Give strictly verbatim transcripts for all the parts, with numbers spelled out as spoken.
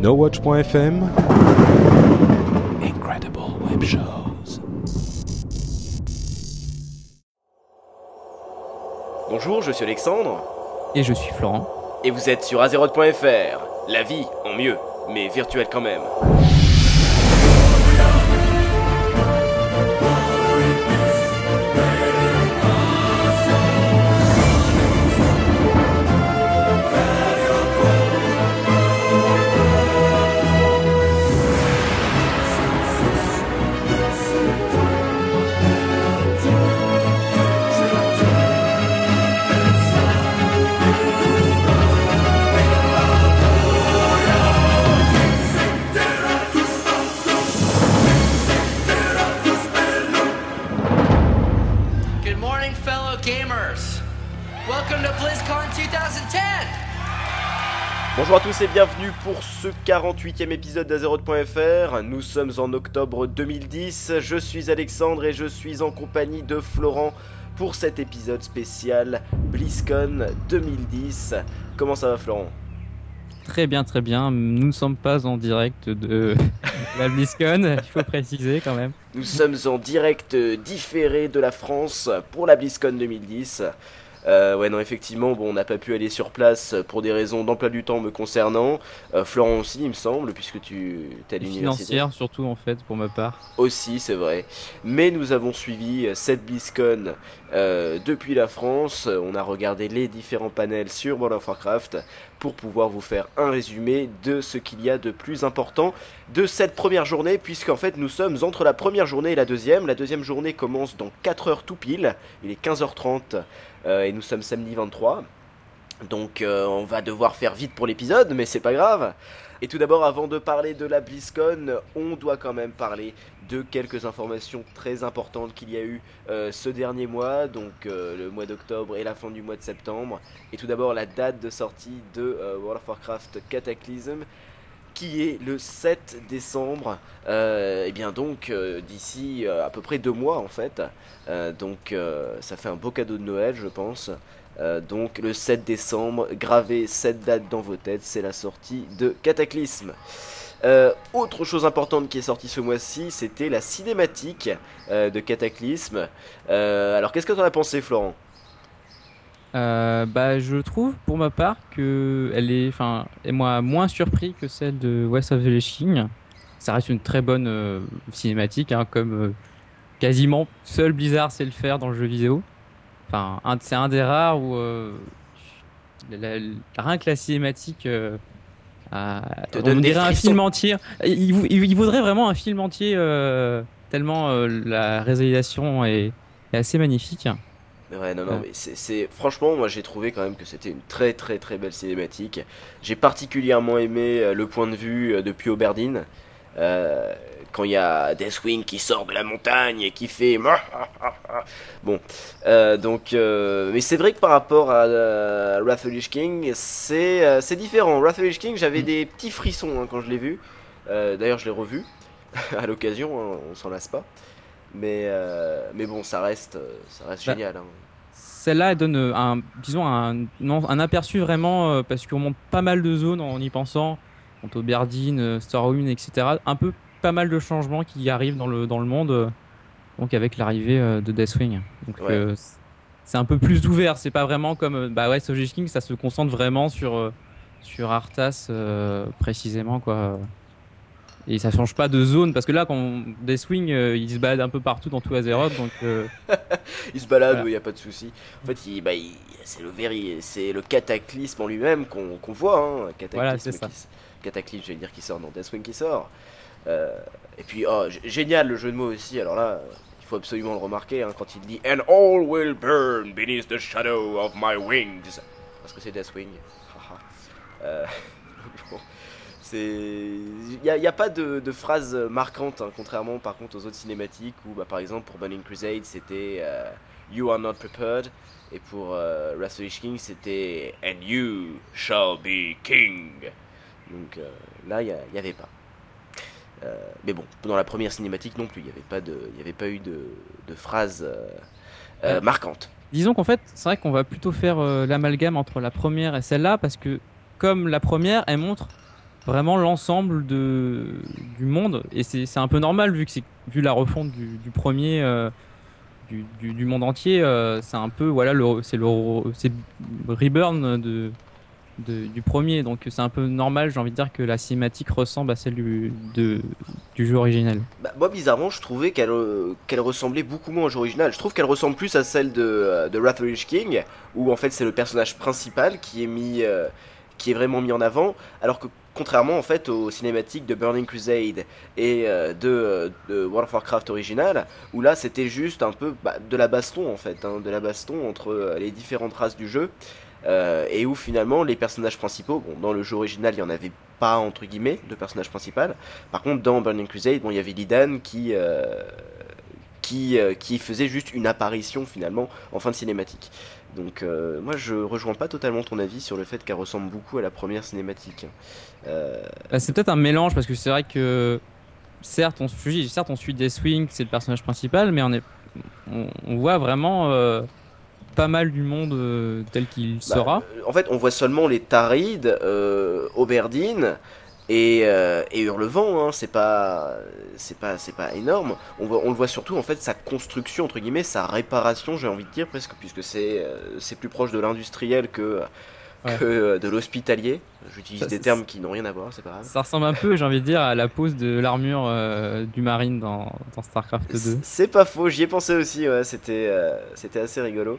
NoWatch point F M. Incredible Web Shows. Bonjour, je suis Alexandre. Et je suis Florent. Et vous êtes sur Azeroth point F R. La vie en mieux, mais virtuelle quand même. Bonjour à tous et bienvenue pour ce quarante-huitième épisode d'Azeroth point F R. Nous sommes en octobre deux mille dix, je suis Alexandre et je suis en compagnie de Florent pour cet épisode spécial BlizzCon deux mille dix. Comment ça va Florent ? Très bien, très bien. Nous ne sommes pas en direct de la BlizzCon, il faut préciser quand même. Nous sommes en direct différé de la France pour la BlizzCon deux mille dix. Euh, ouais non effectivement bon on n'a pas pu aller sur place pour des raisons d'emploi du temps me concernant, euh, Florent aussi il me semble puisque tu es à l'université. Financière surtout en fait pour ma part. Aussi c'est vrai, mais nous avons suivi cette BlizzCon euh, depuis la France, on a regardé les différents panels sur World of Warcraft pour pouvoir vous faire un résumé de ce qu'il y a de plus important de cette première journée, puisqu'en fait nous sommes entre la première journée et la deuxième. La deuxième journée commence dans quatre heures tout pile, il est quinze heures trente euh, et nous sommes samedi vingt-trois, donc euh, on va devoir faire vite pour l'épisode, mais c'est pas grave. Et tout d'abord, avant de parler de la BlizzCon, on doit quand même parler de quelques informations très importantes qu'il y a eu euh, ce dernier mois, donc euh, le mois d'octobre et la fin du mois de septembre. Et tout d'abord, la date de sortie de euh, World of Warcraft Cataclysm, qui est le sept décembre, euh, et bien donc euh, d'ici euh, à peu près deux mois en fait, euh, donc euh, ça fait un beau cadeau de Noël je pense. Euh, donc le sept décembre, gravez cette date dans vos têtes, c'est la sortie de Cataclysme. Euh, autre chose importante qui est sortie ce mois-ci, c'était la cinématique euh, de Cataclysme. Euh, alors qu'est-ce que t'en as pensé Florent ? Euh, bah, je trouve pour ma part que elle est, enfin, et moi moins surpris que celle de West of the Lich King. Ça reste une très bonne euh, cinématique, hein, comme euh, quasiment seul Blizzard sait le faire dans le jeu vidéo. Enfin, un, c'est un des rares où euh, la, la, rien que la cinématique, euh, à, Te on donne des dirait un frissons. film entier. Il, il, il vaudrait vraiment un film entier euh, tellement euh, la réalisation est, est assez magnifique. Ouais, non, non, Ouais. mais c'est, c'est... Franchement, moi j'ai trouvé quand même que c'était une très très très belle cinématique. J'ai particulièrement aimé euh, le point de vue euh, depuis Oberdeen. Euh, quand il y a Deathwing qui sort de la montagne et qui fait... Bon, euh, donc... Euh... Mais c'est vrai que par rapport à euh, Wrath of the Lich King, c'est, euh, c'est différent. Wrath of the Lich King, j'avais Mm. des petits frissons hein, quand je l'ai vu. Euh, d'ailleurs, je l'ai revu à l'occasion, hein, on s'en lasse pas. Mais, euh, mais bon, ça reste, ça reste Bah, génial. Hein. Celle-là elle donne un, disons un, non, un aperçu vraiment euh, parce qu'on monte pas mal de zones en y pensant. On monte Oberdeen, euh, Stormwind, et cetera. Un peu pas mal de changements qui arrivent dans le dans le monde. euh, donc avec l'arrivée euh, de Deathwing. Donc Ouais. euh, c'est un peu plus ouvert. C'est pas vraiment comme euh, bah ouais, West of the Lich King, ça se concentre vraiment sur euh, sur Arthas euh, précisément quoi. Et ça change pas de zone parce que là quand Deathwing euh, il se balade un peu partout dans tout Azeroth donc euh, Il se balade, il voilà. n'y a pas de souci. En fait, il, bah, il- c'est, le véri, c'est le cataclysme en lui-même qu'on, qu'on voit. Hein. Un cataclysme, Voilà, c'est ça. qui, s- cataclysme, j'allais dire, qui sort, non, Deathwing qui sort. Euh, et puis, oh, g- génial le jeu de mots aussi. Alors là, il faut absolument le remarquer hein, quand il dit And all will burn beneath the shadow of my wings. Parce que c'est Deathwing. Haha. euh, bon. C'est... Il n'y a, y a pas de, de phrase marquante, hein, contrairement par contre aux autres cinématiques où bah, par exemple pour Burning Crusade c'était euh, You are not prepared et pour euh, Wrath of the Lich King c'était And you shall be king. Donc euh, là il n'y avait pas. Euh, mais bon, dans la première cinématique non plus, il n'y avait, pas de, y avait pas eu de, de phrase euh, euh, Ouais. marquante. Disons qu'en fait, c'est vrai qu'on va plutôt faire euh, l'amalgame entre la première et celle-là parce que comme la première, elle montre vraiment l'ensemble de du monde et c'est c'est un peu normal vu que c'est vu la refonte du, du premier euh, du, du, du monde entier euh, c'est un peu voilà le c'est le c'est Reborn de, de du premier donc c'est un peu normal j'ai envie de dire que la cinématique ressemble à celle du de du jeu originel. Bah, moi, bizarrement, je trouvais qu'elle euh, qu'elle ressemblait beaucoup moins au jeu original. Je trouve qu'elle ressemble plus à celle de, euh, de Wrath of the Lich King, où en fait c'est le personnage principal qui est mis, euh, qui est vraiment mis en avant, alors que contrairement en fait aux cinématiques de Burning Crusade et euh, de, euh, de World of Warcraft original, où là c'était juste un peu bah, de la baston en fait, hein, de la baston entre euh, les différentes races du jeu. Euh, et où finalement les personnages principaux, bon dans le jeu original il y en avait pas entre guillemets de personnage principal, par contre dans Burning Crusade bon il y avait Lidan qui euh, qui euh, qui faisait juste une apparition finalement en fin de cinématique. Donc euh, moi je rejoins pas totalement ton avis sur le fait qu'elle ressemble beaucoup à la première cinématique. Euh, Bah, c'est peut-être un mélange parce que c'est vrai que certes on suit certes on suit Deathwing c'est le personnage principal mais on est on, on voit vraiment euh, pas mal du monde euh, tel qu'il bah, sera. euh, en fait on voit seulement les Tarides, euh, Oberdine et, euh, et Hurlevent, hein, c'est pas, c'est pas, c'est pas énorme. On, voit, on le voit surtout en fait sa construction entre guillemets, sa réparation, j'ai envie de dire presque, puisque c'est, euh, c'est plus proche de l'industriel que Ouais. que euh, de l'hospitalier. J'utilise Ça, des ça- termes qui n'ont rien à voir, c'est pas grave. ça ressemble un peu, j'ai envie de dire, à la pose de l'armure euh, du Marine dans, dans StarCraft C- deux. C'est pas faux, j'y ai pensé aussi, ouais, c'était, euh, c'était assez rigolo.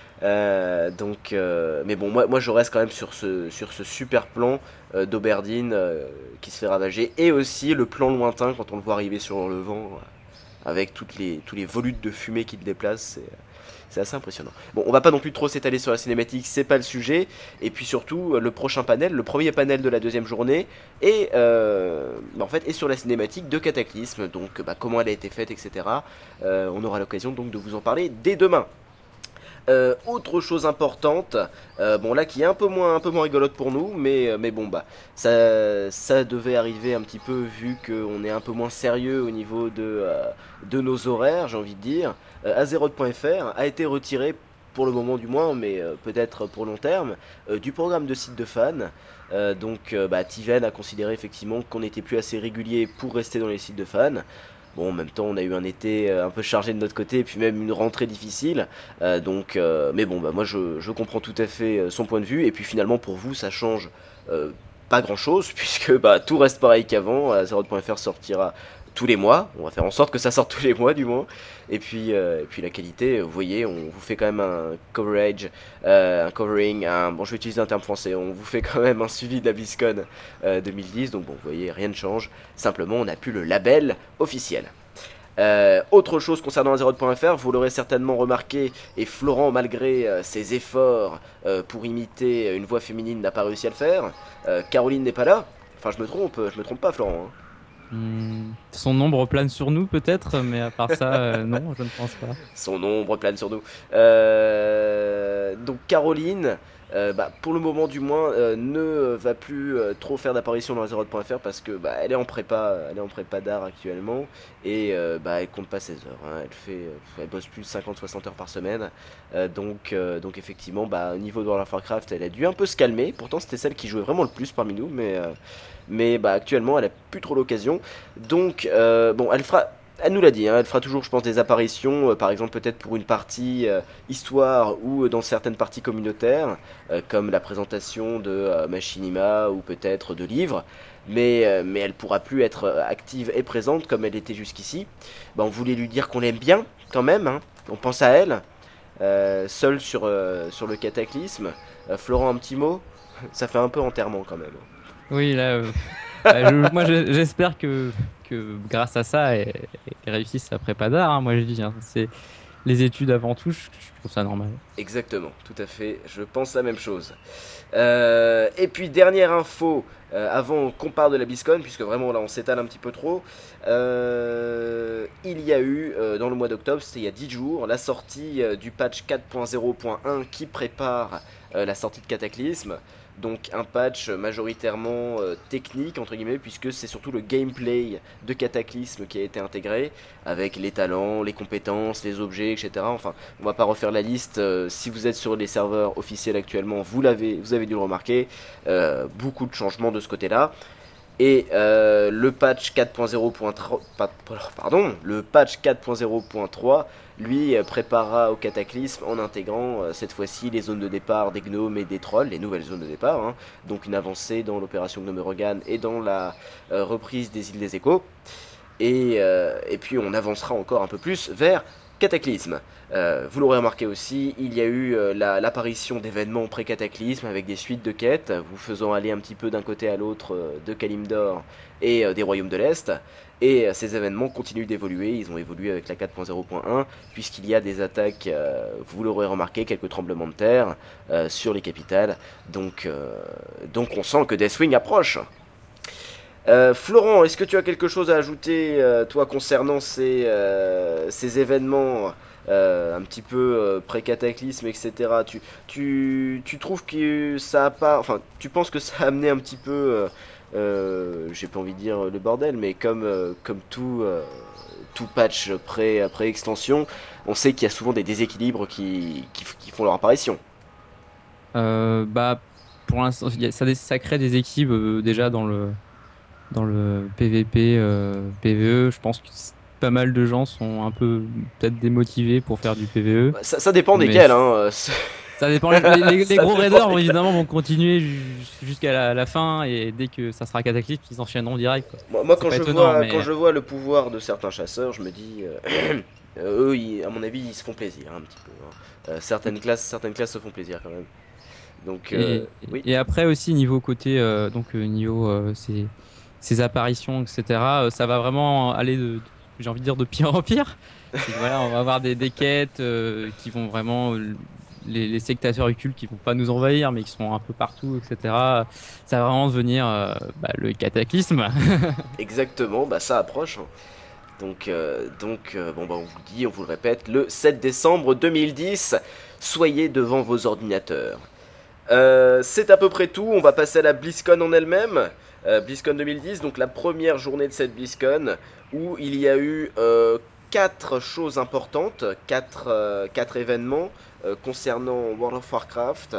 Euh, donc, euh, mais bon, moi, moi je reste quand même sur ce, sur ce super plan euh, d'Auberdine euh, qui se fait ravager, et aussi le plan lointain quand on le voit arriver sur le vent, euh, avec toutes les, tous les volutes de fumée qui le déplacent, c'est, c'est assez impressionnant. Bon, on va pas non plus trop s'étaler sur la cinématique, c'est pas le sujet, et puis surtout, euh, le prochain panel, le premier panel de la deuxième journée, et euh, bah, en fait, est sur la cinématique de Cataclysme, donc bah, comment elle a été faite, et cetera. Euh, on aura l'occasion donc de vous en parler dès demain. Euh, autre chose importante, euh, bon là qui est un peu moins un peu moins rigolote pour nous, mais euh, mais bon bah ça ça devait arriver un petit peu vu qu'on est un peu moins sérieux au niveau de euh, de nos horaires, j'ai envie de dire. Euh, Azeroth point F R a été retiré pour le moment du moins, mais euh, peut-être pour long terme, euh, du programme de site de fans. Euh, donc euh, bah, Tiven a considéré effectivement qu'on n'était plus assez régulier pour rester dans les sites de fans. Bon, en même temps, on a eu un été euh, un peu chargé de notre côté, et puis même une rentrée difficile. Euh, donc, euh, mais bon, bah moi, je, je comprends tout à fait euh, son point de vue. Et puis finalement, pour vous, ça change euh, pas grand-chose, puisque bah tout reste pareil qu'avant. Azeroth point F R sortira tous les mois. On va faire en sorte que ça sorte tous les mois, du moins. Et puis, euh, et puis la qualité, vous voyez, on vous fait quand même un coverage, euh, un covering, un, bon, je vais utiliser un terme français. On vous fait quand même un suivi de la BlizzCon euh, deux mille dix. Donc bon, vous voyez, rien ne change. Simplement, on n'a plus le label officiel. Euh, autre chose concernant Azeroth point F R, vous l'aurez certainement remarqué, et Florent, malgré euh, ses efforts euh, pour imiter une voix féminine, n'a pas réussi à le faire. Euh, Caroline n'est pas là. Enfin, je me trompe, je me trompe pas, Florent. Hein. Hmm, son ombre plane sur nous peut-être, mais à part ça, euh, non, je ne pense pas. Son ombre plane sur nous. Euh, donc Caroline, euh, bah, pour le moment du moins, euh, ne va plus euh, trop faire d'apparition dans Azeroth point F R parce que bah, elle est en prépa, elle est en prépa d'art actuellement, et euh, bah, elle compte pas ses heures. Hein. Elle fait, elle bosse plus de cinquante soixante heures par semaine. Euh, donc, euh, donc effectivement, bah, au niveau de World of Warcraft, elle a dû un peu se calmer. Pourtant, c'était celle qui jouait vraiment le plus parmi nous, mais euh, mais bah, actuellement, elle a plus trop l'occasion. Donc, euh, bon, elle fera. Elle nous l'a dit, hein, elle fera toujours, je pense, des apparitions, euh, par exemple peut-être pour une partie euh, histoire ou euh, dans certaines parties communautaires, euh, comme la présentation de euh, Machinima ou peut-être de livres, mais, euh, mais elle pourra plus être euh, active et présente comme elle était jusqu'ici. Bah, on voulait lui dire qu'on l'aime bien, quand même, hein, on pense à elle, euh, seule sur, euh, sur le cataclysme. Euh, Florent, un petit mot. Ça fait un peu enterrement quand même. Oui, là, euh, bah, je- moi je- j'espère que, que grâce à ça, elle, elle réussisse sa prépa d'art. Hein, moi je dis, hein, c'est les études avant tout, je, je trouve ça normal. Exactement, tout à fait, je pense la même chose. Euh, et puis dernière info, euh, avant qu'on parle de la BlizzCon, puisque vraiment là on s'étale un petit peu trop, euh, il y a eu euh, dans le mois d'octobre, c'était il y a dix jours, la sortie euh, du patch quatre point zéro point un qui prépare euh, la sortie de Cataclysme. Donc un patch majoritairement euh, technique entre guillemets, puisque c'est surtout le gameplay de Cataclysme qui a été intégré, avec les talents, les compétences, les objets, et cetera. Enfin, on va pas refaire la liste. Euh, si vous êtes sur les serveurs officiels actuellement, vous l'avez, vous avez dû le remarquer. Euh, beaucoup de changements de ce côté-là. Et euh, le patch quatre point zéro point trois, pardon, le patch quatre point zéro point trois, lui, euh, préparera au cataclysme en intégrant euh, cette fois-ci les zones de départ des gnomes et des trolls, les nouvelles zones de départ, hein, donc une avancée dans l'opération Gnome Rogan et dans la euh, reprise des îles des échos. Et, euh, et puis on avancera encore un peu plus vers Cataclysme. Euh, vous l'aurez remarqué aussi, il y a eu euh, la, l'apparition d'événements pré-cataclysme avec des suites de quêtes, vous faisant aller un petit peu d'un côté à l'autre euh, de Kalimdor et euh, des royaumes de l'Est. Et euh, ces événements continuent d'évoluer, ils ont évolué avec la quatre point zéro point un, puisqu'il y a des attaques, euh, vous l'aurez remarqué, quelques tremblements de terre euh, sur les capitales. Donc, euh, donc on sent que Deathwing approche. Euh, Florent, est-ce que tu as quelque chose à ajouter, euh, toi, concernant ces, euh, ces événements euh, un petit peu euh, pré-cataclysme, et cetera. Tu, tu, tu trouves que ça a pas... Enfin, tu penses que ça a amené un petit peu... Euh, euh, j'ai pas envie de dire le bordel, mais comme, euh, comme tout, euh, tout patch pré, pré-extension, on sait qu'il y a souvent des déséquilibres qui, qui, qui font leur apparition. Euh, bah, pour l'instant, il y a- ça, dé- ça crée des équipes euh, déjà dans le, dans le P V P, euh, P V E. Je pense que c- pas mal de gens sont un peu peut-être démotivés pour faire du P V E. Ça, ça dépend Mais desquels, c- hein. euh, c'est- ça dépend. Les, les- les ça gros dépend raiders vont desquels. évidemment vont continuer ju- jusqu'à la, la fin et dès que ça sera cataclysme, ils enchaîneront direct, quoi. Moi, moi, C'est quand pas je étonnant, vois, quand mais je vois le pouvoir de certains chasseurs, je me dis, euh, euh, eux, ils- à mon avis, ils se font plaisir hein, un petit peu, hein. Euh, certaines classes, certaines classes se font plaisir quand même. Donc, euh, et, oui, et après aussi niveau côté euh, donc euh, niveau euh, ces, ces apparitions, et cetera euh, Ça va vraiment aller de, de- j'ai envie de dire de pire en pire. C'est que, voilà, on va avoir des, des quêtes euh, qui vont vraiment euh, les, les sectateurs occultes qui vont pas nous envahir mais qui sont un peu partout, et cetera. Ça va vraiment devenir euh, bah, le cataclysme. exactement, bah ça approche, hein. Donc, euh, donc euh, bon, bah, on vous le dit, on vous le répète, le sept décembre deux mille dix, soyez devant vos ordinateurs. Euh, c'est à peu près tout, on va passer à la BlizzCon en elle-même. Euh, BlizzCon deux mille dix, donc la première journée de cette BlizzCon, où il y a eu euh, quatre choses importantes, quatre, euh, quatre événements euh, concernant World of Warcraft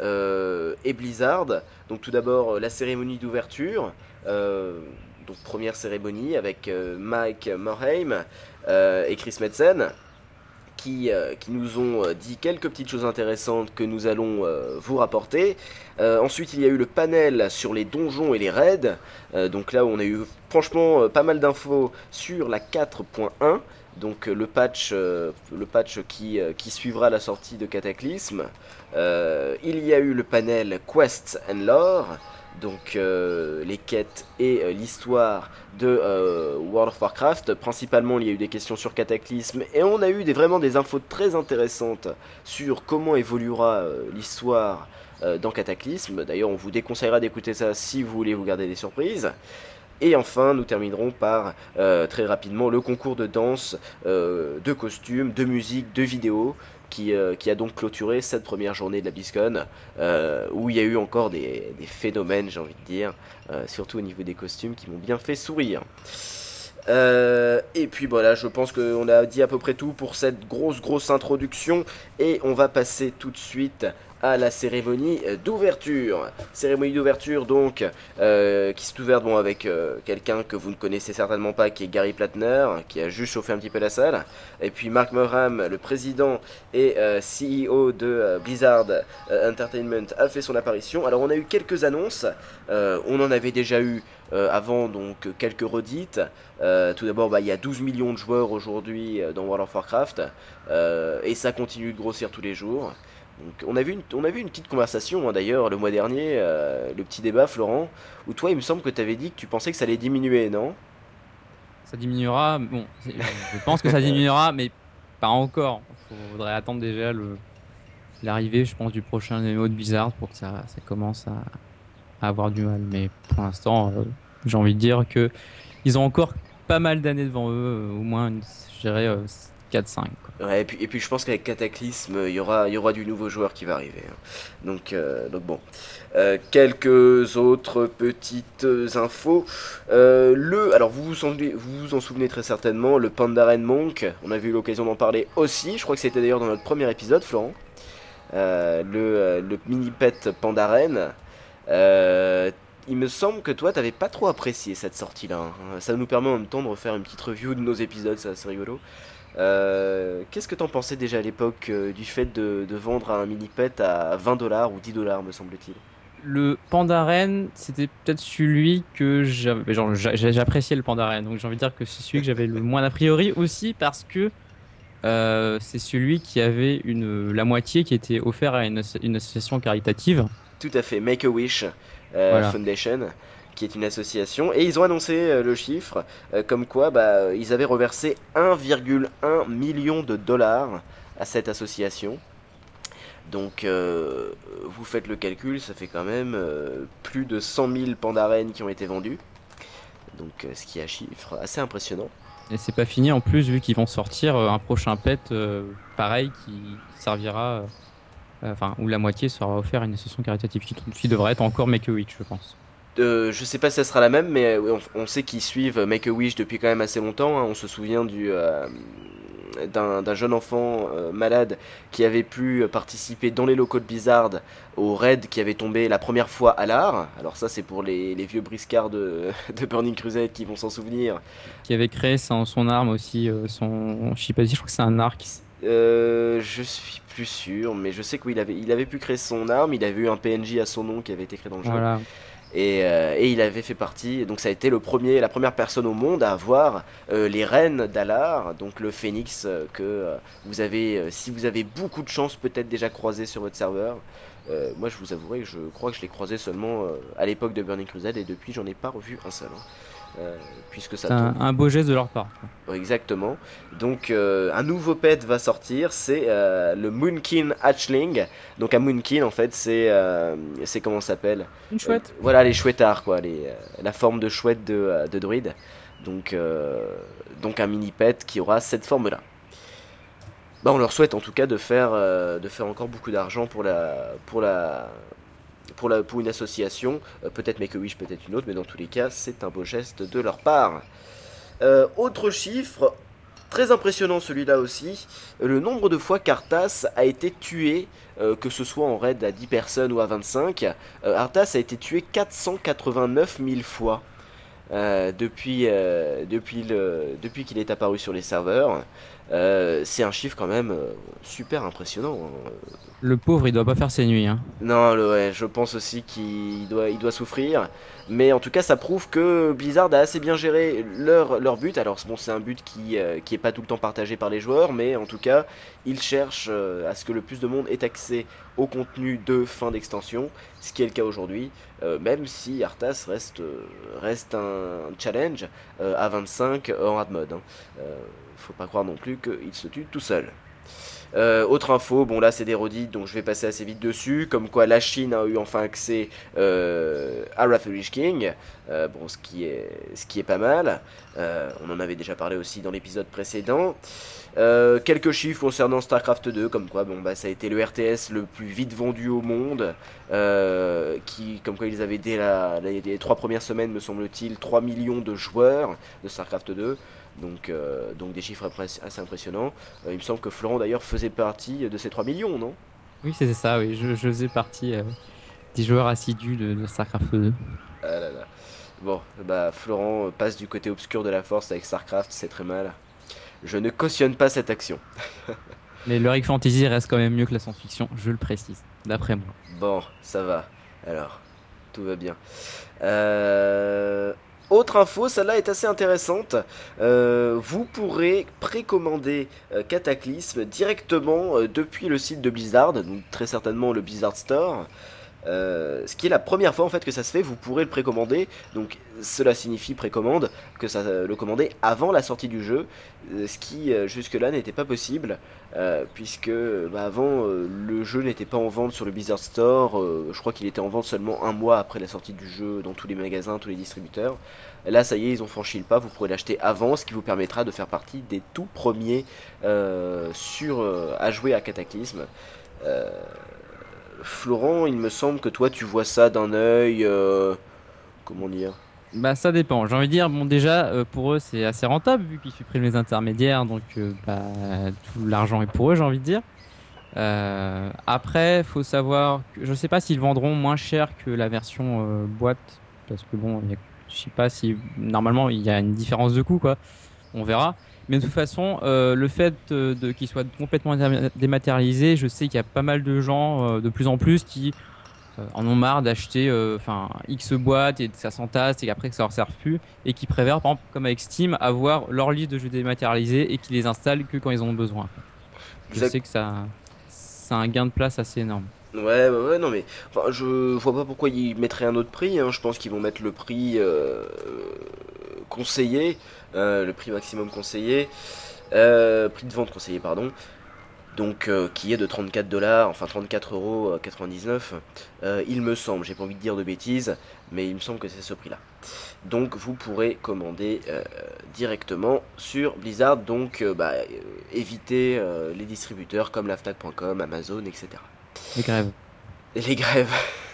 euh, et Blizzard. Donc tout d'abord euh, la cérémonie d'ouverture, euh, donc première cérémonie avec euh, Mike Morhaime euh, et Chris Metzen qui, euh, qui nous ont euh, dit quelques petites choses intéressantes que nous allons euh, vous rapporter. Euh, ensuite, il y a eu le panel sur les donjons et les raids. Euh, donc là, on a eu franchement euh, pas mal d'infos sur la quatre point un. Donc euh, le patch, euh, le patch qui, euh, qui suivra la sortie de Cataclysme. Euh, il y a eu le panel Quests and Lore. Donc euh, les quêtes et euh, l'histoire de euh, World of Warcraft. Principalement, il y a eu des questions sur Cataclysme et on a eu des, vraiment des infos très intéressantes sur comment évoluera euh, l'histoire euh, dans Cataclysme. D'ailleurs, on vous déconseillera d'écouter ça si vous voulez vous garder des surprises. Et enfin, nous terminerons par, euh, très rapidement, le concours de danse, euh, de costumes, de musique, de vidéos, qui, euh, qui a donc clôturé cette première journée de la BlizzCon, euh, où il y a eu encore des, des phénomènes, j'ai envie de dire, euh, surtout au niveau des costumes, qui m'ont bien fait sourire. Euh, et puis voilà, je pense qu'on a dit à peu près tout pour cette grosse grosse introduction et on va passer tout de suite à la cérémonie d'ouverture. Cérémonie d'ouverture donc euh, qui s'est ouverte bon, avec euh, quelqu'un que vous ne connaissez certainement pas qui est Gary Plattner qui a juste chauffé un petit peu la salle et puis Mark Morhaime, le président et euh, C E O de euh, Blizzard euh, Entertainment a fait son apparition. Alors on a eu quelques annonces, euh, on en avait déjà eu Euh, avant donc quelques redites. Euh, tout d'abord, bah, il y a douze millions de joueurs aujourd'hui euh, dans World of Warcraft euh, et ça continue de grossir tous les jours. Donc, on a vu une, on a vu une petite conversation hein, d'ailleurs le mois dernier, euh, le petit débat Florent, où toi il me semble que tu avais dit que tu pensais que ça allait diminuer, non? Ça diminuera. Bon, c'est- je pense que ça diminuera, mais pas encore. Il faudrait attendre déjà le l'arrivée, je pense, du prochain M M O de Blizzard pour que ça, ça commence à, à avoir du mal. Mais pour l'instant, euh, j'ai envie de dire que ils ont encore pas mal d'années devant eux, euh, au moins, une- je dirais, euh, quatre cinq, quoi. Ouais, et puis, et puis je pense qu'avec Cataclysme, il y aura, il y aura du nouveau joueur qui va arriver, hein. Donc, euh, donc bon. Euh, quelques autres petites infos. Euh, le, alors vous vous, en, vous vous en souvenez très certainement, le Pandaren Monk, on a eu l'occasion d'en parler aussi. Je crois que c'était d'ailleurs dans notre premier épisode, Florent. Euh, le, euh, le mini-pet Pandaren. Euh, il me semble que toi, t'avais pas trop apprécié cette sortie-là, hein. Ça nous permet en même temps de refaire une petite review de nos épisodes, c'est assez rigolo. Euh, qu'est-ce que t'en pensais déjà à l'époque euh, du fait de, de vendre un mini-pet à vingt dollars ou dix dollars, me semble-t-il? Le Pandaren, c'était peut-être celui que j'avais, genre, j'a- j'appréciais le Pandaren, donc j'ai envie de dire que c'est celui que j'avais le moins a priori aussi parce que euh, c'est celui qui avait une, la moitié qui était offert à une, as- une association caritative. Tout à fait, Make-A-Wish euh, Voilà. Foundation, qui est une association, et ils ont annoncé euh, le chiffre, euh, comme quoi bah, ils avaient reversé un virgule un million de dollars à cette association. Donc euh, vous faites le calcul, ça fait quand même euh, plus de cent mille Pandaren qui ont été vendus. Donc euh, ce qui est un chiffre assez impressionnant. Et c'est pas fini en plus, vu qu'ils vont sortir euh, un prochain pet euh, pareil qui, qui servira, euh, enfin, où la moitié sera offert à une association caritative qui, qui devrait être encore Make-A-Wish, je pense. Euh, je sais pas si ça sera la même, mais euh, on, on sait qu'ils suivent Make-A-Wish depuis quand même assez longtemps, hein. On se souvient du, euh, d'un, d'un jeune enfant euh, malade qui avait pu participer dans les locaux de Blizzard au raid qui avait tombé la première fois à l'art. Alors ça c'est pour les, les vieux briscards de, de Burning Crusade qui vont s'en souvenir. Qui avait créé son, son arme aussi, euh, son, je sais pas si je crois que c'est un arc. Euh, je suis plus sûr, mais je sais qu'il avait, il avait pu créer son arme, il avait eu un P N J à son nom qui avait été créé dans le jeu. Voilà. Et, euh, et il avait fait partie, donc ça a été le premier, la première personne au monde à avoir euh, les reines d'Alar, donc le phénix euh, que euh, vous avez, euh, si vous avez beaucoup de chance, peut-être déjà croisé sur votre serveur. Euh, moi je vous avouerai que je crois que je l'ai croisé seulement euh, à l'époque de Burning Crusade et depuis j'en ai pas revu un seul, hein. Euh, puisque ça C'est un, tombe. un beau geste de leur part. Exactement. Donc euh, un nouveau pet va sortir, c'est euh, le Moonkin Hatchling. Donc un Moonkin en fait c'est euh, c'est comment ça s'appelle? Une chouette. Euh, voilà les chouettards quoi, les, euh, la forme de chouette de, euh, de druide. Donc euh, donc un mini pet qui aura cette forme là. Bah on leur souhaite en tout cas de faire euh, de faire encore beaucoup d'argent pour la pour la pour la pour une association. Euh, peut-être Make-A-Wish, peut-être une autre, mais dans tous les cas c'est un beau geste de leur part. Euh, autre chiffre, très impressionnant celui-là aussi, le nombre de fois qu'Arthas a été tué, euh, que ce soit en raid à dix personnes ou à vingt-cinq, euh, Arthas a été tué quatre cent quatre-vingt-neuf mille fois euh, depuis, euh, depuis, le, depuis qu'il est apparu sur les serveurs. Euh, c'est un chiffre quand même euh, super impressionnant, hein. Le pauvre, il doit pas faire ses nuits, hein. Non, le- ouais, je pense aussi qu'il doit, il doit souffrir. Mais en tout cas, ça prouve que Blizzard a assez bien géré leur, leur but. Alors, bon, c'est un but qui, euh, qui est pas tout le temps partagé par les joueurs, mais en tout cas, ils cherchent euh, à ce que le plus de monde ait accès au contenu de fin d'extension, ce qui est le cas aujourd'hui, euh, même si Arthas reste, euh, reste un challenge euh, à vingt-cinq en hard mode, hein. Euh, faut pas croire non plus qu'il se tue tout seul. Euh, autre info, bon là c'est des redites donc je vais passer assez vite dessus, comme quoi la Chine a eu enfin accès euh, à Wrath of the Lich King, euh, bon ce qui est, ce qui est pas mal. Euh, on en avait déjà parlé aussi dans l'épisode précédent. Euh, quelques chiffres concernant StarCraft deux, comme quoi bon bah ça a été le R T S le plus vite vendu au monde, euh, qui comme quoi ils avaient dès la, les, les trois premières semaines me semble-t-il trois millions de joueurs de StarCraft deux. Donc, euh, donc des chiffres assez impressionnants. Euh, il me semble que Florent d'ailleurs faisait partie de ces trois millions, non? Oui, c'est ça, oui. Je, je faisais partie euh, des joueurs assidus de, de StarCraft deux. Ah là là. Bon, bah Florent passe du côté obscur de la force avec StarCraft, c'est très mal. Je ne cautionne pas cette action. Mais l'Heroic Fantasy reste quand même mieux que la science-fiction, je le précise, d'après moi. Bon, ça va. Alors, tout va bien. Euh... Autre info, celle-là est assez intéressante. Euh, vous pourrez précommander euh, Cataclysme directement euh, depuis le site de Blizzard, donc très certainement le Blizzard Store. Euh, ce qui est la première fois en fait que ça se fait, vous pourrez le précommander. Donc cela signifie précommande, que ça euh, le commander avant la sortie du jeu, euh, ce qui euh, jusque-là n'était pas possible, euh, puisque bah, avant euh, le jeu n'était pas en vente sur le Blizzard Store. Euh, je crois qu'il était en vente seulement un mois après la sortie du jeu dans tous les magasins, tous les distributeurs. Là ça y est, ils ont franchi le pas, vous pourrez l'acheter avant, ce qui vous permettra de faire partie des tout premiers euh, sur, euh, à jouer à Cataclysme. Euh, Florent, il me semble que toi tu vois ça d'un œil, euh, comment dire? Bah ça dépend, j'ai envie de dire, bon déjà euh, pour eux c'est assez rentable vu qu'ils suppriment les intermédiaires, donc euh, bah, tout l'argent est pour eux, j'ai envie de dire. Euh, après, faut savoir, que, je sais pas s'ils vendront moins cher que la version euh, boîte parce que bon, il y a- je sais pas si normalement il y a une différence de coût, quoi. On verra. Mais de toute façon, euh, le fait euh, de, qu'il soit complètement dé- dématérialisé, je sais qu'il y a pas mal de gens, euh, de plus en plus, qui euh, en ont marre d'acheter euh, enfin X boîtes et que ça s'entasse et qu'après que ça leur sert plus et qui préfèrent, par exemple, comme avec Steam, avoir leur liste de jeux dématérialisés et qui les installent que quand ils en ont besoin. Je Exact. sais que ça, c'est un gain de place assez énorme. Ouais, ouais, ouais, non mais, enfin, je vois pas pourquoi ils mettraient un autre prix, hein. Je pense qu'ils vont mettre le prix euh, conseillé, euh, le prix maximum conseillé, euh, prix de vente conseillé, pardon, donc euh, qui est de trente-quatre dollars, enfin trente-quatre euros quatre-vingt-dix-neuf, euh, il me semble, j'ai pas envie de dire de bêtises, mais il me semble que c'est ce prix-là. Donc vous pourrez commander euh, directement sur Blizzard, donc euh, bah, euh, évitez euh, les distributeurs comme la Fnac point com, Amazon, et cetera. Les grèves. Et les grèves.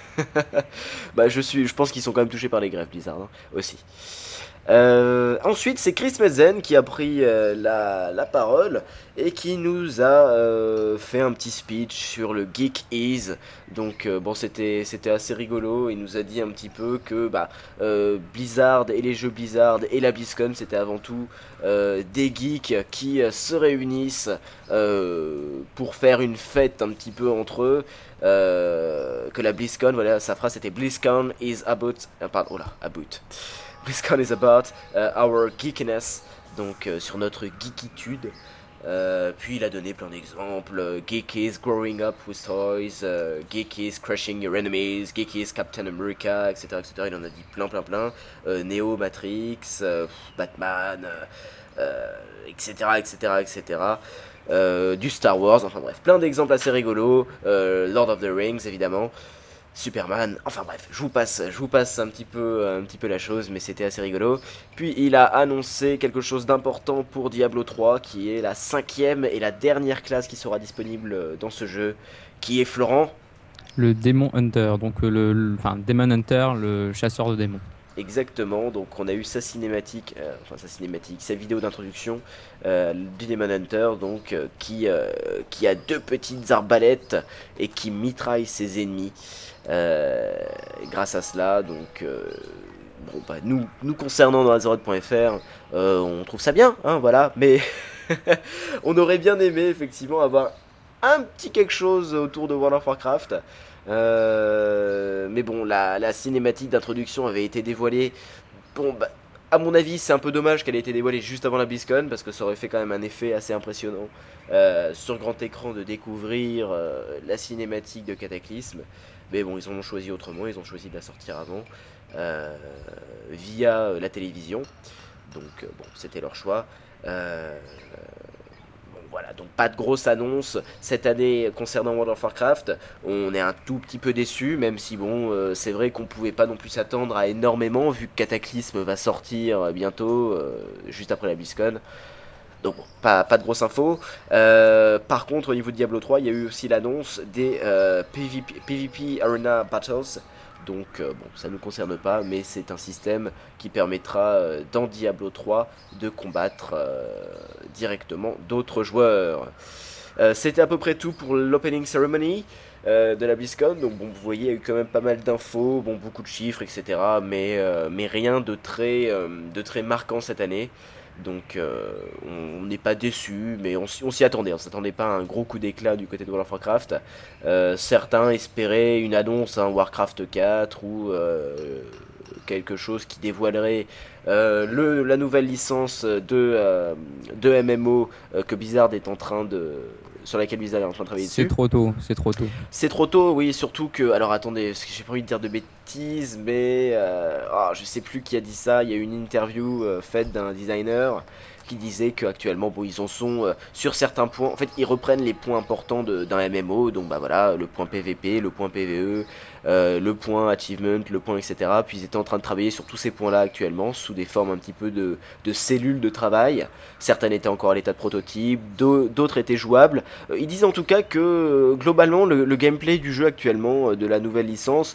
Bah je suis, je pense qu'ils sont quand même touchés par les grèves Blizzard hein, aussi. Euh, ensuite, c'est Chris Metzen qui a pris euh, la, la parole et qui nous a euh, fait un petit speech sur le Geek Is. Donc, euh, bon, c'était c'était assez rigolo. Il nous a dit un petit peu que bah, euh, Blizzard et les jeux Blizzard et la BlizzCon, c'était avant tout euh, des geeks qui euh, se réunissent euh, pour faire une fête un petit peu entre eux. Euh, que la BlizzCon, voilà, sa phrase c'était BlizzCon is about. Euh, pardon, oh là, about. BlizzCon is about uh, our geekiness, donc euh, sur notre geekitude. Euh, puis il a donné plein d'exemples. euh, Geek is growing up with toys, euh, Geek is crushing your enemies, Geek is Captain America, et cetera, et cetera. Il en a dit plein, plein, plein. Euh, Neo, Matrix, euh, Batman, euh, euh, et cetera, et cetera, et cetera. Euh, du Star Wars, enfin bref, plein d'exemples assez rigolos. Euh, Lord of the Rings, évidemment. Superman, enfin bref, je vous passe, je vous passe un petit peu, un petit peu la chose, mais c'était assez rigolo. Puis il a annoncé quelque chose d'important pour Diablo trois, qui est la cinquième et la dernière classe qui sera disponible dans ce jeu, qui est Florent. Le Demon Hunter, donc euh, le, le- enfin Demon Hunter, le chasseur de démons. Exactement, donc on a eu sa cinématique, euh, enfin sa cinématique, sa vidéo d'introduction euh, du Demon Hunter, donc euh, qui, euh, qui a deux petites arbalètes et qui mitraille ses ennemis. Euh, grâce à cela, donc euh, bon bah nous, nous concernant dans Azeroth point F R, euh, on trouve ça bien, hein, voilà, mais on aurait bien aimé effectivement avoir un petit quelque chose autour de World of Warcraft. Euh, mais bon, la, la cinématique d'introduction avait été dévoilée. Bon, bah, à mon avis, c'est un peu dommage qu'elle ait été dévoilée juste avant la BlizzCon, parce que ça aurait fait quand même un effet assez impressionnant euh, sur grand écran de découvrir euh, la cinématique de Cataclysme. Mais bon, ils en ont choisi autrement, ils ont choisi de la sortir avant, euh, via la télévision. Donc euh, bon, c'était leur choix. Euh, bon, voilà, donc pas de grosse annonce cette année concernant World of Warcraft. On est un tout petit peu déçus, même si bon, euh, c'est vrai qu'on pouvait pas non plus s'attendre à énormément, vu que Cataclysme va sortir bientôt, euh, juste après la BlizzCon. Donc bon, pas, pas de grosse info. Euh, par contre, au niveau de Diablo trois, il y a eu aussi l'annonce des euh, P V P, P V P Arena Battles. Donc euh, bon, ça ne nous concerne pas, mais c'est un système qui permettra euh, dans Diablo trois de combattre euh, directement d'autres joueurs. Euh, C'était à peu près tout pour l'opening ceremony euh, de la BlizzCon. Donc bon, vous voyez, il y a eu quand même pas mal d'infos, bon, beaucoup de chiffres, et cetera. Mais, euh, mais rien de très, euh, de très marquant cette année. Donc euh, on n'est pas déçu, mais on, on s'y attendait. On s'attendait pas à un gros coup d'éclat du côté de World of Warcraft. Euh, certains espéraient une annonce, un Warcraft quatre ou euh, quelque chose qui dévoilerait euh, le, la nouvelle licence de, euh, de M M O euh, que Blizzard est en train de sur laquelle Blizzard est en train de travailler C'est dessus. trop tôt, c'est trop tôt. C'est trop tôt, oui, surtout que... Alors attendez, parce que j'ai pas envie de dire de bêtises, mais... Euh, oh, je sais plus qui a dit ça, il y a eu une interview euh, faite d'un designer qui disait qu'actuellement, bon, ils en sont euh, sur certains points... En fait, ils reprennent les points importants de- d'un M M O, donc bah voilà, le point P V P, le point P V E, euh, le point Achievement, le point et cetera. Puis ils étaient en train de travailler sur tous ces points-là actuellement, sous des formes un petit peu de, de cellules de travail. Certaines étaient encore à l'état de prototype, d'au- d'autres étaient jouables. Euh, Ils disent en tout cas que euh, globalement le, le gameplay du jeu actuellement euh, de la nouvelle licence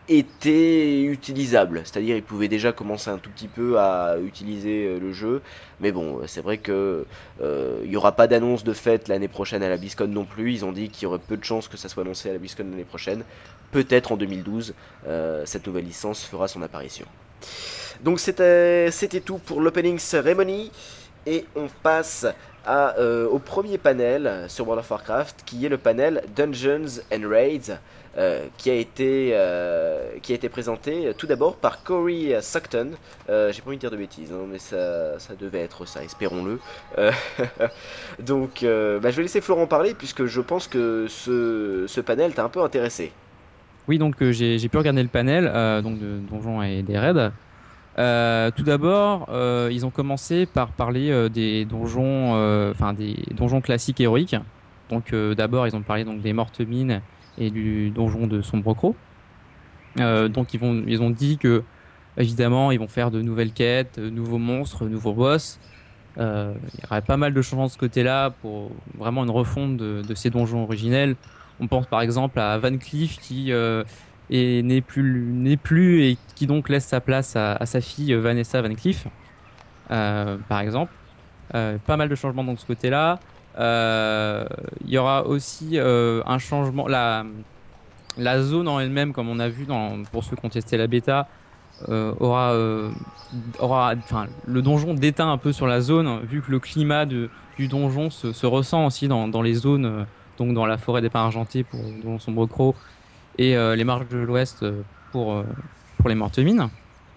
était utilisable, c'est-à-dire ils pouvaient déjà commencer un tout petit peu à utiliser euh, le jeu, mais bon, c'est vrai que euh, il y aura pas d'annonce de fête l'année prochaine à la BlizzCon non plus. Ils ont dit qu'il y aurait peu de chances que ça soit annoncé à la BlizzCon l'année prochaine. Peut-être en deux mille douze, euh, cette nouvelle licence fera son apparition. Donc c'était c'était tout pour l'opening ceremony, et on passe à, euh, au premier panel sur World of Warcraft, qui est le panel Dungeons and Raids, euh, qui, a été, euh, qui a été présenté euh, tout d'abord par Corey Suckton. Euh, J'ai pas envie de dire de bêtises, hein, mais ça, ça devait être ça, espérons-le. Euh, donc euh, bah, je vais laisser Florent parler, puisque je pense que ce, ce panel t'a un peu intéressé. Oui, donc euh, j'ai j'ai pu regarder le panel euh, donc de Donjons et des raids. Euh, tout d'abord, euh, ils ont commencé par parler euh, des donjons, euh, enfin des donjons classiques héroïques. Donc euh, d'abord, ils ont parlé donc des mortes mines et du donjon de Sombre Croc. Euh, donc ils vont, ils ont dit que évidemment, ils vont faire de nouvelles quêtes, de nouveaux monstres, de nouveaux boss. Euh, il y aurait pas mal de changements de ce côté-là pour vraiment une refonte de, de ces donjons originels. On pense par exemple à Van Cleef qui euh, et n'est plus n'est plus et qui donc laisse sa place à, à sa fille Vanessa Van Cleef, euh, par exemple. Euh, pas mal de changements dans ce côté-là. Euh, Il y aura aussi euh, un changement. La la zone en elle-même, comme on a vu dans, pour ceux qui ont testé la bêta, euh, aura euh, aura. Enfin, le donjon déteint un peu sur la zone, vu que le climat de, du donjon se, se ressent aussi dans, dans les zones, euh, donc dans la forêt des pins argentés pour Donjon Sombre Croc et euh, les marges de l'Ouest euh, pour, euh, pour les mortes mines.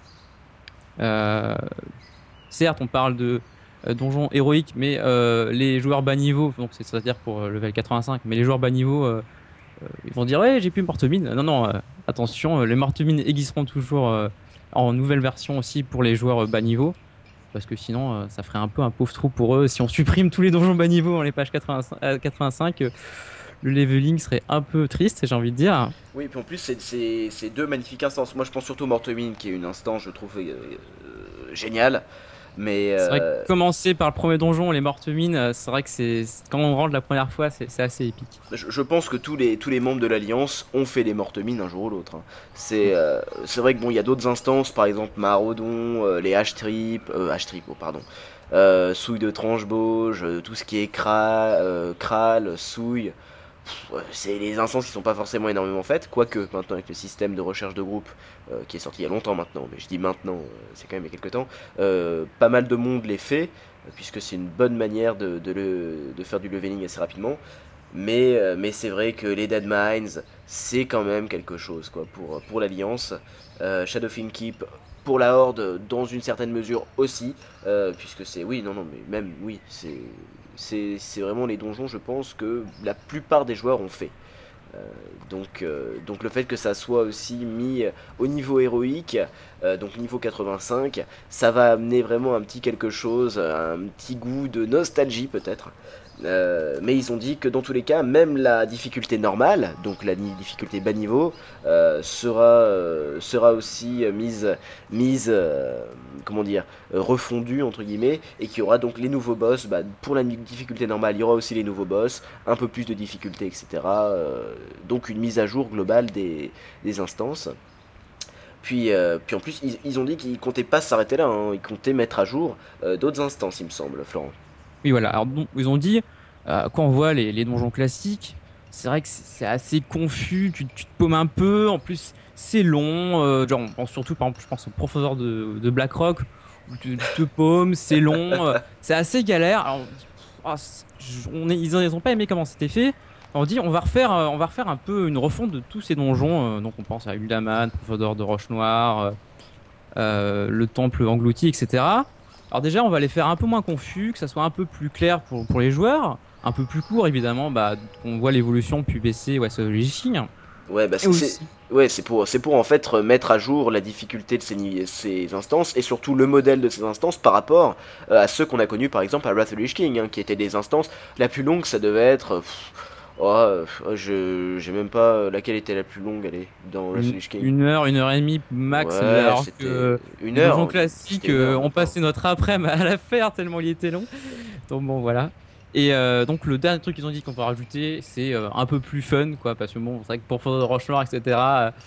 Euh, certes, on parle de euh, donjons héroïques, mais euh, les joueurs bas niveau, donc c'est-à-dire pour euh, level quatre-vingt-cinq, mais les joueurs bas niveau, euh, euh, ils vont dire ouais, j'ai plus morte mine. Non, non, euh, attention, euh, les mortes mines existeront toujours euh, en nouvelle version aussi pour les joueurs euh, bas niveau, parce que sinon, euh, ça ferait un peu un pauvre trou pour eux. Si on supprime tous les donjons bas niveau dans les pages quatre-vingt-cinq, euh, quatre-vingt-cinq euh, le leveling serait un peu triste, j'ai envie de dire. Oui, et puis en plus, c'est- c'est c'est deux magnifiques instances. Moi, je pense surtout Mortemine, qui est une instance, je trouve, euh, euh, géniale. Mais C'est vrai euh, que commencer par le premier donjon, les mortes mines, euh, c'est vrai que c'est quand on rentre la première fois, c'est c'est assez épique. je, je pense que tous les, tous les membres de l'Alliance ont fait les Mortemines un jour ou l'autre, hein. C'est euh, c'est vrai que bon, il y a d'autres instances, par exemple Maraudon, euh, les H-Trip, euh, H-Trip, oh, pardon, euh, Souille de Tranche-Bauge, euh, tout ce qui est Kra, euh, Kral, Souille. Pff, ouais, c'est les instances qui sont pas forcément énormément faites, quoique maintenant avec le système de recherche de groupe euh, qui est sorti il y a longtemps maintenant, mais je dis maintenant, euh, c'est quand même il y a quelques temps, euh, pas mal de monde les fait, euh, puisque c'est une bonne manière de, de, le- de faire du leveling assez rapidement. Mais, euh, mais c'est vrai que les Dead Mines, c'est quand même quelque chose quoi, pour, pour l'Alliance. Euh, Shadowfin Keep, pour la Horde, dans une certaine mesure aussi, euh, puisque c'est, oui, non, non, mais même, oui, c'est, c'est, c'est vraiment les donjons, je pense, que la plupart des joueurs ont fait. Euh, donc, euh, donc le fait que ça soit aussi mis au niveau héroïque, euh, donc niveau quatre-vingt-cinq, ça va amener vraiment un petit quelque chose, un petit goût de nostalgie peut-être. Euh, mais ils ont dit que dans tous les cas, même la difficulté normale, donc la ni- difficulté bas niveau, euh, sera, euh, sera aussi euh, mise, mise euh, comment dire, euh, refondue entre guillemets, et qu'il y aura donc les nouveaux boss. Bah, pour la ni- difficulté normale, il y aura aussi les nouveaux boss, un peu plus de difficulté, et cetera. Euh, donc une mise à jour globale des, des instances. Puis, euh, puis en plus, ils, ils ont dit qu'ils comptaient pas s'arrêter là, hein, ils comptaient mettre à jour euh, d'autres instances, il me semble, Florent. Oui, voilà. Alors, bon, ils ont dit, euh, quand on voit les, les donjons classiques, c'est vrai que c'est c'est assez confus, tu, tu te paumes un peu, en plus, c'est long. Euh, genre, on pense surtout, par exemple, je pense au professeur de, de Blackrock, où tu, tu te paumes, c'est long, euh, c'est assez galère. Alors, on dit, ah, c'est- je- on est- ils n'ont pas aimé comment c'était fait. On dit, on va refaire, euh, on va refaire un peu une refonte de tous ces donjons. Euh, donc, on pense à Uldaman, professeur de Roche Noire, euh, euh, le temple englouti, et cetera. Alors déjà, on va les faire un peu moins confus, que ça soit un peu plus clair pour, pour les joueurs, un peu plus court évidemment, bah, on voit l'évolution depuis B C, ouais, c'est Lich. Ouais, bah Et c'est c'est- aussi, ouais, c'est pour, c'est pour en fait mettre à jour la difficulté de ces, ni- ces instances et surtout le modèle de ces instances par rapport euh, à ceux qu'on a connus par exemple à Wrath of the Lich King, hein, qui étaient des instances. La plus longue, ça devait être. Pff, oh, euh, je j'ai même pas euh, laquelle était la plus longue, allez, dans Wrath of the une, Lich King. une heure, une heure et demie max, Ouais, alors c'était que une les donjons heure. classiques, C'était une euh, heure, on maintenant. passait notre après-midi à la faire tellement il était long. Donc bon, voilà. Et euh, donc le dernier truc qu'ils ont dit qu'on va rajouter, c'est euh, un peu plus fun, quoi, parce que bon, c'est vrai que pour faire de Roche Noire, et cetera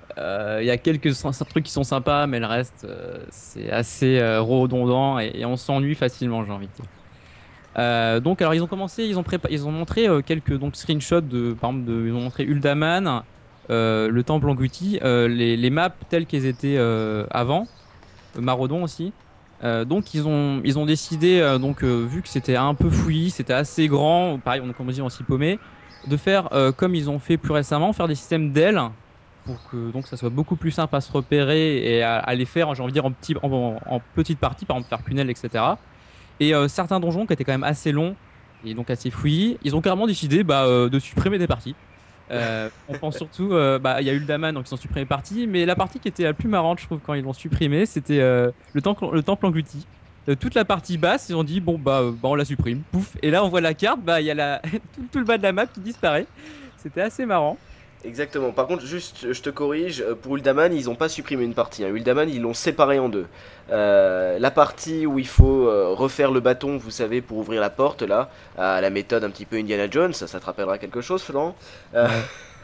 Euh, Il y a quelques sens- trucs qui sont sympas, mais le reste, euh, c'est assez euh, redondant et, et on s'ennuie facilement, j'ai envie de dire. Euh, donc, alors, ils ont commencé, ils ont, prépa- ils ont montré euh, quelques donc, screenshots de, par exemple, de, ils ont montré Uldaman, euh, le temple englouti, euh, les, les maps telles qu'elles étaient euh, avant, euh, Marodon aussi. Euh, donc, ils ont, ils ont décidé, euh, donc, euh, vu que c'était un peu fouillis, c'était assez grand, pareil, on, comme on dit, on s'y paumait, de faire euh, comme ils ont fait plus récemment, faire des systèmes d'ailes pour que donc ça soit beaucoup plus simple à se repérer et à, à les faire, j'ai envie de dire, en, petit, en, en, en petites parties, par exemple faire Punel, et cetera. Et euh, certains donjons qui étaient quand même assez longs et donc assez fouillis, ils ont carrément décidé bah, euh, de supprimer des parties. Euh, on pense surtout, euh, bah, il y a eu le Daman, donc ils ont supprimé partie, mais la partie qui était la plus marrante, je trouve, quand ils l'ont supprimé, c'était euh, le, temple, le temple englouti. Euh, toute la partie basse, ils ont dit bon bah, euh, bah on la supprime, pouf. Et là on voit la carte, bah il y a la tout, tout le bas de la map qui disparaît. C'était assez marrant. Exactement. Par contre, juste, je te corrige, euh, pour Uldaman, ils n'ont pas supprimé une partie. Hein. Uldaman, ils l'ont séparé en deux. Euh, la partie où il faut euh, refaire le bâton, vous savez, pour ouvrir la porte, là, à la méthode un petit peu Indiana Jones, ça, ça te rappellera quelque chose, Florent? Euh, Ouais.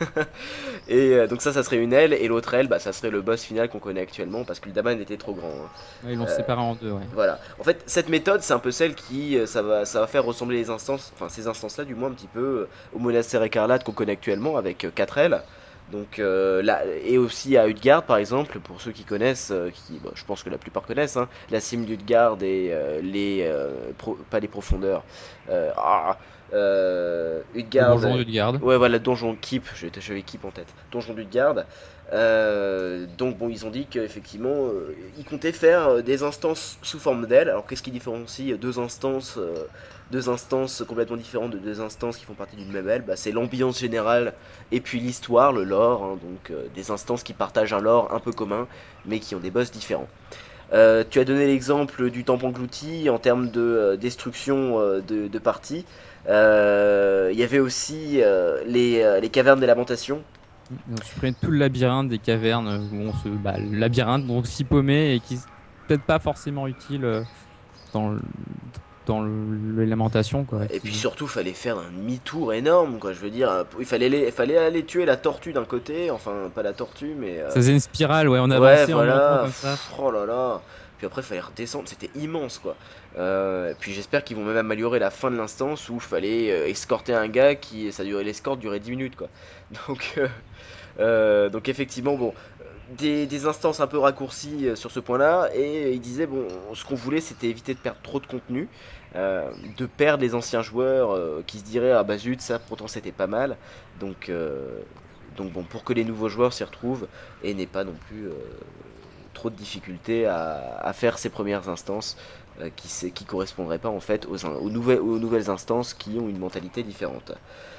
Et euh, donc ça, ça serait une aile, et l'autre aile, bah, ça serait le boss final qu'on connaît actuellement, parce que Uldaman était trop grand. Hein. Ouais, ils l'ont Euh, séparé en deux, ouais. voilà. En fait, cette méthode, c'est un peu celle qui, euh, ça va, ça va faire ressembler les instances, enfin ces instances-là, du moins un petit peu euh, au monastère écarlate qu'on connaît actuellement avec euh, quatre ailes. Donc euh, là, et aussi à Utgard par exemple, pour ceux qui connaissent, euh, qui, bon, je pense que la plupart connaissent, hein, la cime d'Utgard et euh, les, euh, pro- pas les profondeurs, euh, ah, euh, Le Utgard, donjon de garde. ouais voilà, donjon Keep, j'étais j'avais Keep en tête, donjon d'Utgard. Euh, donc bon, ils ont dit qu'effectivement, euh, ils comptaient faire euh, des instances sous forme d'aile. Alors qu'est-ce qui différencie euh, deux instances, euh, deux instances complètement différentes de deux instances qui font partie d'une même aile? Bah, c'est l'ambiance générale et puis l'histoire, le lore, hein, donc euh, des instances qui partagent un lore un peu commun, mais qui ont des boss différents. Euh, tu as donné l'exemple du temple englouti en termes de euh, destruction euh, de, de parties. Euh, Il y avait aussi euh, les, euh, les cavernes des lamentations. Ils ont supprimé tout le labyrinthe des cavernes euh, où on se, bah, le labyrinthe donc s'y paumait et qui est peut-être pas forcément utile euh, dans le, dans le- les lamentations quoi. Et puis Qui... surtout, fallait faire un demi-tour énorme, quoi. Je veux dire, euh, il fallait, aller- il fallait aller tuer la tortue d'un côté, enfin, pas la tortue, mais. euh, Ça faisait une spirale, ouais, on Ouais, avançait en montant voilà. comme ça. Pff, oh là là. Puis après, il fallait redescendre, c'était immense, quoi. Euh, puis j'espère qu'ils vont même améliorer la fin de l'instance où il fallait euh, escorter un gars qui. Ça durait, l'escorte durait dix minutes, quoi. Donc, euh, euh, donc effectivement, bon. Des, des instances un peu raccourcies euh, sur ce point-là, et il disait, bon, ce qu'on voulait, c'était éviter de perdre trop de contenu. Euh, de perdre les anciens joueurs euh, qui se diraient ah bah zut ça pourtant c'était pas mal donc euh, donc bon pour que les nouveaux joueurs s'y retrouvent et n'aient pas non plus euh, trop de difficultés à, à faire ces premières instances euh, qui c'est- qui correspondraient pas en fait aux, in- aux nouvelles aux nouvelles instances qui ont une mentalité différente.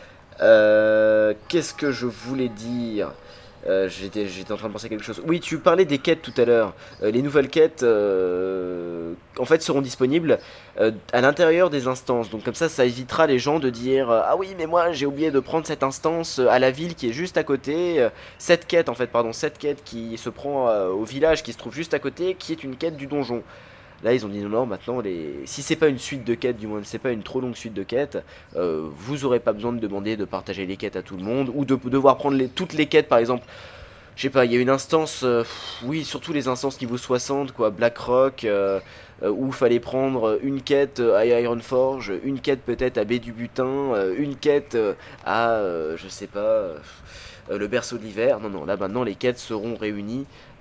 Euh, qu'est-ce que je voulais dire? Euh, j'étais, j'étais en train de penser à quelque chose. Oui, tu parlais des quêtes tout à l'heure. Euh, les nouvelles quêtes, euh, en fait, seront disponibles euh, à l'intérieur des instances. Donc comme ça, ça évitera les gens de dire euh, ah oui, mais moi j'ai oublié de prendre cette instance euh, à la ville qui est juste à côté. Euh, cette quête, en fait, pardon, cette quête qui se prend euh, au village qui se trouve juste à côté, qui est une quête du donjon. Là, ils ont dit non, non, maintenant, les... si c'est pas une suite de quêtes, du moins, si c'est pas une trop longue suite de quêtes, euh, vous aurez pas besoin de demander de partager les quêtes à tout le monde ou de devoir prendre les... toutes les quêtes, par exemple. Je sais pas, il y a une instance, euh, pff, oui, surtout les instances niveau soixante, quoi, Blackrock, euh, euh, où il fallait prendre une quête à Ironforge, une quête peut-être à Baie du Butin, euh, une quête euh, à, euh, je sais pas, euh, le berceau de l'hiver. Non, non, là maintenant les quêtes seront réunies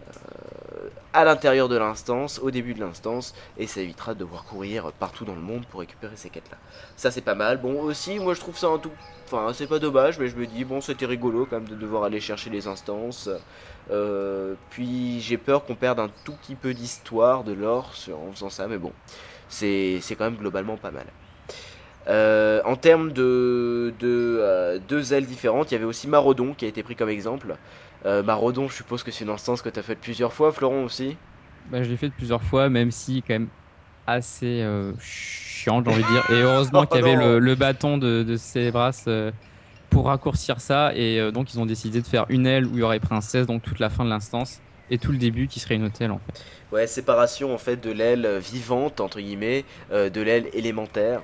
à l'intérieur de l'instance, au début de l'instance, et ça évitera de devoir courir partout dans le monde pour récupérer ces quêtes-là. Ça c'est pas mal. Bon aussi, moi je trouve ça un tout... Enfin, c'est pas dommage, mais je me dis, bon, c'était rigolo quand même de devoir aller chercher les instances. Euh, puis j'ai peur qu'on perde un tout petit peu d'histoire, de lore sur- en faisant ça, mais bon, c'est c'est quand même globalement pas mal. Euh, en termes de, de euh, deux ailes différentes, il y avait aussi Marodon qui a été pris comme exemple. Euh, Marodon, je suppose que c'est une instance que tu as faite plusieurs fois, Florent aussi. Bah, je l'ai fait plusieurs fois, même si quand même assez euh, chiant, j'ai envie de dire. Et heureusement Oh qu'il y avait non. le, le bâton de, de Célébras euh, pour raccourcir ça. Et euh, donc, ils ont décidé de faire une aile où il y aurait princesse, donc toute la fin de l'instance, et tout le début qui serait une hôtel en fait. Ouais, séparation en fait de l'aile vivante, entre guillemets, euh, de l'aile élémentaire.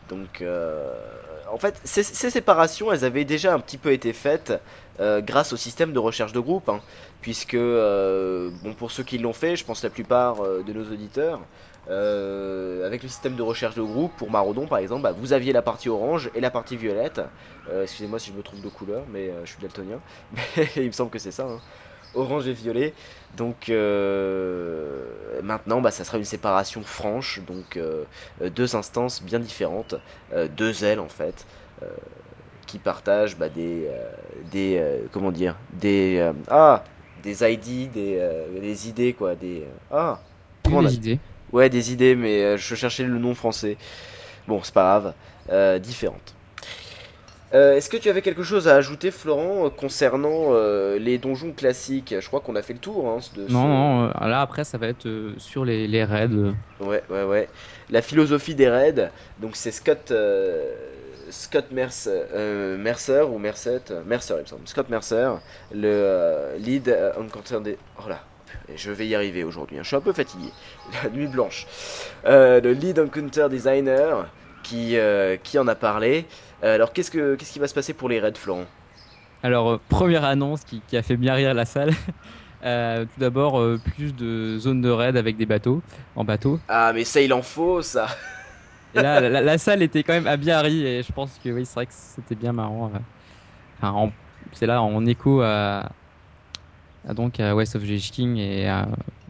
Donc, euh, en fait, ces, ces séparations, elles avaient déjà un petit peu été faites euh, grâce au système de recherche de groupe, hein, puisque, euh, bon, pour ceux qui l'ont fait, je pense la plupart euh, de nos auditeurs, euh, avec le système de recherche de groupe, pour Maraudon par exemple, bah, vous aviez la partie orange et la partie violette. Euh, excusez-moi si je me trompe de couleur, mais euh, je suis daltonien, mais il me semble que c'est ça, hein. Orange et violet. Donc euh, maintenant, bah, ça sera une séparation franche, donc euh, deux instances bien différentes, euh, deux ailes en fait, euh, qui partagent bah, des, euh, des euh, comment dire, des euh, ah, des I D, des, euh, des idées quoi, des euh, ah, Oui, comment on a, des idées. ouais, des idées, mais euh, je cherchais le nom français. Bon, c'est pas grave, euh, différentes. Euh, Est-ce que tu avais quelque chose à ajouter, Florent, euh, concernant euh, les donjons classiques? Je crois qu'on a fait le tour hein, de ce. Non, non, euh, là après ça va être euh, sur les, les raids. euh. Ouais, ouais, ouais. La philosophie des raids. Donc c'est Scott, euh, Scott Mercer, euh, Mercer ou Merced, Mercer, il me semble. Scott Mercer, le euh, lead euh, encounter des. Oh là, je vais y arriver aujourd'hui. hein. Je suis un peu fatigué. La nuit blanche. Euh, le lead encounter designer qui euh, qui en a parlé. Euh, alors qu'est-ce que qu'est-ce qui va se passer pour les raids, Florent? Alors, euh, première annonce qui, qui a fait bien rire la salle. Euh, tout d'abord, euh, plus de zones de raid avec des bateaux, en bateau. Ah mais ça il en faut ça. Et là, la, la salle était quand même à bien rire et je pense que oui, c'est vrai que c'était bien marrant. euh. Enfin, en- c'est là en écho à, à donc à West of the King et à,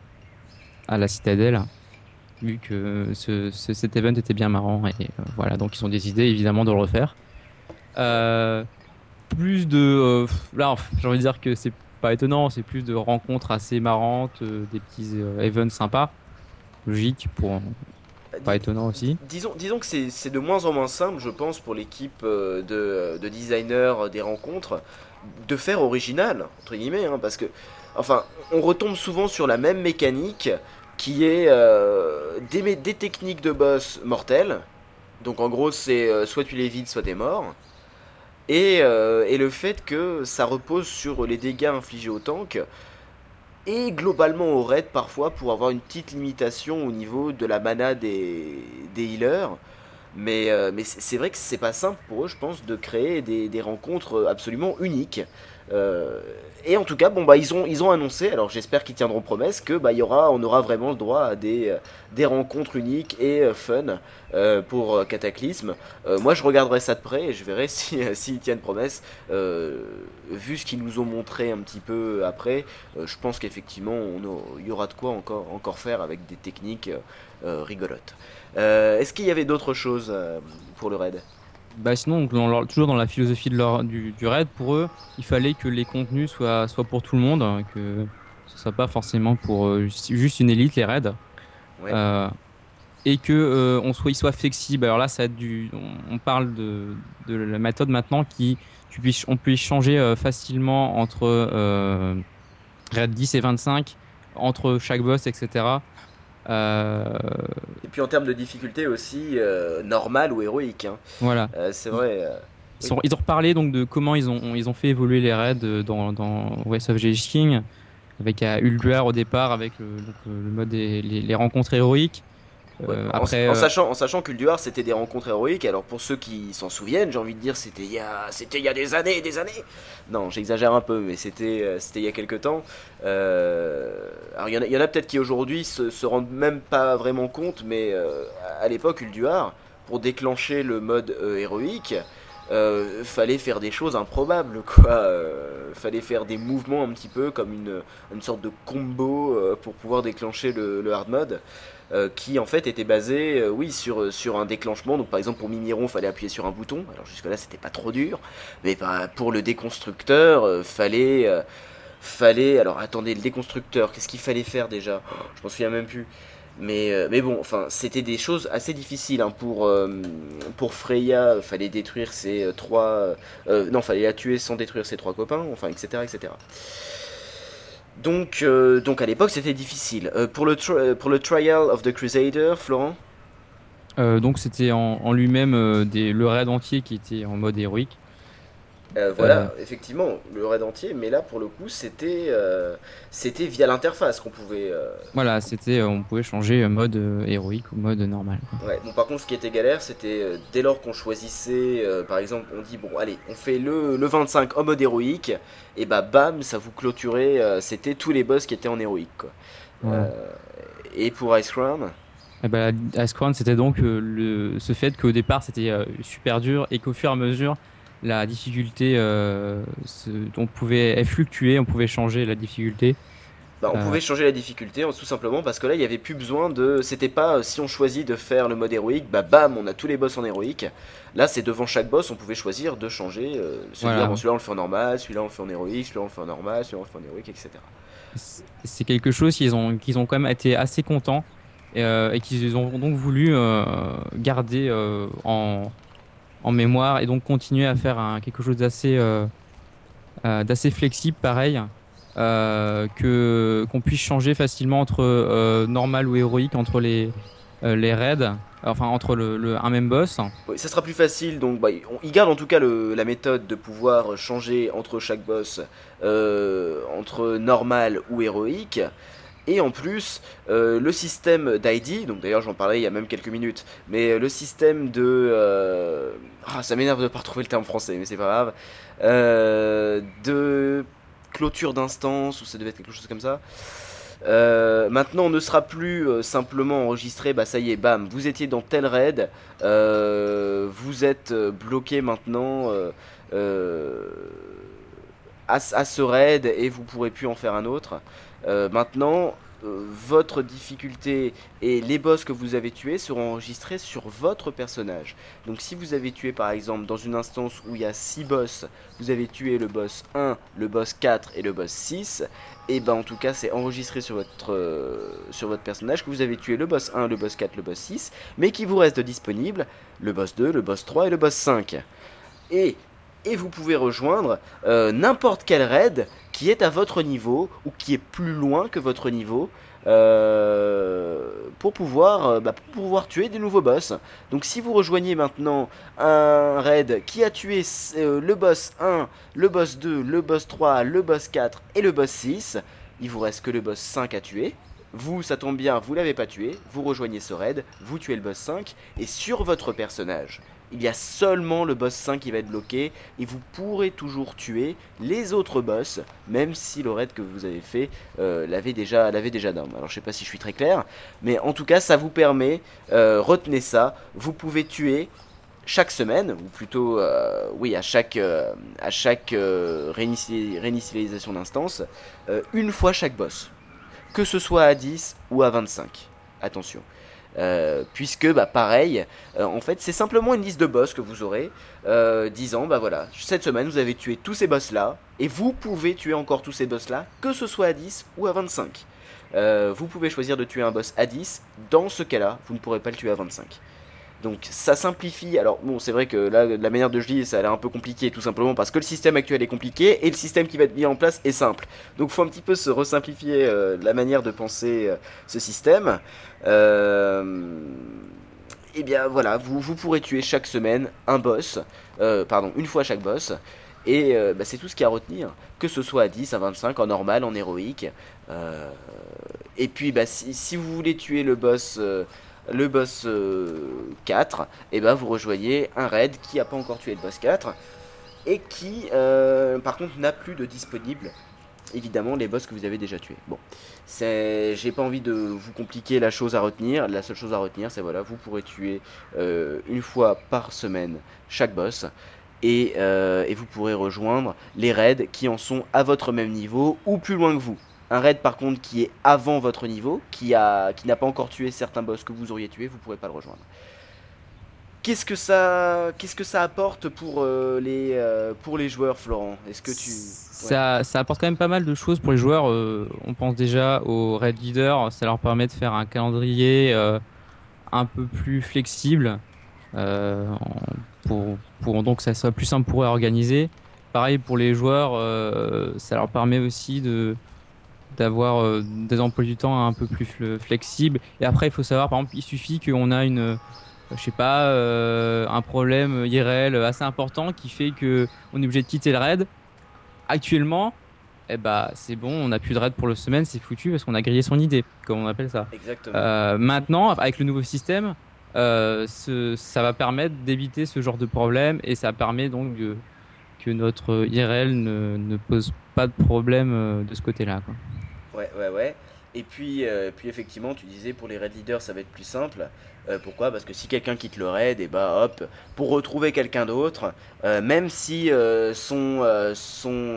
à la Citadelle, vu que ce, ce- cet event était bien marrant et euh, voilà, donc ils ont des idées évidemment de le refaire. Euh, plus de euh, là, j'ai envie de dire que c'est pas étonnant, c'est plus de rencontres assez marrantes, euh, des petits euh, events sympas, logique pour pas Dis- étonnant di- aussi. disons, disons que c'est c'est de moins en moins simple, je pense, pour l'équipe euh, de, de designers euh, des rencontres, de faire original, entre guillemets, hein, parce que, enfin, on retombe souvent sur la même mécanique qui est euh, des, mé- des techniques de boss mortelles. Donc en gros, c'est euh, soit tu les vides, soit t'es mort. Et, euh, et le fait que ça repose sur les dégâts infligés au tank, et globalement au raid parfois pour avoir une petite limitation au niveau de la mana des, des healers. Mais, euh, mais c'est c'est vrai que c'est pas simple pour eux, je pense, de créer des, des rencontres absolument uniques. Euh, et en tout cas, bon bah ils ont ils ont annoncé, alors j'espère qu'ils tiendront promesse que bah il y aura, on aura vraiment le droit à des euh, des rencontres uniques et euh, fun euh, pour euh, Cataclysme. Euh, moi je regarderai ça de près et je verrai si euh, s'ils tiennent promesse. Euh, vu ce qu'ils nous ont montré un petit peu après, euh, je pense qu'effectivement on a- il y aura de quoi encore encore faire avec des techniques euh, euh, rigolotes. Euh, Est-ce qu'il y avait d'autres choses euh, pour le raid? Bah sinon, donc, dans leur- toujours dans la philosophie de leur, du, du raid, pour eux, il fallait que les contenus soient, soient pour tout le monde, hein, que ce soit pas forcément pour euh, juste juste une élite, les raids, Ouais. euh, et que euh, on soit, ils soient flexibles. Alors là, ça a du, on, on parle de, de la méthode maintenant qui, tu puisses, on puisse changer euh, facilement entre euh, raid dix et vingt-cinq, entre chaque boss, et cetera. Euh, Et puis en termes de difficulté aussi, euh, normale ou héroïque, hein. voilà. Euh, c'est vrai. euh, Ils, oui. sont- ils ont reparlé donc de comment ils ont, ils ont fait évoluer les raids euh, dans, dans West of the King, avec euh, Ulduar au départ, avec le, donc, le le mode des les, les rencontres héroïques. Ouais. Euh, En, après, en euh, sachant, en sachant qu'Ulduar c'était des rencontres héroïques, alors pour ceux qui s'en souviennent, j'ai envie de dire c'était il y a, c'était il y a des années et des années. Non, j'exagère un peu, mais c'était, euh, c'était il y a quelques temps. Euh, alors il y en a, il y en a peut-être qui aujourd'hui se, se rendent même pas vraiment compte, mais euh, à l'époque Ulduar, pour déclencher le mode euh, héroïque, euh, fallait faire des choses improbables, quoi. Euh, fallait faire des mouvements un petit peu comme une, une sorte de combo euh, pour pouvoir déclencher le, le hard mode. Euh, qui en fait était basé, euh, oui, sur, sur un déclenchement. Donc par exemple pour Mimiron, il fallait appuyer sur un bouton. Alors jusque là, c'était pas trop dur, mais bah, pour le déconstructeur, euh, fallait, euh, fallait. Alors attendez, le déconstructeur, qu'est-ce qu'il fallait faire déjà? Je m'en souviens même plus. Mais, euh, mais bon, enfin, c'était des choses assez difficiles hein. Pour, euh, pour Freya, fallait détruire ses euh, trois. Euh, non, fallait la tuer sans détruire ses trois copains, enfin, et cetera, et cetera. Donc, euh, donc à l'époque c'était difficile. Euh, pour, le tri- euh, pour le Trial of the Crusader, Florent? euh, donc c'était en, en lui-même euh, des, le raid entier qui était en mode héroïque. Euh, Euh, voilà, effectivement, le raid entier, mais là pour le coup c'était euh, c'était via l'interface qu'on pouvait. euh, voilà, c'était, euh, on pouvait changer euh, mode euh, héroïque ou mode normal, quoi. Ouais. Bon, par contre, ce qui était galère, c'était euh, dès lors qu'on choisissait, euh, par exemple, on dit bon, allez, on fait le, le vingt-cinq en mode héroïque, et bah bam, ça vous clôturait, euh, c'était tous les boss qui étaient en héroïque, quoi. Voilà. Euh, et pour Ice Crown, Et ben, Ice Crown, c'était donc euh, le, ce fait qu'au départ c'était euh, super dur et qu'au fur et à mesure la difficulté euh, se- on pouvait elle fluctuait, on pouvait changer la difficulté. bah, on Euh, pouvait changer la difficulté hein, tout simplement parce que là il y avait plus besoin de. C'était pas euh, si on choisit de faire le mode héroïque, bah bam, on a tous les boss en héroïque. Là c'est devant chaque boss, on pouvait choisir de changer, euh, se dire bon voilà, celui-là on le fait en normal, celui-là on le fait en héroïque, celui-là on le fait en normal, celui-là on le fait en héroïque, et cetera. c'est c'est quelque chose qu'ils ont qu'ils ont quand même été assez contents et, euh, et qu'ils ont donc voulu euh, garder euh, en en mémoire et donc continuer à faire un, quelque chose d'assez euh, euh, d'assez flexible, pareil, euh, que qu'on puisse changer facilement entre euh, normal ou héroïque, entre les euh, les raids, enfin entre le, le un même boss. Oui, ça sera plus facile, donc bah, on- il garde en tout cas le- la méthode de pouvoir changer entre chaque boss, euh, entre normal ou héroïque. Et en plus, euh, le système d'I D, donc d'ailleurs j'en parlais il y a même quelques minutes, mais le système de... euh, ah, ça m'énerve de ne pas retrouver le terme français, mais c'est pas grave. Euh, de clôture d'instance, ou ça devait être quelque chose comme ça. Euh, maintenant, on ne sera plus euh, simplement enregistré, bah ça y est, bam, vous étiez dans tel raid, euh, vous êtes euh, bloqué maintenant euh, euh, à, à ce raid et vous pourrez plus en faire un autre. Euh, maintenant, euh, votre difficulté et les boss que vous avez tués seront enregistrés sur votre personnage. Donc si vous avez tué par exemple dans une instance où il y a six boss, vous avez tué le boss un, le boss quatre et le boss six, et ben en tout cas c'est enregistré sur votre, euh, sur votre personnage que vous avez tué le boss un, le boss quatre, le boss six, mais qu'il vous reste disponible le boss deux, le boss trois et le boss cinq. Et, et vous pouvez rejoindre euh, n'importe quel raid qui est à votre niveau ou qui est plus loin que votre niveau euh, pour, pouvoir, euh, bah, pour pouvoir tuer des nouveaux boss. Donc si vous rejoignez maintenant un raid qui a tué euh, le boss un, le boss deux, le boss trois, le boss quatre et le boss six, il vous reste que le boss cinq à tuer. Vous, ça tombe bien, vous l'avez pas tué, vous rejoignez ce raid, vous tuez le boss cinq, et sur votre personnage, il y a seulement le boss cinq qui va être bloqué, et vous pourrez toujours tuer les autres boss, même si le raid que vous avez fait euh, l'avait déjà, l'avait déjà down. Alors je sais pas si je suis très clair, mais en tout cas ça vous permet, euh, retenez ça, vous pouvez tuer chaque semaine, ou plutôt, euh, oui, à chaque, euh, à chaque euh, réinici- réinitialisation d'instance, euh, une fois chaque boss. Que ce soit à dix ou à vingt-cinq. Attention. Euh, puisque, bah, pareil, euh, en fait, c'est simplement une liste de boss que vous aurez, euh, disant, bah voilà, cette semaine, vous avez tué tous ces boss-là, et vous pouvez tuer encore tous ces boss-là, que ce soit à dix ou à vingt-cinq. Euh, vous pouvez choisir de tuer un boss à dix, dans ce cas-là, vous ne pourrez pas le tuer à vingt-cinq. Donc ça simplifie, alors bon c'est vrai que là la manière de je dis ça a l'air un peu compliqué tout simplement parce que le système actuel est compliqué et le système qui va être mis en place est simple. Donc faut un petit peu se resimplifier euh, la manière de penser euh, ce système. Euh, et bien voilà, vous, vous pourrez tuer chaque semaine un boss, euh, pardon, une fois chaque boss. Et euh, bah, c'est tout ce qu'il y a à retenir, que ce soit à dix, à vingt-cinq, en normal, en héroïque. Euh, et puis bah, si, si vous voulez tuer le boss... euh, le boss euh, quatre, et ben vous rejoignez un raid qui n'a pas encore tué le boss quatre et qui euh, par contre n'a plus de disponible évidemment les boss que vous avez déjà tués. Bon, c'est, j'ai pas envie de vous compliquer la chose à retenir. La seule chose à retenir, c'est voilà, vous pourrez tuer euh, une fois par semaine chaque boss. Et, euh, et vous pourrez rejoindre les raids qui en sont à votre même niveau ou plus loin que vous. Un raid par contre qui est avant votre niveau, qui a, qui n'a pas encore tué certains boss que vous auriez tués, vous pourrez pas le rejoindre. Qu'est-ce que ça, qu'est-ce que ça apporte pour euh, les, euh, pour les joueurs, Florent? Est-ce que tu, ouais. Ça, ça apporte quand même pas mal de choses pour les joueurs. Euh, on pense déjà aux raid leaders, ça leur permet de faire un calendrier euh, un peu plus flexible euh, en- pour, pour donc ça soit plus simple pour eux à organiser. Pareil pour les joueurs, euh, ça leur permet aussi de d'avoir euh, des emplois du temps un peu plus fle- flexibles. Et après, il faut savoir, par exemple, il suffit qu'on a une je sais pas, euh, un problème I R L assez important qui fait que on est obligé de quitter le raid. Actuellement, eh bah, c'est bon, on n'a plus de raid pour le semaine, c'est foutu parce qu'on a grillé son idée, comme on appelle ça. Exactement. Euh, maintenant, avec le nouveau système, euh, ce- ça va permettre d'éviter ce genre de problème et ça permet donc de- que notre I R L ne, ne pose pas de problème euh, de ce côté-là, quoi. Ouais, ouais, ouais. Et puis, euh, puis effectivement, tu disais pour les raid leaders, ça va être plus simple. Euh, pourquoi? Parce que si quelqu'un quitte le raid, et bah hop, pour retrouver quelqu'un d'autre, euh, même si euh, son, euh, son,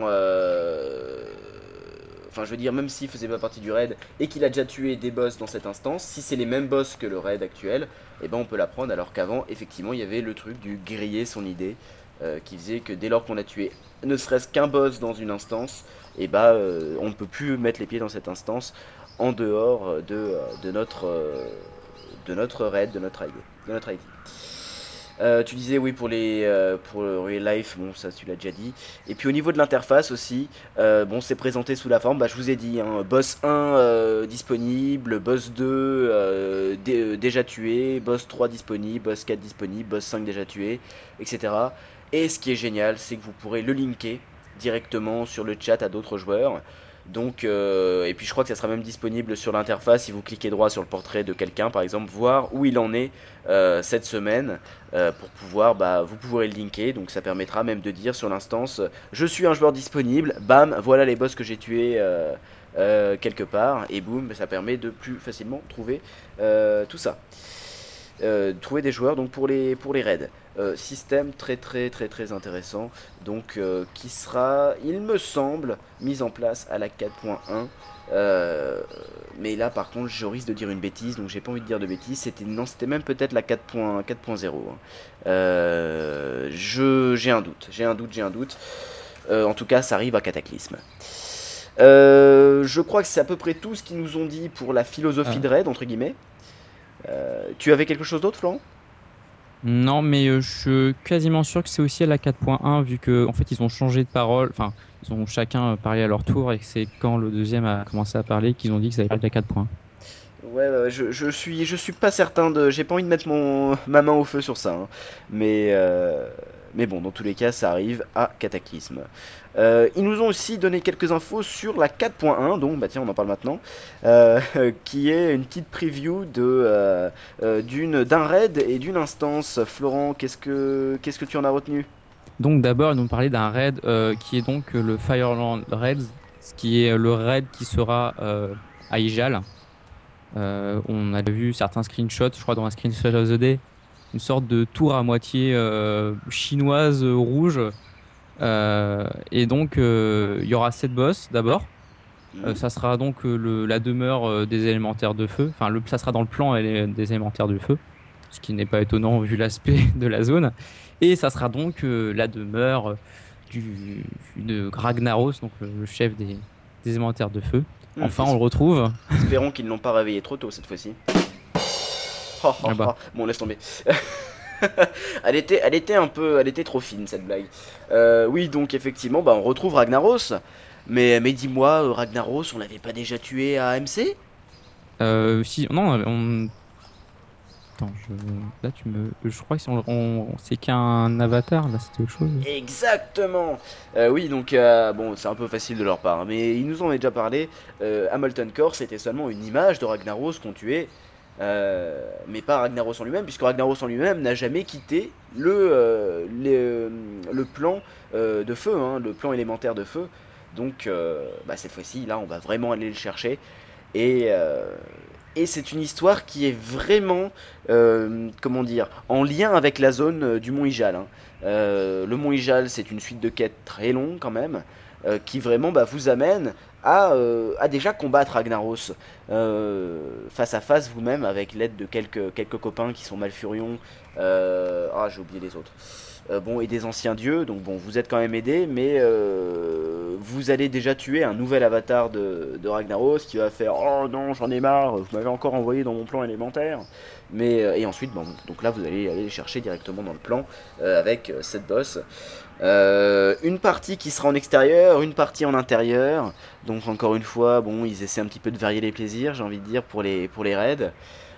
euh, enfin, je veux dire, même s'il faisait pas partie du raid et qu'il a déjà tué des boss dans cette instance, si c'est les mêmes boss que le raid actuel, et ben on peut l'apprendre. Alors qu'avant, effectivement, il y avait le truc du griller son idée, euh, qui faisait que dès lors qu'on a tué ne serait-ce qu'un boss dans une instance, et bah euh, on ne peut plus mettre les pieds dans cette instance en dehors de, euh, de notre euh, de notre raid, de notre I D, de notre I D. Euh, tu disais oui pour les euh, pour le Real Life, bon ça tu l'as déjà dit. Et puis au niveau de l'interface aussi, euh, bon c'est présenté sous la forme, bah je vous ai dit, hein, boss un euh, disponible, boss deux euh, dé- euh, déjà tué, boss trois disponible, boss quatre disponible, boss cinq déjà tué, et cetera. Et ce qui est génial, c'est que vous pourrez le linker directement sur le chat à d'autres joueurs. Donc, euh, et puis je crois que ça sera même disponible sur l'interface si vous cliquez droit sur le portrait de quelqu'un, par exemple, voir où il en est euh, cette semaine, euh, pour pouvoir, bah, vous pourrez le linker. Donc ça permettra même de dire sur l'instance, euh, je suis un joueur disponible, bam, voilà les boss que j'ai tués euh, euh, quelque part, et boum, ça permet de plus facilement trouver euh, tout ça. Euh, trouver des joueurs donc pour les pour les raids. Euh, système très très très très intéressant, donc euh, qui sera, il me semble, mis en place à la quatre point un. Euh, mais là par contre je risque de dire une bêtise, donc j'ai pas envie de dire de bêtises. C'était non, c'était même peut-être la quatre point zéro. Hein. Euh, je j'ai un doute, j'ai un doute, j'ai un doute. Euh, en tout cas, ça arrive à Cataclysme. Euh, je crois que c'est à peu près tout ce qu'ils nous ont dit pour la philosophie Ah. de raid entre guillemets. Euh, tu avais quelque chose d'autre, Florent? Non, mais euh, je suis quasiment sûr que c'est aussi à la quatre point un, vu que en fait ils ont changé de parole, enfin ils ont chacun euh, parlé à leur tour et que c'est quand le deuxième a commencé à parler qu'ils ont dit que ça allait être la quatre point un. Ouais, ouais, ouais, je, je suis, je suis pas certain de. J'ai pas envie de mettre mon, ma main au feu sur ça. Hein. Mais, euh, mais bon, dans tous les cas, ça arrive à Cataclysme. Euh, ils nous ont aussi donné quelques infos sur la quatre point un, donc bah tiens, on en parle maintenant, euh, qui est une petite preview de euh, euh, d'une d'un raid et d'une instance. Florent, qu'est-ce que qu'est-ce que tu en as retenu? Donc d'abord, ils nous parlaient d'un raid euh, qui est donc euh, le Fireland Raid, ce qui est le raid qui sera euh, à Ijal. Euh, on a vu certains screenshots, je crois dans un screenshot of the day, une sorte de tour à moitié euh, chinoise euh, rouge. Euh, et donc euh, il y aura sept boss d'abord. Euh, Mhm. ça sera donc euh, le, la demeure euh, des élémentaires de feu. Enfin, le, ça sera dans le plan et des élémentaires de feu, ce qui n'est pas étonnant vu l'aspect de la zone. Et ça sera donc euh, la demeure du, de Ragnaros, donc le, le chef des, des élémentaires de feu. Hmm, Enfin, on es- le retrouve. espérons qu'ils ne l'ont pas réveillé trop tôt cette fois-ci. Oh, oh, Ah bah. oh. Bon, laisse tomber. elle était, elle était un peu, elle était trop fine cette blague. Euh, oui, donc effectivement, bah, on retrouve Ragnaros. Mais, mais dis-moi, euh, Ragnaros, on l'avait pas déjà tué à A M C? Euh, si, non, on. Attends, je... là tu me. Je crois que c'est, on, on- c'est qu'un avatar, là c'était autre chose. Exactement. Euh, oui, donc euh, bon, c'est un peu facile de leur part, hein, mais ils nous en ont déjà parlé. Euh, à Molten Core, c'était seulement une image de Ragnaros qu'on tuait, euh, mais pas Ragnaros en lui-même, puisque Ragnaros en lui-même n'a jamais quitté le euh, le, le plan euh, de feu, hein, le plan élémentaire de feu. Donc, euh, bah, cette fois-ci, là, on va vraiment aller le chercher. Et, euh, et c'est une histoire qui est vraiment, euh, comment dire, en lien avec la zone euh, du Mont Ijal. Hein. Euh, le Mont Ijal, c'est une suite de quêtes très longue quand même, euh, qui vraiment bah, vous amène à, euh, à déjà combattre Ragnaros euh, face à face vous-même avec l'aide de quelques, quelques copains qui sont Malfurion. Euh, ah, j'ai oublié les autres. Euh, bon, et des anciens dieux, donc bon, vous êtes quand même aidés, mais euh, vous allez déjà tuer un nouvel avatar de, de Ragnaros qui va faire oh non, j'en ai marre, vous m'avez encore envoyé dans mon plan élémentaire. Mais, euh, et ensuite, bon, donc là, vous allez aller les chercher directement dans le plan euh, avec euh, cette boss. Euh, une partie qui sera en extérieur, une partie en intérieur. Donc, encore une fois, bon, ils essaient un petit peu de varier les plaisirs, j'ai envie de dire, pour les, pour les raids.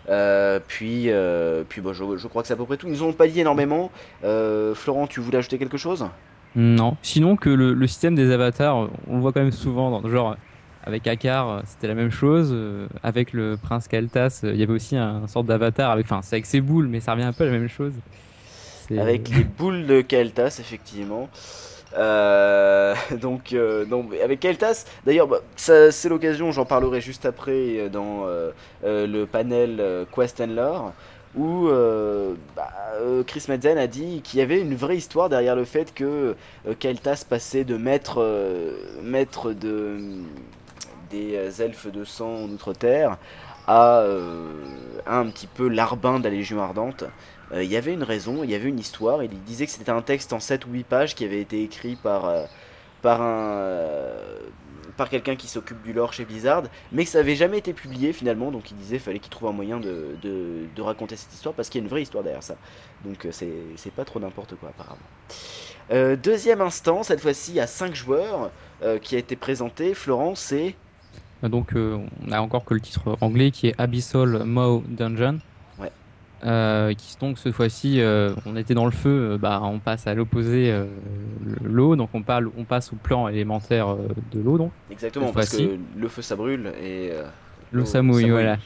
Euh, puis, euh, puis bon, je, je crois que c'est à peu près tout. Ils nous ont pas dit énormément. Euh, Florent, tu voulais ajouter quelque chose? Non. Sinon que le, le système des avatars, on le voit quand même souvent dans genre avec Akar, c'était la même chose. euh, Avec le prince Kael'thas, euh, il y avait aussi un, sorte d'avatar avec, enfin, c'est avec ses boules, mais ça revient un peu à la même chose. C'est Avec les boules de Kael'thas, effectivement. Euh, donc, euh, non, mais avec Kael'thas, d'ailleurs, bah, ça, c'est l'occasion, j'en parlerai juste après euh, dans euh, euh, le panel euh, Quest and Lore, où euh, bah, euh, Chris Metzen a dit qu'il y avait une vraie histoire derrière le fait que euh, Kael'thas passait de maître, euh, maître de, des euh, elfes de sang en Outre-Terre à, euh, à un petit peu larbin de la Légion Ardente. Euh, Il y avait une raison, il y avait une histoire. Il disait que c'était un texte en sept ou huit pages qui avait été écrit par, euh, par, un, euh, par quelqu'un qui s'occupe du lore chez Blizzard, mais que ça n'avait jamais été publié finalement. Donc il disait qu'il fallait qu'il trouve un moyen de, de, de raconter cette histoire parce qu'il y a une vraie histoire derrière ça. Donc euh, c'est c'est pas trop n'importe quoi apparemment. Euh, deuxième instant, cette fois-ci à cinq joueurs, euh, qui a été présenté. Florence, c'est. donc euh, on a encore que le titre anglais qui est Abyssal Maw Dungeon. Ouais. Euh, qui donc cette fois-ci, euh, on était dans le feu, euh, bah on passe à l'opposé, euh, l'eau, donc on parle, on passe au plan élémentaire euh, de l'eau, donc Exactement, cette parce fois-ci. que le feu ça brûle et euh, L'eau l'eau ça mouille, ça mouille. voilà.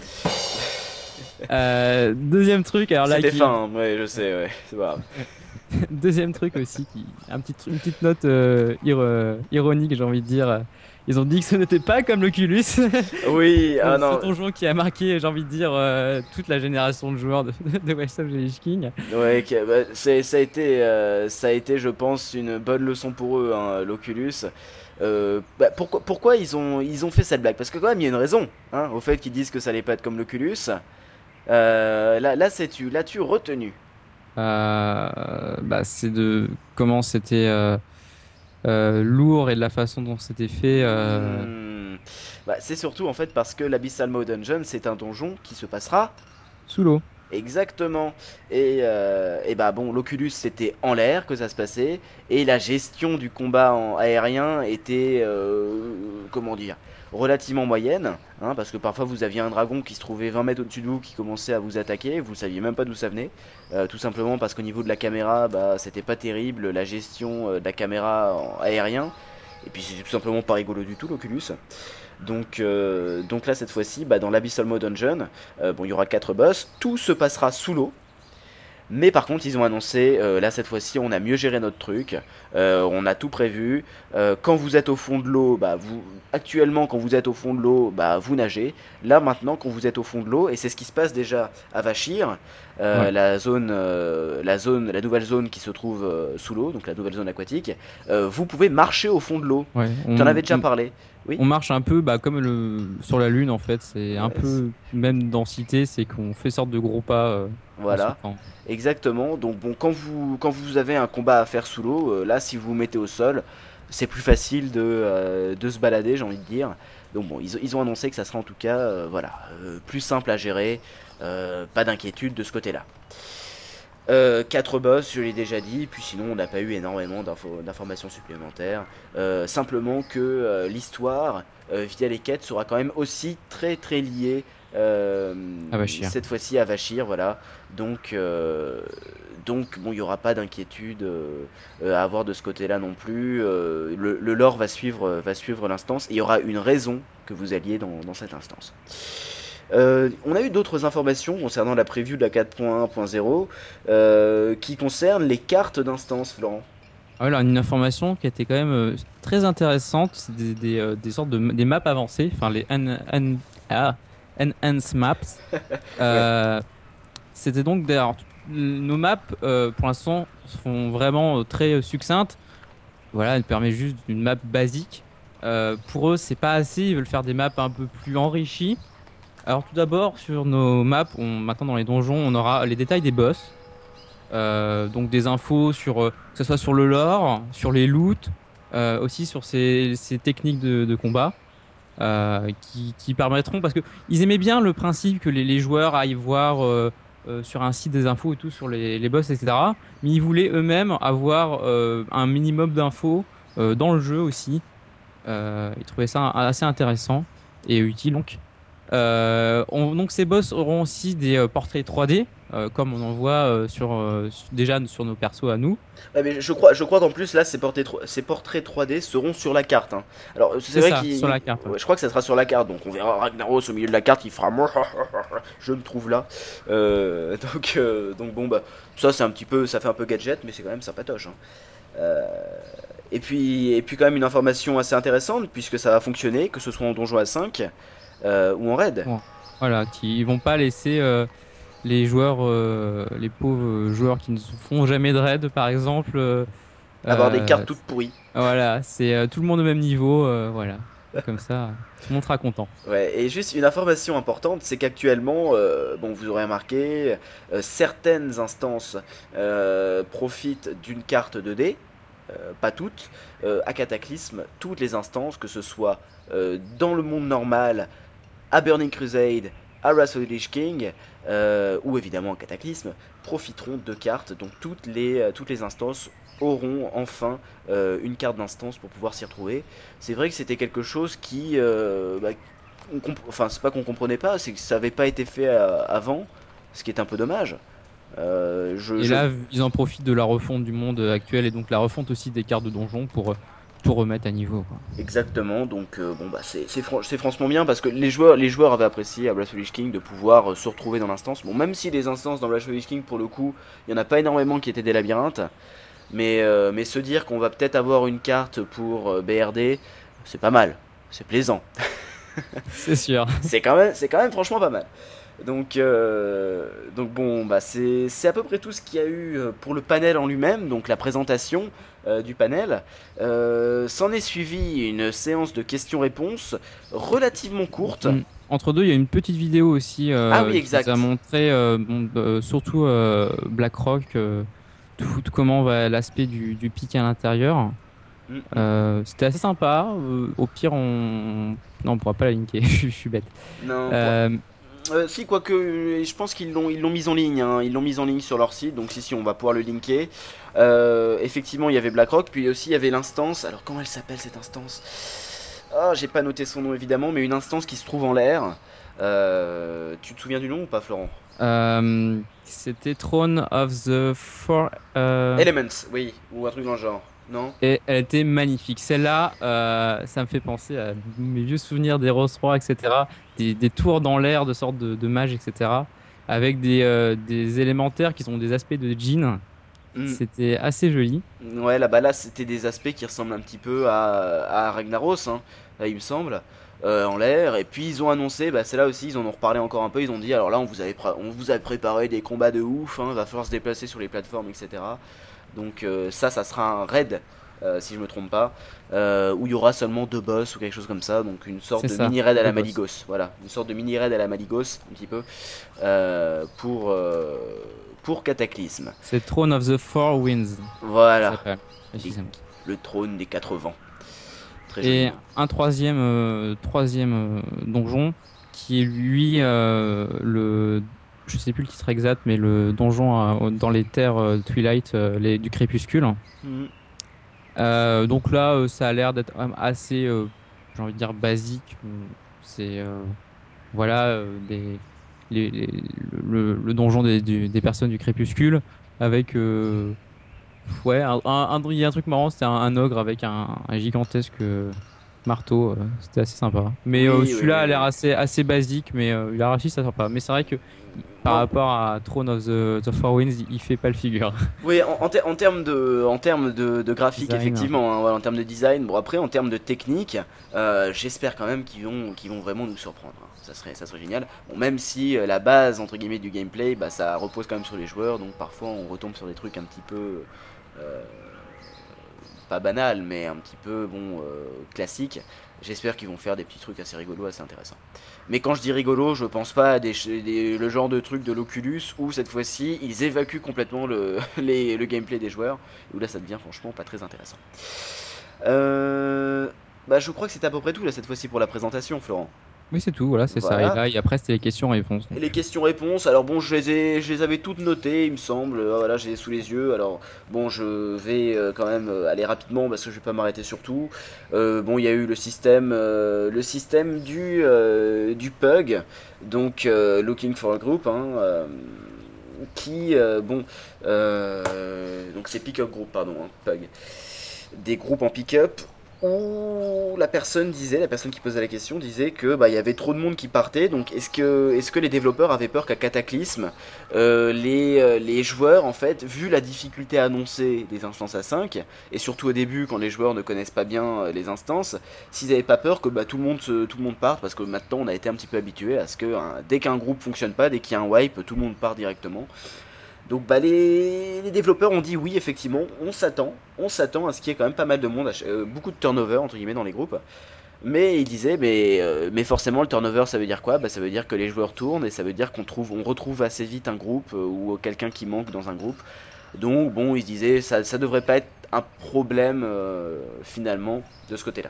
Euh, deuxième truc, alors là, C'était qui... fin, hein, ouais, je sais, ouais, c'est pas grave. deuxième truc aussi, qui... un petit, tru- une petite note euh, iro- ironique, j'ai envie de dire. Ils ont dit que ce n'était pas comme l'Oculus, Oui, ah ce ce non, donjon qui a marqué, j'ai envie de dire, euh, toute la génération de joueurs de, de West of the Lich King. ouais, que- bah, c'est, ça a été, euh, ça a été, je pense, une bonne leçon pour eux, hein, l'Oculus. Euh, bah, pourquoi, pourquoi ils ont, ils ont fait cette blague? Parce que quand même, il y a une raison, hein, au fait qu'ils disent que ça allait pas être comme l'Oculus. Euh, là, là, c'est-tu, l'as-tu retenu? Euh, bah, c'est de comment c'était euh, euh, lourd et de la façon dont c'était fait euh, Hmm. Bah, c'est surtout en fait parce que l'Abyssal Maw Dungeon, c'est un donjon qui se passera. sous l'eau. Exactement. Et, euh, et bah bon, l'Oculus c'était en l'air que ça se passait, et la gestion du combat en aérien était, euh, comment dire, relativement moyenne, hein, parce que parfois vous aviez un dragon qui se trouvait vingt mètres au-dessus de vous qui commençait à vous attaquer, vous saviez même pas d'où ça venait, euh, tout simplement parce qu'au niveau de la caméra, bah c'était pas terrible, la gestion euh, de la caméra en aérien, et puis c'est tout simplement pas rigolo du tout l'Oculus. Donc, euh, donc là cette fois-ci, bah, dans l'Abyssal Maw Dungeon, euh, bon, il y aura quatre boss, tout se passera sous l'eau. Mais par contre, ils ont annoncé, euh, là cette fois-ci, on a mieux géré notre truc, euh, on a tout prévu. Euh, quand vous êtes au fond de l'eau, bah, vous, actuellement, quand vous êtes au fond de l'eau, bah, vous nagez. Là maintenant, quand vous êtes au fond de l'eau, et c'est ce qui se passe déjà à Vachir, euh, Ouais. la zone, euh, la zone, la nouvelle zone qui se trouve euh, sous l'eau, donc la nouvelle zone aquatique, euh, vous pouvez marcher au fond de l'eau. Ouais. Tu en On, avais déjà on, parlé, oui? on marche un peu bah, comme le sur la Lune en fait. C'est un Ouais, c'est- peu même densité, c'est qu'on fait sorte de gros pas euh, en voilà. sautant. Exactement. Donc bon, quand vous quand vous avez un combat à faire sous l'eau, euh, là si vous vous mettez au sol, c'est plus facile de, euh, de se balader, j'ai envie de dire. Donc bon, ils, ils ont annoncé que ça sera en tout cas, euh, voilà, euh, plus simple à gérer, euh, pas d'inquiétude de ce côté-là. Euh, quatre boss, je l'ai déjà dit, puis sinon on n'a pas eu énormément d'infos- d'informations supplémentaires. Euh, simplement que euh, l'histoire, euh, via les quêtes, sera quand même aussi très très liée, euh, À Vachir. cette fois-ci à Vachir, voilà. Donc, euh, donc bon, il n'y aura pas d'inquiétude euh, euh, à avoir de ce côté-là non plus. Euh, le, le lore va suivre, va suivre l'instance, et il y aura une raison que vous alliez dans, dans cette instance. Euh, on a eu d'autres informations concernant la preview de la quatre point un point zéro, euh, qui concernent les cartes d'instance, Florent. Alors une information qui était quand même euh, très intéressante, c'est des, des, euh, des sortes de des maps avancées, enfin les en, en- ah, enhanced maps. Euh, C'était donc des, alors, nos maps euh, pour l'instant sont vraiment euh, très euh, succinctes. Voilà, elle permet juste d'une map basique. Euh, pour eux, c'est pas assez. Ils veulent faire des maps un peu plus enrichies. Alors tout d'abord, sur nos maps, on, maintenant dans les donjons, on aura les détails des boss. Euh, donc des infos sur euh, que ce soit sur le lore, sur les loots, euh, aussi sur ces, ces techniques de, de combat, euh, qui, qui permettront, parce que ils aimaient bien le principe que les, les joueurs aillent voir euh, euh, sur un site des infos et tout sur les, les boss, et cetera. Mais ils voulaient eux-mêmes avoir euh, un minimum d'infos euh, dans le jeu aussi. Euh, ils trouvaient ça assez intéressant et utile donc. Euh, on- donc ces boss auront aussi des euh, portraits trois D, euh, comme on en voit euh, sur, euh, sur- déjà sur nos persos à nous. Ouais, mais je crois, je crois qu'en plus là, ces portraits, tro- ces portraits trois D seront sur la carte, hein. Alors c'est C'est vrai ça, sur qu'il, la carte. Ouais. ouais, je crois que ça sera sur la carte, donc on verra Ragnaros au milieu de la carte, il fera moi, je me trouve là. Euh, donc, euh, donc bon bah ça c'est un petit peu, ça fait un peu gadget, mais c'est quand même sympatoche, hein. Euh, et puis, et puis quand même une information assez intéressante puisque ça va fonctionner, que ce soit en donjon à cinq euh, ou en raid. Bon, voilà, qui vont pas laisser euh, les joueurs, euh, les pauvres joueurs qui ne font jamais de raid, par exemple. euh, Avoir des euh, cartes toutes pourries. voilà, c'est euh, tout le monde au même niveau. euh, voilà, comme ça, tout le monde sera content. Ouais, et juste une information importante, c'est qu'actuellement, euh, bon, vous aurez remarqué, euh, certaines instances euh, profitent d'une carte deux D, euh, pas toutes. Euh, à Cataclysme, toutes les instances, que ce soit euh, dans le monde normal, à Burning Crusade, à Wrath of the Lich King, euh, ou évidemment à Cataclysme, profiteront de cartes. Donc toutes les, euh, toutes les instances auront enfin euh, une carte d'instance pour pouvoir s'y retrouver. C'est vrai que c'était quelque chose qui... euh, bah, on comp- enfin, c'est pas qu'on comprenait pas, c'est que ça avait pas été fait euh, avant, ce qui est un peu dommage. Euh, je, Et je- là, ils en profitent de la refonte du monde actuel et donc la refonte aussi des cartes de donjon pour euh, tout remettre à niveau, quoi. Exactement, donc euh, bon bah c'est c'est fran- c'est franchement bien parce que les joueurs les joueurs avaient apprécié à Breath of the Lich King de pouvoir euh, se retrouver dans l'instance. Bon, même si les instances dans Breath of the Lich King pour le coup, il y en a pas énormément qui étaient des labyrinthes, mais euh, mais se dire qu'on va peut-être avoir une carte pour euh, B R D, c'est pas mal, c'est plaisant. C'est sûr. C'est quand même c'est quand même franchement pas mal. Donc, euh, donc bon, bah c'est c'est à peu près tout ce qu'il y a eu euh, pour le panel en lui-même, donc la présentation euh, du panel. Euh, s'en est suivi une séance de questions-réponses relativement courte. Mm. Entre deux, il y a une petite vidéo aussi Ah euh, oui, qui nous exact. a montré euh, bon, euh, surtout euh, BlackRock, euh, tout, tout comment va l'aspect du, du pic à l'intérieur. Mm, mm. Euh, c'était assez sympa. Euh, au pire, on... Non, on pourra pas la linker, je suis bête. Non, pour- Euh, euh, si, quoique, euh, je pense qu'ils l'ont ils l'ont mise en ligne, hein. Ils l'ont mise en ligne sur leur site, donc si, si, on va pouvoir le linker. Euh, effectivement, il y avait BlackRock, puis aussi il y avait l'instance. Alors, comment elle s'appelle cette instance? Ah, j'ai pas noté son nom évidemment, mais une instance qui se trouve en l'air. Euh, tu te souviens du nom ou pas, Florent? euh, C'était Throne of the Four. euh, Elements, oui, ou un truc dans le genre. Non? Et elle était magnifique. Celle-là, euh, ça me fait penser à mes vieux souvenirs des Rose trois, et cetera. Des, des tours dans l'air de sorte de, de mages, et cetera. Avec des, euh, des élémentaires qui sont des aspects de djinn. Hmm. C'était assez joli. Ouais, là-bas, là, c'était des aspects qui ressemblent un petit peu à, à Ragnaros, hein, là, il me semble, euh, en l'air. Et puis ils ont annoncé, bah, c'est là aussi, ils en ont reparlé encore un peu. Ils ont dit, alors là, on vous avait, pré- on vous a préparé des combats de ouf, hein, va falloir se déplacer sur les plateformes, et cetera. Donc euh, ça, ça sera un raid, euh, si je me trompe pas, euh, où il y aura seulement deux boss ou quelque chose comme ça. Donc une sorte C'est de ça, mini raid à deux la boss. Maligos. Voilà, une sorte de mini raid à la Maligos, un petit peu, euh, pour, euh, pour Cataclysme. C'est Throne of the Four Winds, ça Voilà, s'appelle, Les- précisément. le trône des quatre vents. Très joli Et nom. un troisième, euh, troisième euh, donjon qui est lui euh, le, je sais plus le titre exact, mais le donjon euh, dans les terres euh, Twilight, euh, les, du crépuscule. Mhm. Euh, donc là, euh, ça a l'air d'être quand même assez, euh, j'ai envie de dire basique. C'est euh, voilà euh, des, les, les- le, le donjon des, du- des personnes du crépuscule avec euh, ouais un, un, un- il y a un truc marrant, c'était un, un ogre avec un, un gigantesque euh, marteau. euh, c'était assez sympa. Mais euh, Oui, oui, celui-là oui, a l'air oui. assez assez basique, mais euh, il a réussi ça sympa. Mais c'est vrai que par Non, rapport à Throne of the, the Four Winds, il, il fait pas le figure. oui, en, en, ter- en termes de, en termes de, de graphique, Design. effectivement, hein, voilà, en termes de design. Bon, après, en termes de technique, euh, j'espère quand même qu'ils vont, qu'ils vont vraiment nous surprendre, hein. Ça serait, ça serait génial. Bon, même si euh, la base, entre guillemets, du gameplay, bah, ça repose quand même sur les joueurs, donc parfois on retombe sur des trucs un petit peu. euh, pas banal, mais un petit peu bon euh, classique. J'espère qu'ils vont faire des petits trucs assez rigolos, assez intéressants. Mais quand je dis rigolo, je pense pas à des, ch- des- le genre de truc de l'Oculus où cette fois-ci ils évacuent complètement le, les- le gameplay des joueurs, et où là ça devient franchement pas très intéressant. Euh, bah je crois que c'est à peu près tout là cette fois-ci pour la présentation, Florent. Oui, c'est tout, voilà, c'est ça. Et Voilà. là, et après, c'était les questions-réponses. Et Donc. les questions-réponses, alors bon, je les ai, je les avais toutes notées, il me semble. Euh, Voilà, j'ai les sous les yeux. Alors bon, je vais euh, quand même euh, aller rapidement parce que je vais pas m'arrêter sur tout. Euh, bon, il y a eu le système, euh, le système du euh, du pug, donc euh, Looking for a Group, hein, euh, qui euh, bon, euh, donc c'est pick-up group, pardon, hein, pug, des groupes en pick-up où la personne disait, la personne qui posait la question disait que bah il y avait trop de monde qui partait, donc est-ce que est-ce que les développeurs avaient peur qu'à Cataclysme euh, les, euh, les joueurs en fait, vu la difficulté annoncée des instances à cinq et surtout au début quand les joueurs ne connaissent pas bien euh, les instances, s'ils n'avaient pas peur que bah, tout le monde se, tout le monde parte parce que maintenant on a été un petit peu habitué à ce que hein, dès qu'un groupe fonctionne pas, dès qu'il y a un wipe, tout le monde part directement. Donc bah les, les développeurs ont dit oui effectivement, on s'attend, on s'attend à ce qu'il y ait quand même pas mal de monde, euh, beaucoup de turnover entre guillemets dans les groupes. Mais ils disaient mais, euh, mais forcément le turnover ça veut dire quoi? Bah ça veut dire que les joueurs tournent et ça veut dire qu'on trouve, on retrouve assez vite un groupe euh, ou quelqu'un qui manque dans un groupe. Donc bon ils se disaient ça, ça devrait pas être un problème euh, finalement de ce côté-là.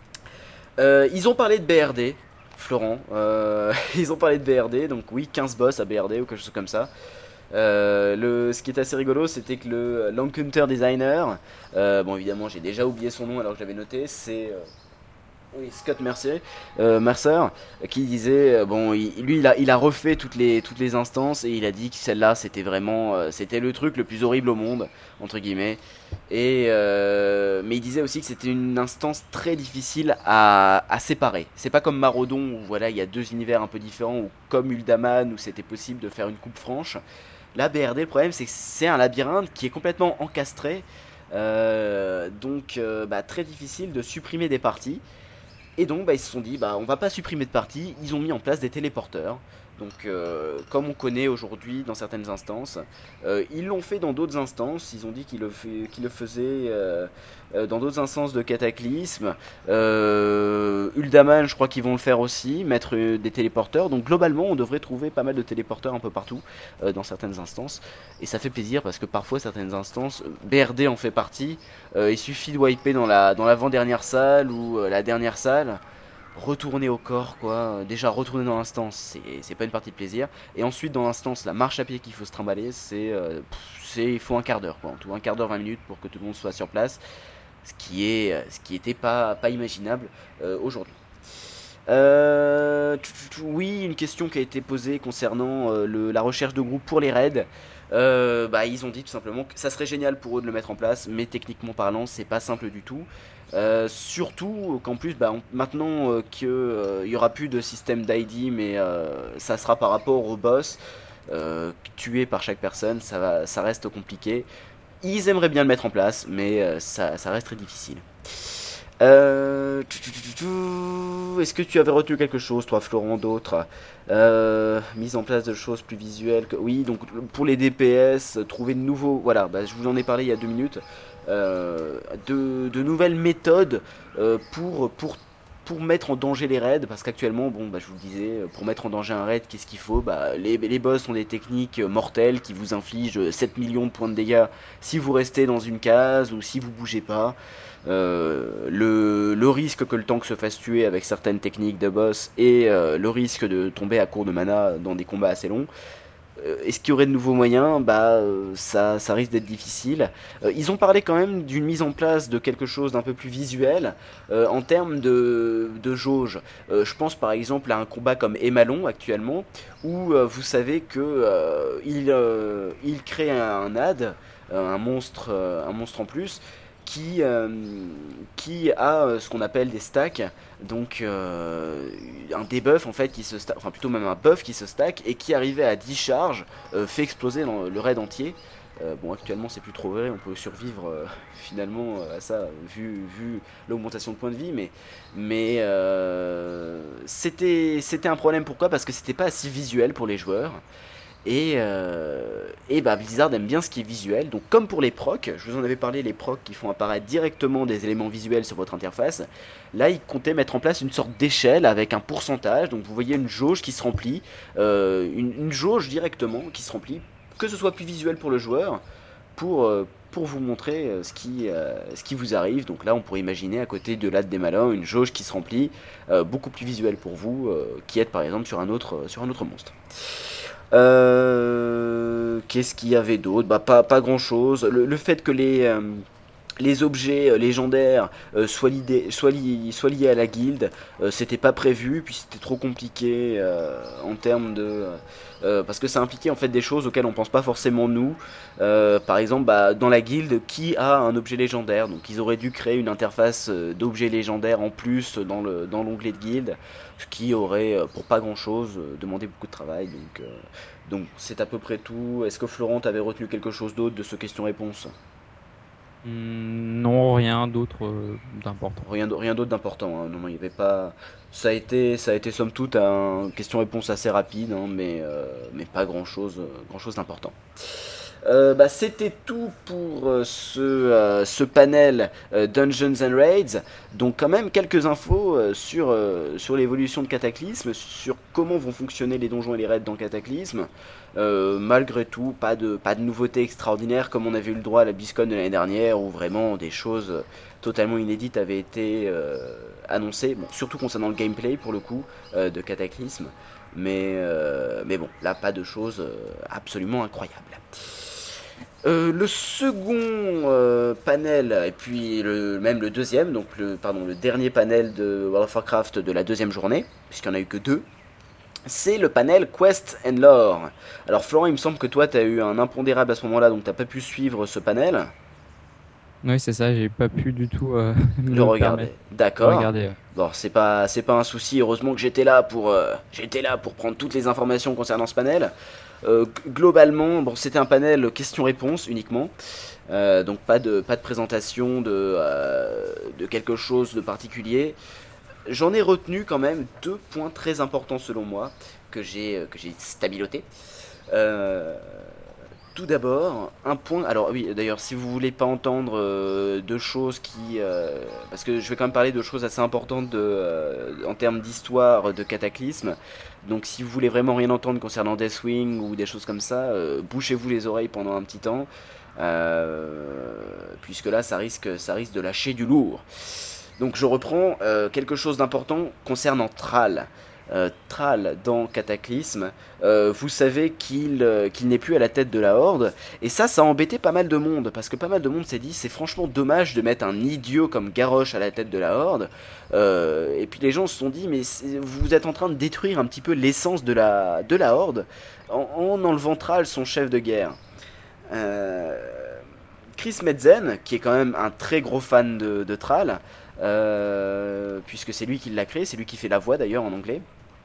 Euh, ils ont parlé de B R D, Florent, euh, ils ont parlé de B R D, donc oui quinze boss à B R D ou quelque chose comme ça. Euh, le, ce qui est assez rigolo, c'était que le l'Encounter Designer, euh, bon évidemment j'ai déjà oublié son nom alors que j'avais noté, c'est euh, oui, Scott Mercier, euh, Mercer, qui disait, euh, bon, il, lui il a, il a refait toutes les, toutes les instances et il a dit que celle-là c'était vraiment, euh, c'était le truc le plus horrible au monde, entre guillemets. Et, euh, mais il disait aussi que c'était une instance très difficile à, à séparer. C'est pas comme Maraudon où voilà, il y a deux univers un peu différents, ou comme Uldaman où c'était possible de faire une coupe franche. Là, B R D, le problème c'est que c'est un labyrinthe qui est complètement encastré, euh, donc euh, bah, très difficile de supprimer des parties. Et donc bah, ils se sont dit bah on va pas supprimer de partie, ils ont mis en place des téléporteurs. Donc euh, comme on connaît aujourd'hui dans certaines instances, euh, ils l'ont fait dans d'autres instances, ils ont dit qu'ils le, fait, qu'ils le faisaient euh, euh, dans d'autres instances de Cataclysme. Euh, Uldaman je crois qu'ils vont le faire aussi, mettre euh, des téléporteurs. Donc globalement on devrait trouver pas mal de téléporteurs un peu partout euh, dans certaines instances. Et ça fait plaisir parce que parfois certaines instances, B R D en fait partie, euh, il suffit de wiper dans la dans l'avant-dernière salle ou euh, la dernière salle, retourner au corps quoi. Déjà retourner dans l'instance, c'est c'est pas une partie de plaisir. Et ensuite dans l'instance, la marche à pied qu'il faut se trimballer, c'est euh, c'est il faut un quart d'heure quoi, en tout un quart d'heure vingt minutes pour que tout le monde soit sur place, ce qui est ce qui était pas pas imaginable euh, aujourd'hui. Euh, oui, une question qui a été posée concernant euh, le, la recherche de groupe pour les raids. Euh, bah, ils ont dit tout simplement que ça serait génial pour eux de le mettre en place, mais techniquement parlant, c'est pas simple du tout. Euh, surtout qu'en plus, bah, on- maintenant euh, qu'il euh, y aura plus de système d'I D, mais euh, ça sera par rapport au boss euh, tué par chaque personne, ça, va, ça reste compliqué. Ils aimeraient bien le mettre en place, mais euh, ça, ça reste très difficile. Euh, tu- tu- tu- tu- tu- Est-ce que tu avais retenu quelque chose, toi, Florent, d'autre? Euh, mise en place de choses plus visuelles que... Oui, donc pour les D P S, trouver de nouveaux... Voilà, bah, je vous en ai parlé il y a deux minutes. Euh, de, de nouvelles méthodes euh, pour, pour, pour mettre en danger les raids. Parce qu'actuellement, bon, bah, je vous le disais, pour mettre en danger un raid, qu'est-ce qu'il faut? Bah, les, les boss ont des techniques mortelles qui vous infligent sept millions de points de dégâts si vous restez dans une case ou si vous bougez pas. Euh, le, le risque que le tank se fasse tuer avec certaines techniques de boss et euh, le risque de tomber à court de mana dans des combats assez longs. Euh, Est-ce qu'il y aurait de nouveaux moyens? Bah, euh, ça, ça risque d'être difficile. Euh, ils ont parlé quand même d'une mise en place de quelque chose d'un peu plus visuel euh, en termes de, de jauge. Euh, je pense par exemple à un combat comme Emalon actuellement, où euh, vous savez que euh, il, euh, il crée un ad, un monstre, euh, un monstre en plus, qui, euh, qui a euh, ce qu'on appelle des stacks, donc euh, un debuff en fait qui se stack, enfin plutôt même un buff qui se stack et qui arrivé à dix charges euh, fait exploser le, le raid entier. Euh, bon actuellement c'est plus trop vrai, on peut survivre euh, finalement à ça vu, vu l'augmentation de points de vie, mais, mais euh, c'était c'était un problème. Pourquoi? Parce que c'était pas assez visuel pour les joueurs. Et, euh, et bah Blizzard aime bien ce qui est visuel, donc comme pour les procs, je vous en avais parlé, les procs qui font apparaître directement des éléments visuels sur votre interface, là ils comptaient mettre en place une sorte d'échelle avec un pourcentage, donc vous voyez une jauge qui se remplit, euh, une, une jauge directement qui se remplit, que ce soit plus visuel pour le joueur, pour, euh, pour vous montrer euh, ce, qui, euh, ce qui vous arrive. Donc là, on pourrait imaginer à côté de l'A D des malins une jauge qui se remplit, euh, beaucoup plus visuelle pour vous, euh, qui est par exemple sur un autre, euh, sur un autre monstre. Euh, Qu'est-ce qu'il y avait d'autre? Bah pas, pas grand chose. Le, le fait que les... euh, les objets euh, légendaires euh, soient, lidé- soient li- soient liés à la guilde, euh, c'était pas prévu, puis c'était trop compliqué euh, en termes de... euh, parce que ça impliquait en fait des choses auxquelles on pense pas forcément nous. Euh, par exemple, bah, dans la guilde, qui a un objet légendaire? Donc ils auraient dû créer une interface euh, d'objets légendaires en plus dans le dans l'onglet de guilde, ce qui aurait, euh, pour pas grand chose, euh, demandé beaucoup de travail. Donc euh, donc c'est à peu près tout. Est-ce que Florent t'avait retenu quelque chose d'autre de ce question-réponse? Hmm, non, rien d'autre euh, d'important. Rien, d- rien d'autre d'important, hein. Non, non, il y avait pas. Ça a été, ça a été somme toute un question-réponse assez rapide, hein, mais, euh, mais pas grand-chose, euh, grand-chose d'important. Euh, bah, c'était tout pour euh, ce, euh, ce panel euh, Dungeons and Raids. Donc quand même quelques infos euh, sur, euh, sur l'évolution de Cataclysme, sur comment vont fonctionner les donjons et les raids dans Cataclysme. Euh, malgré tout, pas de, pas de nouveautés extraordinaires comme on avait eu le droit à la BlizzCon de l'année dernière, où vraiment des choses totalement inédites avaient été euh, annoncées, bon, surtout concernant le gameplay pour le coup euh, de Cataclysme. Mais, euh, mais bon, là pas de choses euh, absolument incroyables. Euh, le second euh, panel, et puis le, même le deuxième, donc le, pardon, le dernier panel de World of Warcraft de la deuxième journée, puisqu'il n'y en a eu que deux, c'est le panel Quest and Lore. Alors Florent, il me semble que toi tu as eu un impondérable à ce moment-là, donc tu n'as pas pu suivre ce panel, Oui, c'est ça, j'ai pas pu du tout euh, me le le regarder. permettre de D'accord. regarder. Ouais. Bon, c'est pas, c'est pas un souci, heureusement que j'étais là pour, euh, j'étais là pour prendre toutes les informations concernant ce panel. Euh, globalement, bon, c'était un panel questions-réponses uniquement. Euh, donc pas de, pas de présentation de, euh, de quelque chose de particulier. J'en ai retenu quand même deux points très importants selon moi que j'ai que j'ai stabiloté. Euh, Tout d'abord, un point. Alors oui, d'ailleurs, si vous voulez pas entendre euh, deux choses qui, euh, parce que je vais quand même parler de choses assez importantes de, euh, en termes d'histoire de Cataclysme. Donc si vous voulez vraiment rien entendre concernant Deathwing ou des choses comme ça, euh, bouchez-vous les oreilles pendant un petit temps, euh, puisque là, ça risque, ça risque de lâcher du lourd. Donc je reprends euh, quelque chose d'important concernant Thrall. Euh, Thrall dans Cataclysme, euh, vous savez qu'il euh, qu'il n'est plus à la tête de la Horde, et ça, ça a embêté pas mal de monde, parce que pas mal de monde s'est dit, c'est franchement dommage de mettre un idiot comme Garrosh à la tête de la Horde, euh, et puis les gens se sont dit, mais vous êtes en train de détruire un petit peu l'essence de la, de la Horde, en, en enlevant Thrall, son chef de guerre. Euh, Chris Metzen, qui est quand même un très gros fan de, de Thrall, euh, puisque c'est lui qui l'a créé, c'est lui qui fait la voix d'ailleurs en anglais,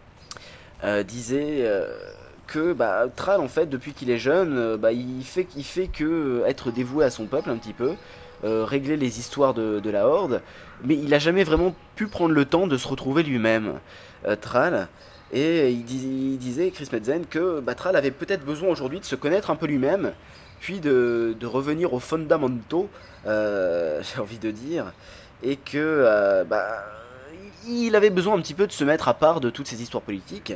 euh, disait euh, que bah, Thrall, en fait, depuis qu'il est jeune, euh, bah, il, fait, il fait que euh, être dévoué à son peuple un petit peu, euh, régler les histoires de, de la Horde, mais il a jamais vraiment pu prendre le temps de se retrouver lui-même, euh, Thrall. Et il, dis, il disait, Chris Metzen, que bah, Thrall avait peut-être besoin aujourd'hui de se connaître un peu lui-même, puis de, de revenir aux fondamentaux, euh, j'ai envie de dire, et que euh, bah, il avait besoin un petit peu de se mettre à part de toutes ces histoires politiques,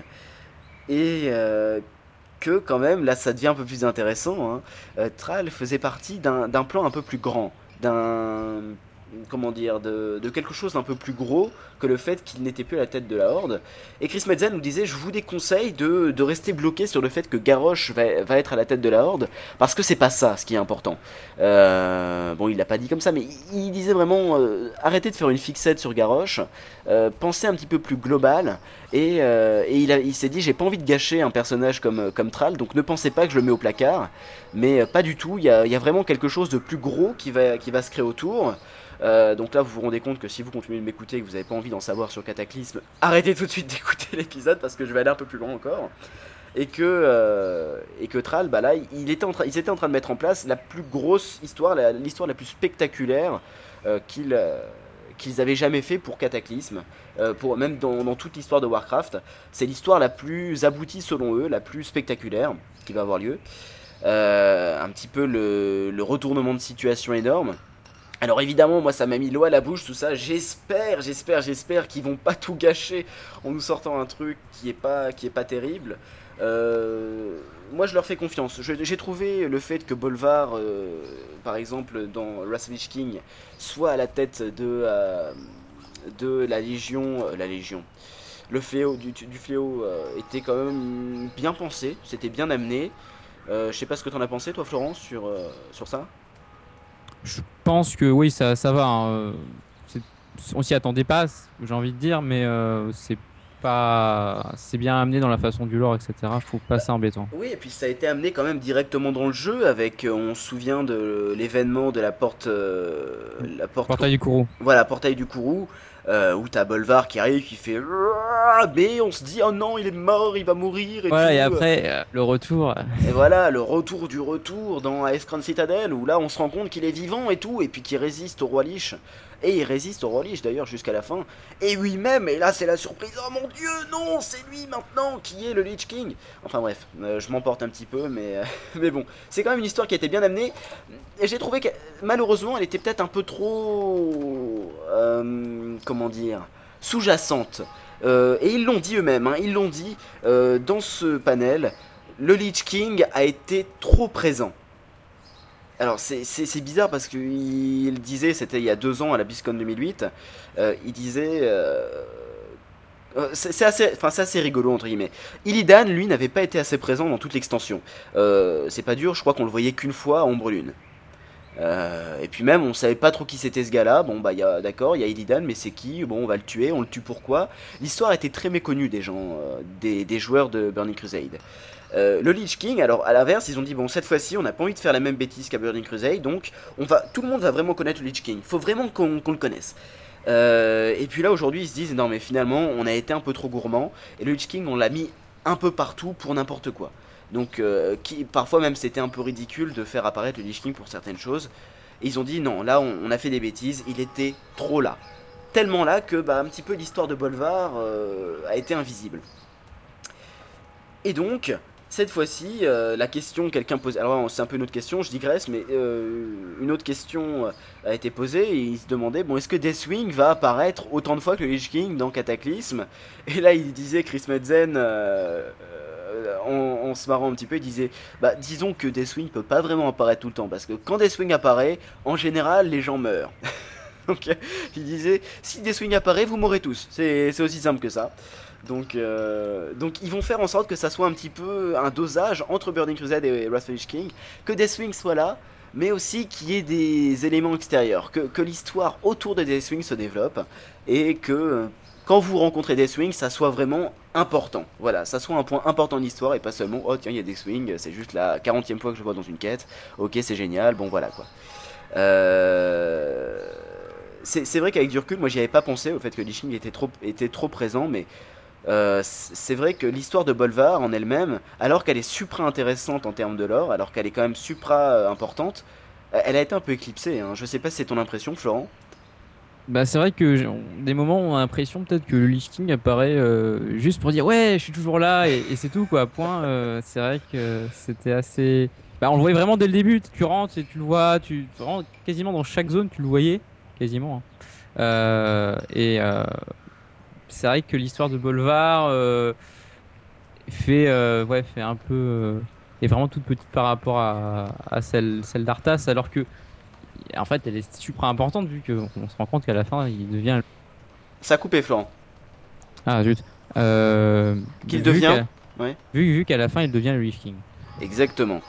et euh, que quand même, là ça devient un peu plus intéressant, hein, euh, Thrall faisait partie d'un d'un plan un peu plus grand, d'un... comment dire, de, de quelque chose d'un peu plus gros que le fait qu'il n'était plus à la tête de la Horde. Et Chris Metzen nous disait, je vous déconseille de, de rester bloqué sur le fait que Garrosh va, va être à la tête de la Horde, parce que c'est pas ça ce qui est important. Euh, bon, il l'a pas dit comme ça, mais il, il disait vraiment, euh, arrêtez de faire une fixette sur Garrosh, euh, pensez un petit peu plus global, et, euh, et il, a- il s'est dit, j'ai pas envie de gâcher un personnage comme, comme Thrall, donc ne pensez pas que je le mets au placard, mais euh, pas du tout, il y a, il y a vraiment quelque chose de plus gros qui va, qui va se créer autour. Euh, donc là, vous vous rendez compte que si vous continuez de m'écouter et que vous n'avez pas envie d'en savoir sur Cataclysme, arrêtez tout de suite d'écouter l'épisode parce que je vais aller un peu plus loin encore. Et que, euh, et que Thrall, bah là, il était en train, ils étaient en train de mettre en place la plus grosse histoire, la- l'histoire la plus spectaculaire euh, qu'ils euh, qu'ils avaient jamais fait pour Cataclysme, euh, pour, même dans, dans toute l'histoire de Warcraft. C'est l'histoire la plus aboutie selon eux, la plus spectaculaire qui va avoir lieu. Euh, un petit peu le, le retournement de situation énorme. Alors évidemment, moi ça m'a mis l'eau à la bouche, tout ça. J'espère, j'espère, j'espère qu'ils vont pas tout gâcher en nous sortant un truc qui est pas, qui est pas terrible. Euh, moi je leur fais confiance. Je- J'ai trouvé le fait que Bolvar, euh, par exemple dans Wrath of the Lich King, soit à la tête de, euh, de la Légion, euh, la Légion. Le fléau du, du fléau euh, était quand même bien pensé, c'était bien amené. Euh, je sais pas ce que t'en as pensé toi Florence sur, euh, sur ça. Je pense que oui, ça, ça va, hein. Euh, c'est- On s'y attendait pas, j'ai envie de dire, mais euh, c'est pas, c'est bien amené dans la façon du lore, et cetera. Je trouve pas ça embêtant. Oui, et puis ça a été amené quand même directement dans le jeu avec, euh, on se souvient de l'événement de la porte, euh, la porte, Portail du Kourou. voilà, portail du Kourou, euh, où t'as Bolvar qui arrive, qui fait, mais on se dit, oh non, il est mort, il va mourir et Voilà, tout. et après, euh, le retour. euh, Et voilà, le retour du retour dans Ice-Crown Citadel, où là on se rend compte qu'il est vivant et tout, et puis qu'il résiste au roi Lich. Et il résiste au roi Lich d'ailleurs jusqu'à la fin. Et lui-même, et là c'est la surprise, oh mon dieu, non, c'est lui maintenant qui est le Lich King. Enfin bref, euh, je m'emporte un petit peu, mais, euh, mais bon, c'est quand même une histoire qui a été bien amenée. Et j'ai trouvé que malheureusement elle était peut-être un peu trop... euh, comment dire, sous-jacente. Euh, et ils l'ont dit eux-mêmes, hein, ils l'ont dit euh, dans ce panel, le Lich King a été trop présent. Alors c'est c'est- c'est bizarre parce qu'il disait, c'était il y a deux ans à la BlizzCon deux mille huit, euh, il disait... euh, euh, c'est c'est assez, enfin, c'est assez rigolo entre guillemets. Illidan, lui, n'avait pas été assez présent dans toute l'extension. Euh, c'est pas dur, je crois qu'on le voyait qu'une fois à Ombre-Lune. Euh, et puis même, on savait pas trop qui c'était ce gars-là. Bon, bah, y a, d'accord, il y a Illidan, mais c'est qui? Bon, on va le tuer, on le tue pourquoi? L'histoire était très méconnue des gens, euh, des, des joueurs de Burning Crusade. Euh, le Lich King, alors à l'inverse, ils ont dit bon, cette fois-ci, on n'a pas envie de faire la même bêtise qu'à Burning Crusade, donc on va, tout le monde va vraiment connaître le Lich King. Faut vraiment qu'on qu'on le connaisse. Euh, et puis là, aujourd'hui, ils se disent non, mais finalement, on a été un peu trop gourmand, et le Lich King, on l'a mis un peu partout pour n'importe quoi. Donc, euh, qui, parfois même, c'était un peu ridicule de faire apparaître le Lich King pour certaines choses. Et ils ont dit non, là, on, on a fait des bêtises, il était trop là. Tellement là que, bah, un petit peu l'histoire de Bolvar euh, a été invisible. Et donc, cette fois-ci, euh, la question que quelqu'un pose... Alors, c'est un peu une autre question, je digresse, mais euh, une autre question euh, a été posée, et il se demandait, bon, est-ce que Deathwing va apparaître autant de fois que le Lich King dans Cataclysme? Et là, il disait, Chris Metzen, euh, euh, en, en se marrant un petit peu, il disait, bah, disons que Deathwing peut pas vraiment apparaître tout le temps, parce que quand Deathwing apparaît, en général, les gens meurent. Donc, euh, il disait, si Deathwing apparaît, vous mourrez tous. C'est c'est aussi simple que ça. Donc, euh, donc ils vont faire en sorte que ça soit un petit peu un dosage entre Burning Crusade et Wrath of the Lich King, que Deathwing soit là, mais aussi qu'il y ait des éléments extérieurs, que, que l'histoire autour de Deathwing se développe, et que euh, quand vous rencontrez Deathwing, ça soit vraiment important. Voilà, ça soit un point important de l'histoire, et pas seulement, oh tiens, il y a Deathwing, c'est juste la quarantième fois que je le vois dans une quête, ok, c'est génial, bon voilà quoi. Euh... C'est c'est vrai qu'avec du recul, moi j'y avais pas pensé au fait que Lich King était trop, était trop présent, mais euh, c'est vrai que l'histoire de Bolvar en elle-même, alors qu'elle est supra intéressante en termes de lore, alors qu'elle est quand même supra euh, importante, euh, elle a été un peu éclipsée, hein. Je sais pas si c'est ton impression, Florent. Bah, c'est vrai que j'ai- on- des moments où on a l'impression peut-être que le Lich King apparaît euh, juste pour dire ouais, je suis toujours là et, et c'est tout quoi. Point. Euh, c'est vrai que c'était assez. Bah, on le voyait vraiment dès le début. Tu rentres et tu le vois, tu tu rentres quasiment dans chaque zone, tu le voyais quasiment, hein. Euh, et euh, c'est vrai que l'histoire de Bolvar euh, fait euh, ouais fait un peu euh, est vraiment toute petite par rapport à, à celle celle d'Arthas, alors que en fait elle est super importante vu qu'on on se rend compte qu'à la fin il devient. Ça a coupé, Florent. Ah zut. Euh, Qu'il vu devient qu'à- Ouais. Vu, vu qu'à la fin il devient le Lich King. Exactement.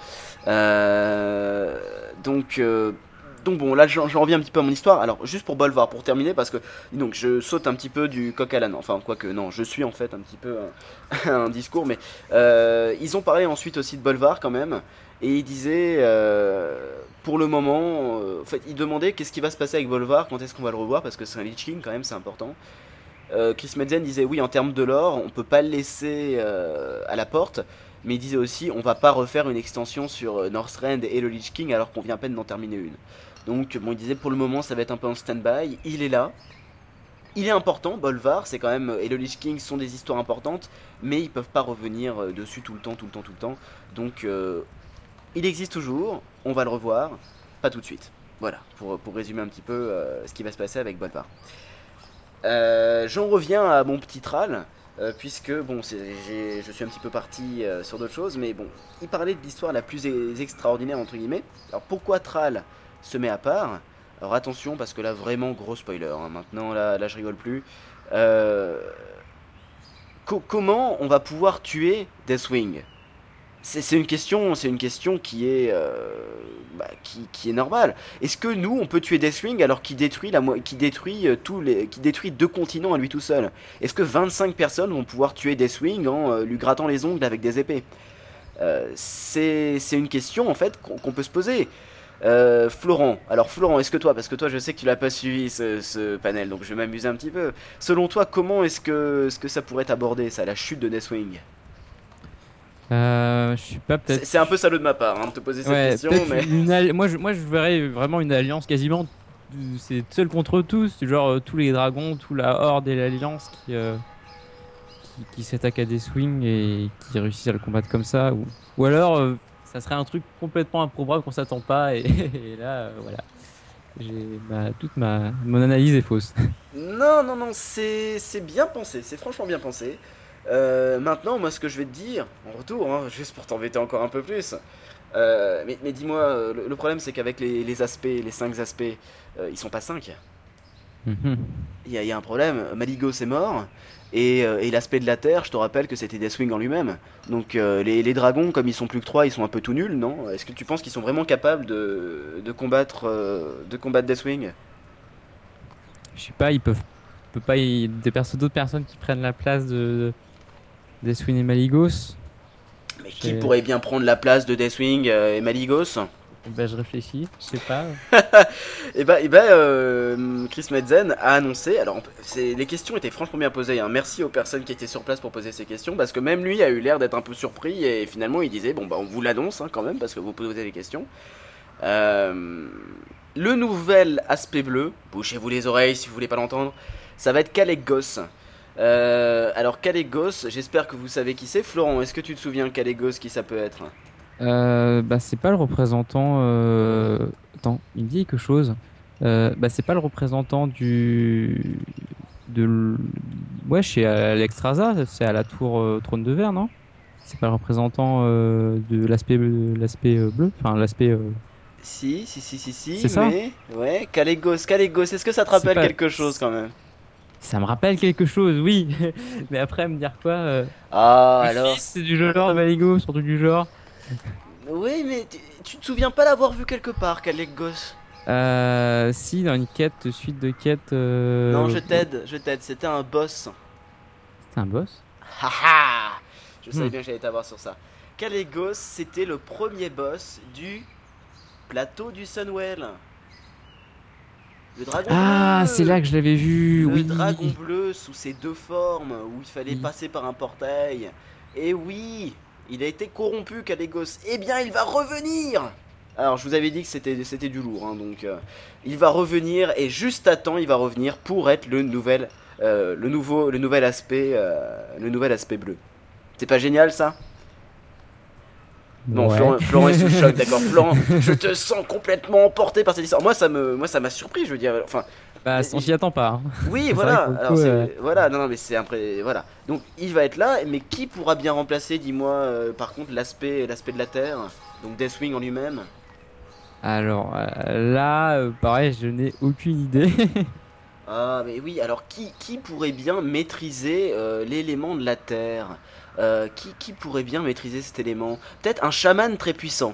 Euh, donc, euh, donc bon, là j'en j'en reviens un petit peu à mon histoire. Alors, juste pour Bolvar, pour terminer, parce que donc je saute un petit peu du coq à l'âne. Enfin, quoique, non, je suis en fait un petit peu un, un discours, mais euh, ils ont parlé ensuite aussi de Bolvar quand même. Et ils disaient, euh, pour le moment, euh, en fait, ils demandaient qu'est-ce qui va se passer avec Bolvar, quand est-ce qu'on va le revoir, parce que c'est un Lich King quand même, c'est important. Euh, Chris Metzen disait oui, en termes de lore, on peut pas le laisser euh, à la porte, mais il disait aussi on va pas refaire une extension sur euh, Northrend et le Lich King alors qu'on vient à peine d'en terminer une. Donc bon, il disait pour le moment ça va être un peu en stand-by, il est là, il est important, Bolvar, c'est quand même, et le Lich King sont des histoires importantes, mais ils peuvent pas revenir euh, dessus tout le temps, tout le temps, tout le temps. Donc euh, il existe toujours, on va le revoir, pas tout de suite. Voilà, pour, pour résumer un petit peu euh, ce qui va se passer avec Bolvar. Euh, J'en reviens à mon petit Thrall. euh, puisque bon, c'est- j'ai- je suis un petit peu parti euh, sur d'autres choses, mais bon, il parlait de l'histoire la plus e- extraordinaire entre guillemets. Alors pourquoi Thrall se met à part? Alors attention parce que là vraiment gros spoiler, hein. Maintenant là, là je rigole plus. Euh, co- comment on va pouvoir tuer Deathwing? C'est c'est une question, c'est une question qui est, euh, bah, qui, qui est normale. Est-ce que nous, on peut tuer Deathwing alors qu'il détruit la, mo- qui détruit euh, tous les, qui détruit deux continents à lui tout seul? Est-ce que vingt-cinq personnes vont pouvoir tuer Deathwing en euh, lui grattant les ongles avec des épées? Euh, c'est, c'est une question en fait qu'on qu'on peut se poser. Euh, Florent, alors Florent, est-ce que toi, parce que toi je sais que tu l'as pas suivi ce, ce panel, donc je vais m'amuser un petit peu. Selon toi, comment est-ce que, est-ce que ça pourrait aborder ça, la chute de Deathwing? Euh, je suis pas C'est peut-être. c'est un peu salaud de ma part hein, de te poser cette Ouais, question, peut-être mais. une, une alli- moi, je, moi, je verrais vraiment une alliance quasiment. euh, C'est seul contre tous, du genre euh, tous les dragons, toute la horde et l'alliance qui, euh, qui, qui s'attaquent à des swings et qui réussissent à le combattre comme ça. Ou, ou alors, euh, ça serait un truc complètement improbable qu'on s'attend pas. Et, et là, euh, voilà. J'ai ma, toute ma mon analyse est fausse. Non, non, non, c'est c'est bien pensé, c'est franchement bien pensé. Euh, maintenant, moi, ce que je vais te dire, en retour, hein, juste pour t'embêter encore un peu plus, euh, mais, mais dis-moi, euh, le, le problème c'est qu'avec les, les aspects, les cinq aspects, euh, ils sont pas cinq. Mhm. Il y a, il y a un problème, Maligos est mort, et, euh, et l'aspect de la Terre, je te rappelle que c'était Deathwing en lui-même. Donc euh, les, les dragons, comme ils sont plus que trois, ils sont un peu tout nuls, non? Est-ce que tu penses qu'ils sont vraiment capables de, de combattre, euh, de combattre Deathwing? Je sais pas, ils peuvent, peut pas y, des persos, d'autres personnes qui prennent la place de des Swin et Maligos. Mais qui J'ai- pourrait bien prendre la place de Deathwing euh, et Maligos? Ben, je réfléchis, je sais pas. Et bah, et bah euh, Chris Metzen a annoncé. Alors, on peut- c'est- les questions étaient franchement bien posées, hein. Merci aux personnes qui étaient sur place pour poser ces questions, parce que même lui a eu l'air d'être un peu surpris et finalement il disait bon bah on vous l'annonce hein, quand même parce que vous posez les questions. Euh, le nouvel aspect bleu, bouchez-vous les oreilles si vous voulez pas l'entendre, ça va être Kalekgos. Euh, alors Kalekgos, j'espère que vous savez qui c'est. Florent, est-ce que tu te souviens Kalekgos qui ça peut être? Euh, bah, c'est pas le représentant. Euh... Attends, il me dit quelque chose. Euh, bah, c'est pas le représentant du. De... l- Ouais, chez Alexstrasza, c'est à la tour euh, Trône de Verre, non? C'est pas le représentant euh, de l'aspect l'aspect euh, bleu? Enfin, l'aspect. euh, Si, si, si, si, C'est si, ça? mais ouais, Kalekgos, Kalekgos, est-ce que ça te C'est rappelle pas. quelque chose quand même? Ça me rappelle quelque chose, oui. Mais après, me dire quoi? euh, Ah, Le alors. fils du genre de Maligo, surtout du genre. Oui, mais tu, tu te souviens pas l'avoir vu quelque part, Kalekgos? Euh, si, dans une quête, suite de quêtes. Non, Euh... je t'aide, je t'aide, c'était un boss. C'est un boss? Haha. Je savais Hmm. bien que j'allais t'avoir sur ça. Kalekgos, c'était le premier boss du plateau du Sunwell. Le dragon Ah, bleu. c'est là que je l'avais vu, Le oui. dragon bleu sous ses deux formes, où il fallait Oui. passer par un portail. Et oui, il a été corrompu, Kalekgos. Eh bien, il va revenir. Alors, je vous avais dit que c'était c'était du lourd, hein, donc euh, il va revenir et juste à temps, il va revenir pour être le nouvel, euh, le nouveau, le nouvel aspect, euh, le nouvel aspect bleu. C'est pas génial ça? Non, Ouais. Florent, Florent est sous le choc, d'accord. Florent, je te sens complètement emporté par cette histoire. Moi, ça me, moi, ça m'a surpris, je veux dire. Enfin, Bah, on s'y attend pas. Hein. oui, C'est voilà. vrai que pour le Alors, coup, c'est, euh, voilà, non, non, mais c'est après, voilà. Donc, il va être là, mais qui pourra bien remplacer, dis-moi, euh, par contre, l'aspect, l'aspect de la Terre, donc Deathwing en lui-même. Alors euh, là, euh, pareil, je n'ai aucune idée. Ah, mais oui. Alors, qui, qui pourrait bien maîtriser euh, l'élément de la Terre? Euh, qui, qui pourrait bien maîtriser cet élément? Peut-être un chaman très puissant.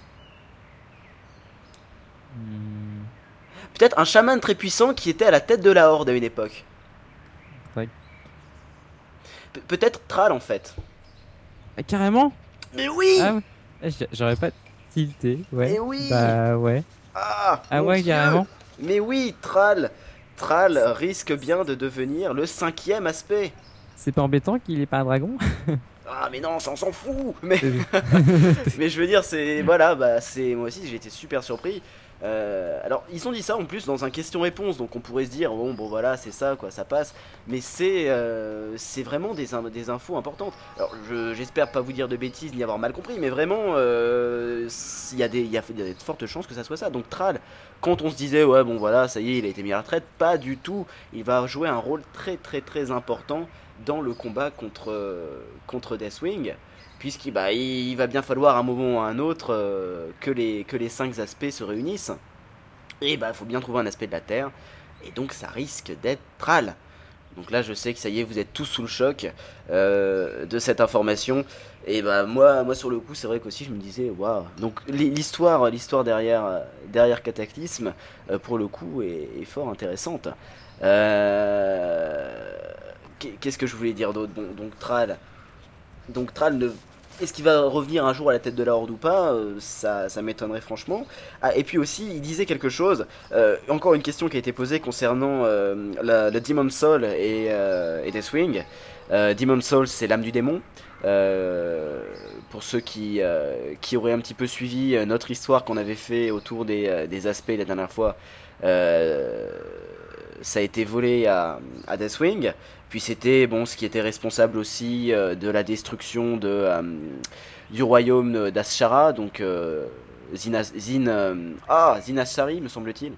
Hmm, Peut-être un chaman très puissant qui était à la tête de la Horde à une époque. ouais. Pe- peut-être Thrall en fait. Ah, carrément? Mais oui. Ah ouais. Ah, j'a- j'aurais pas tilté. Ouais. Eh oui. Bah ouais. Ah, Ah mon ouais, Dieu. carrément. Mais oui, Thrall. Thrall risque bien de devenir le cinquième aspect. C'est pas embêtant qu'il ait pas un dragon? Ah mais non, ça on s'en fout. Mais, C'est- mais je veux dire, c'est voilà, bah c'est moi aussi j'ai été super surpris. Euh, alors ils ont dit ça en plus dans un question-réponse, donc on pourrait se dire bon bon voilà c'est ça quoi, ça passe. Mais c'est euh, c'est vraiment des, in- des infos importantes. Alors je- j'espère pas vous dire de bêtises ni avoir mal compris, mais vraiment euh, il y, a des- il y a il y a de fortes chances que ça soit ça. Donc Thrall, quand on se disait, ouais, bon voilà, ça y est, il a été mis à la retraite, pas du tout. Il va jouer un rôle très très très important dans le combat contre, euh, contre Deathwing, puisqu'il bah, il va bien falloir à un moment ou à un autre euh, que, les, que les cinq aspects se réunissent. Et bah, il faut bien trouver un aspect de la Terre, et donc ça risque d'être Thrall. Donc là, je sais que ça y est, vous êtes tous sous le choc euh, de cette information. Et bah moi, moi sur le coup, c'est vrai qu'aussi je me disais, waouh. Donc l'histoire, l'histoire derrière, euh, derrière Cataclysme, euh, pour le coup, est, est fort intéressante. Euh, Qu'est-ce que je voulais dire d'autre? Bon, donc Thrall, donc Thrall ne... Est-ce qu'il va revenir un jour à la tête de la Horde ou pas? Euh, Ça, ça m'étonnerait franchement. Ah, et puis aussi, il disait quelque chose. Euh, encore une question qui a été posée concernant euh, la, le Demon Soul et, euh, et Deathwing. Euh, Demon Soul, c'est l'âme du démon. Euh, pour ceux qui, euh, qui auraient un petit peu suivi euh, notre histoire qu'on avait fait autour des, euh, des aspects la dernière fois, euh, ça a été volé à, à Deathwing. Puis c'était bon, ce qui était responsable aussi euh, de la destruction de, euh, du royaume d'Ashara, donc euh, Zina, Zin, euh, ah, Zinashari, me semble-t-il,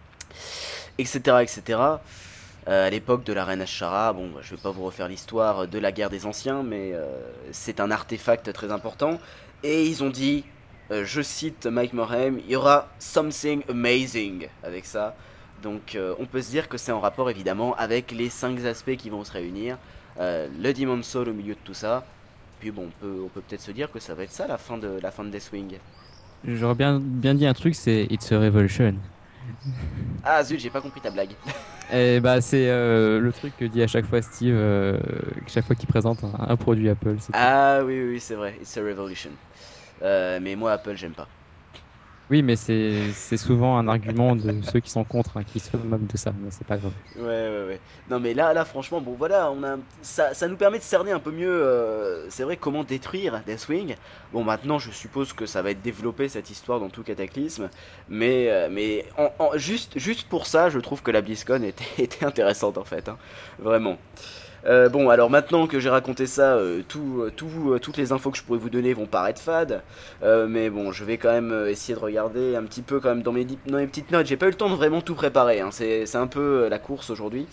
et cetera, et cetera. Euh, à l'époque de la reine Ashara, bon, bah, je vais pas vous refaire l'histoire de la guerre des anciens, mais euh, c'est un artefact très important. Et ils ont dit, euh, je cite Mike Morhaime, il y aura something amazing avec ça. Donc euh, on peut se dire que c'est en rapport évidemment avec les cinq aspects qui vont se réunir, euh, le Demon Soul au milieu de tout ça. Puis bon, on peut on peut peut-être se dire que ça va être ça la fin de la fin de Deathwing. J'aurais bien, bien dit un truc, c'est It's a Revolution. Ah zut, j'ai pas compris ta blague. Et bah c'est euh, le truc que dit à chaque fois Steve, euh, chaque fois qu'il présente un, un produit Apple. C'est tout. Ah oui oui, c'est vrai, it's a revolution. Euh, mais moi Apple j'aime pas. Oui, mais c'est c'est souvent un argument de ceux qui sont contre, hein, qui se moquent de ça, mais c'est pas grave. Ouais, ouais, ouais. Non, mais là, là, franchement, bon, voilà, on a, un- ça, ça nous permet de cerner un peu mieux, euh, c'est vrai, comment détruire Deathwing. Bon, maintenant, je suppose que ça va être développé, cette histoire, dans tout Cataclysme. Mais, euh, mais en, en- juste, juste pour ça, je trouve que la BlizzCon était, était intéressante, en fait. Hein. Vraiment. Euh, bon, alors maintenant que j'ai raconté ça, euh, tout, euh, tout, euh, toutes les infos que je pourrais vous donner vont paraître fades. Euh, mais bon, je vais quand même euh, essayer de regarder un petit peu quand même dans mes, di- dans mes petites notes. J'ai pas eu le temps de vraiment tout préparer. Hein. C'est, c'est un peu euh, la course aujourd'hui.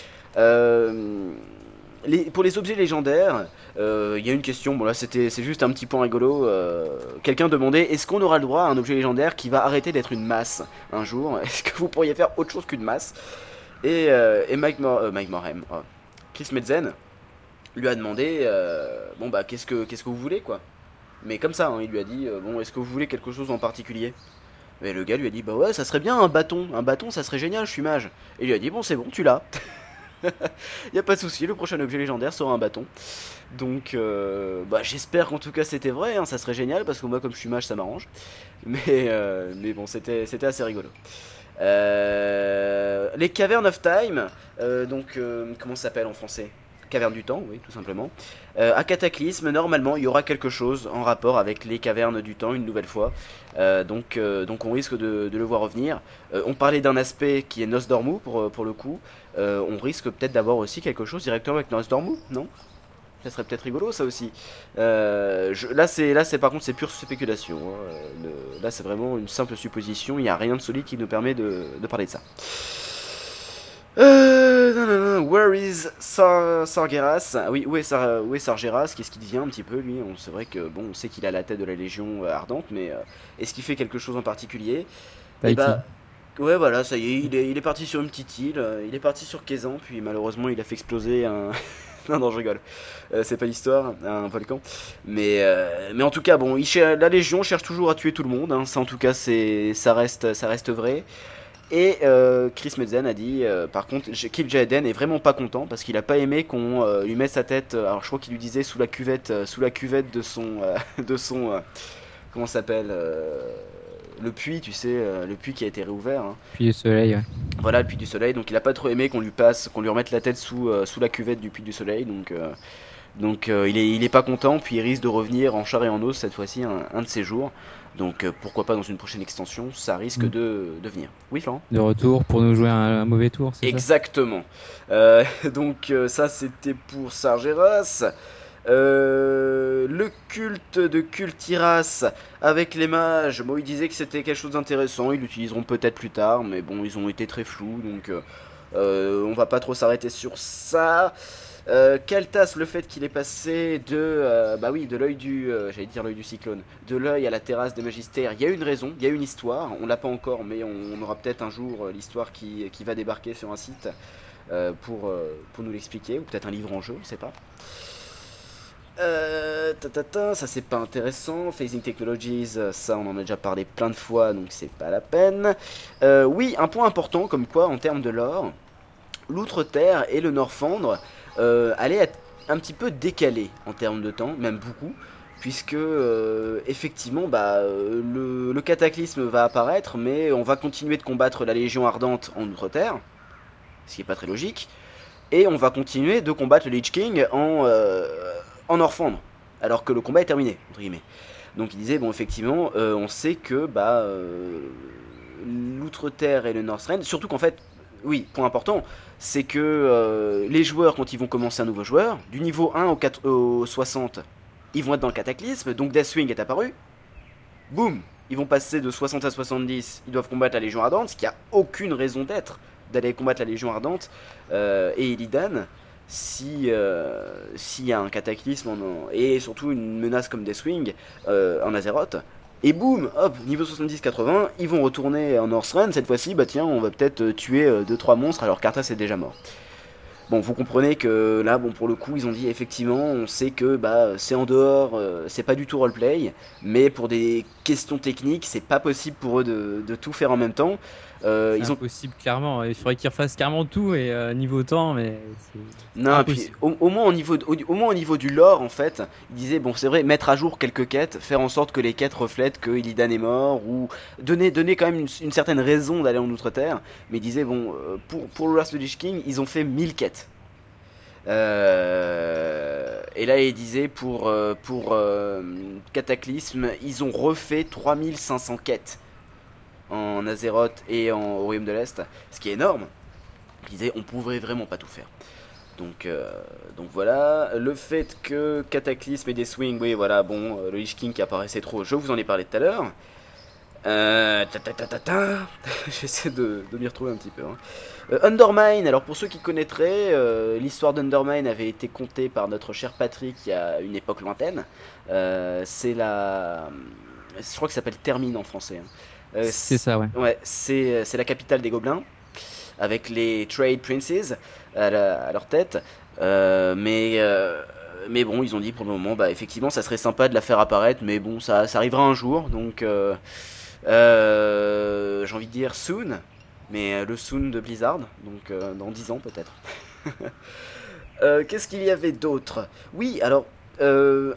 Euh, les- pour les objets légendaires, euh, il y a une question. Bon là, c'était, c'est juste un petit point rigolo. Euh, quelqu'un demandait est-ce qu'on aura le droit à un objet légendaire qui va arrêter d'être une masse un jour? Est-ce que vous pourriez faire autre chose qu'une masse? Et, euh, et Mike, Mor- euh, Mike Morhaime, oh, Chris Metzen lui a demandé euh, bon bah qu'est-ce que qu'est-ce que vous voulez quoi. Mais comme ça, hein, il lui a dit euh, bon est-ce que vous voulez quelque chose en particulier? Et le gars lui a dit bah ouais ça serait bien un bâton, un bâton ça serait génial, je suis mage. Et il lui a dit bon c'est bon tu l'as. Y a pas de souci, le prochain objet légendaire sera un bâton. Donc euh, bah j'espère qu'en tout cas c'était vrai, hein, ça serait génial parce que moi comme je suis mage ça m'arrange. Mais euh, mais bon c'était c'était assez rigolo. Euh, les Cavernes of Time, euh, donc euh, comment ça s'appelle en français? Caverne du temps, oui, tout simplement. Euh, à Cataclysme, normalement, il y aura quelque chose en rapport avec les cavernes du temps une nouvelle fois. Euh, donc, euh, donc on risque de, de le voir revenir. Euh, on parlait d'un aspect qui est Nosdormu pour, pour le coup. Euh, on risque peut-être d'avoir aussi quelque chose directement avec Nosdormu, non? Ça serait peut-être rigolo ça aussi. Euh, je, là c'est là c'est par contre c'est pure spéculation. Hein. Le- là c'est vraiment une simple supposition. Il n'y a rien de solide qui nous permet de, de parler de ça. Euh, non, non, non, where is Sar Sargeras? Ah oui, où est, Sar où est Sargeras? Qu'est-ce qu'il devient un petit peu lui? On c'est vrai que bon, on sait qu'il a la tête de la Légion euh, ardente, mais euh, est-ce qu'il fait quelque chose en particulier? Et Tahiti. bah ouais voilà, ça y est, il est, il est parti sur une petite île, euh, il est parti sur Kazan, puis malheureusement il a fait exploser un. Non, non, je rigole. Euh, c'est pas l'histoire, un volcan. Mais, euh, mais en tout cas, bon, il cher- la Légion cherche toujours à tuer tout le monde. Hein. Ça, en tout cas, c'est, ça reste, ça reste vrai. Et euh, Chris Metzen a dit, euh, par contre, Kil Jaeden est vraiment pas content parce qu'il a pas aimé qu'on euh, lui mette sa tête. euh, Alors, je crois qu'il lui disait sous la cuvette, euh, sous la cuvette de son, euh, de son, euh, comment ça s'appelle, euh, le puits, tu sais, euh, le puits qui a été réouvert. Hein. Puis le soleil, ouais. Voilà, le puits du soleil. Donc il a pas trop aimé qu'on lui passe, qu'on lui remette la tête sous, euh, sous la cuvette du puits du soleil. Donc, euh, donc euh, il est, il est pas content. Puis il risque de revenir en chair et en os cette fois-ci un, un de ces jours. Donc euh, pourquoi pas dans une prochaine extension, ça risque Mm. de, de venir. Oui, Florent. De retour pour nous jouer un, un mauvais tour, c'est ça? Exactement. Euh, donc euh, ça c'était pour Sargeras. Euh, le culte de Kultiras avec les mages, bon, ils disaient que c'était quelque chose d'intéressant, ils l'utiliseront peut-être plus tard, mais bon, ils ont été très flous, donc euh, euh, on va pas trop s'arrêter sur ça. Euh, Kaltas, le fait qu'il est passé de, euh, bah oui, de l'œil du, euh, j'allais dire l'œil du cyclone, de l'œil à la terrasse des magistères, il y a une raison, il y a une histoire, on l'a pas encore, mais on, on aura peut-être un jour euh, l'histoire qui, qui va débarquer sur un site euh, pour, euh, pour nous l'expliquer, ou peut-être un livre en jeu, on sait pas. Euh, ta, ta, ta, ça c'est pas intéressant. Phasing Technologies, ça on en a déjà parlé plein de fois, donc c'est pas la peine. Euh, oui, un point important, comme quoi en termes de lore, l'Outre-Terre et le Norfandre euh, allaient être un petit peu décalés en termes de temps, même beaucoup, puisque euh, effectivement bah, euh, le, le cataclysme va apparaître, mais on va continuer de combattre la Légion Ardente en Outre-Terre, ce qui est pas très logique, et on va continuer de combattre le Lich King en, euh, en Norfandre, alors que le combat est terminé, entre guillemets. Donc il disait, bon effectivement, euh, on sait que bah, euh, l'Outre-Terre et le Northrend, surtout qu'en fait, oui, point important, c'est que euh, les joueurs, quand ils vont commencer un nouveau joueur, du niveau un au, quatre, au soixante, ils vont être dans le cataclysme, donc Deathwing est apparu, boum, ils vont passer de soixante à soixante-dix, ils doivent combattre la Légion Ardente, ce qui a aucune raison d'être, d'aller combattre la Légion Ardente, euh, et Illidan, si euh, s'il y a un cataclysme en, et surtout une menace comme Deathwing euh, en Azeroth. Et boum, hop, niveau soixante-dix quatre-vingts, ils vont retourner en Northrend. Cette fois-ci, bah tiens, on va peut-être tuer deux trois monstres alors qu'Arthas est déjà mort. Bon, vous comprenez que là, bon, pour le coup, ils ont dit effectivement, on sait que bah c'est en dehors, euh, c'est pas du tout roleplay, mais pour des questions techniques, c'est pas possible pour eux de, de tout faire en même temps. Euh, c'est ils impossible, ont... clairement. Il faudrait qu'ils refassent carrément tout et euh, niveau temps, mais c'est non. Puis au, au moins au niveau, au, au moins au niveau du lore, en fait, ils disaient bon, c'est vrai, mettre à jour quelques quêtes, faire en sorte que les quêtes reflètent que Illidan est mort ou donner, donner quand même une, une certaine raison d'aller en Outre-Terre. Mais ils disaient bon, pour pour le Last of the Lich King, ils ont fait mille quêtes. Euh, et là, il disait pour pour euh, Cataclysme, ils ont refait trois mille cinq cents quêtes en Azeroth et en au Royaume de l'Est, ce qui est énorme. Il disait on pouvait vraiment pas tout faire. Donc, euh, donc voilà, le fait que Cataclysme et Deathwing, oui voilà, bon, euh, le Lich King qui apparaissait trop, je vous en ai parlé tout à l'heure. Euh, ta ta ta ta ta. J'essaie de, de m'y retrouver un petit peu. Hein. Euh, Undermine, alors pour ceux qui connaîtraient, euh, l'histoire d'Undermine avait été contée par notre cher Patrick il y a une époque lointaine. Euh, c'est la... Je crois que ça s'appelle Termine en français. Hein. Euh, c'est ça, ouais. Ouais, c'est, c'est la capitale des gobelins, avec les Trade Princes à, la, à leur tête. Euh, mais, euh, mais bon, ils ont dit pour le moment, bah effectivement, ça serait sympa de la faire apparaître, mais bon, ça, ça arrivera un jour, donc euh, euh, j'ai envie de dire soon, mais le soon de Blizzard, donc euh, dans dix ans peut-être. euh, qu'est-ce qu'il y avait d'autre? Oui, alors, euh,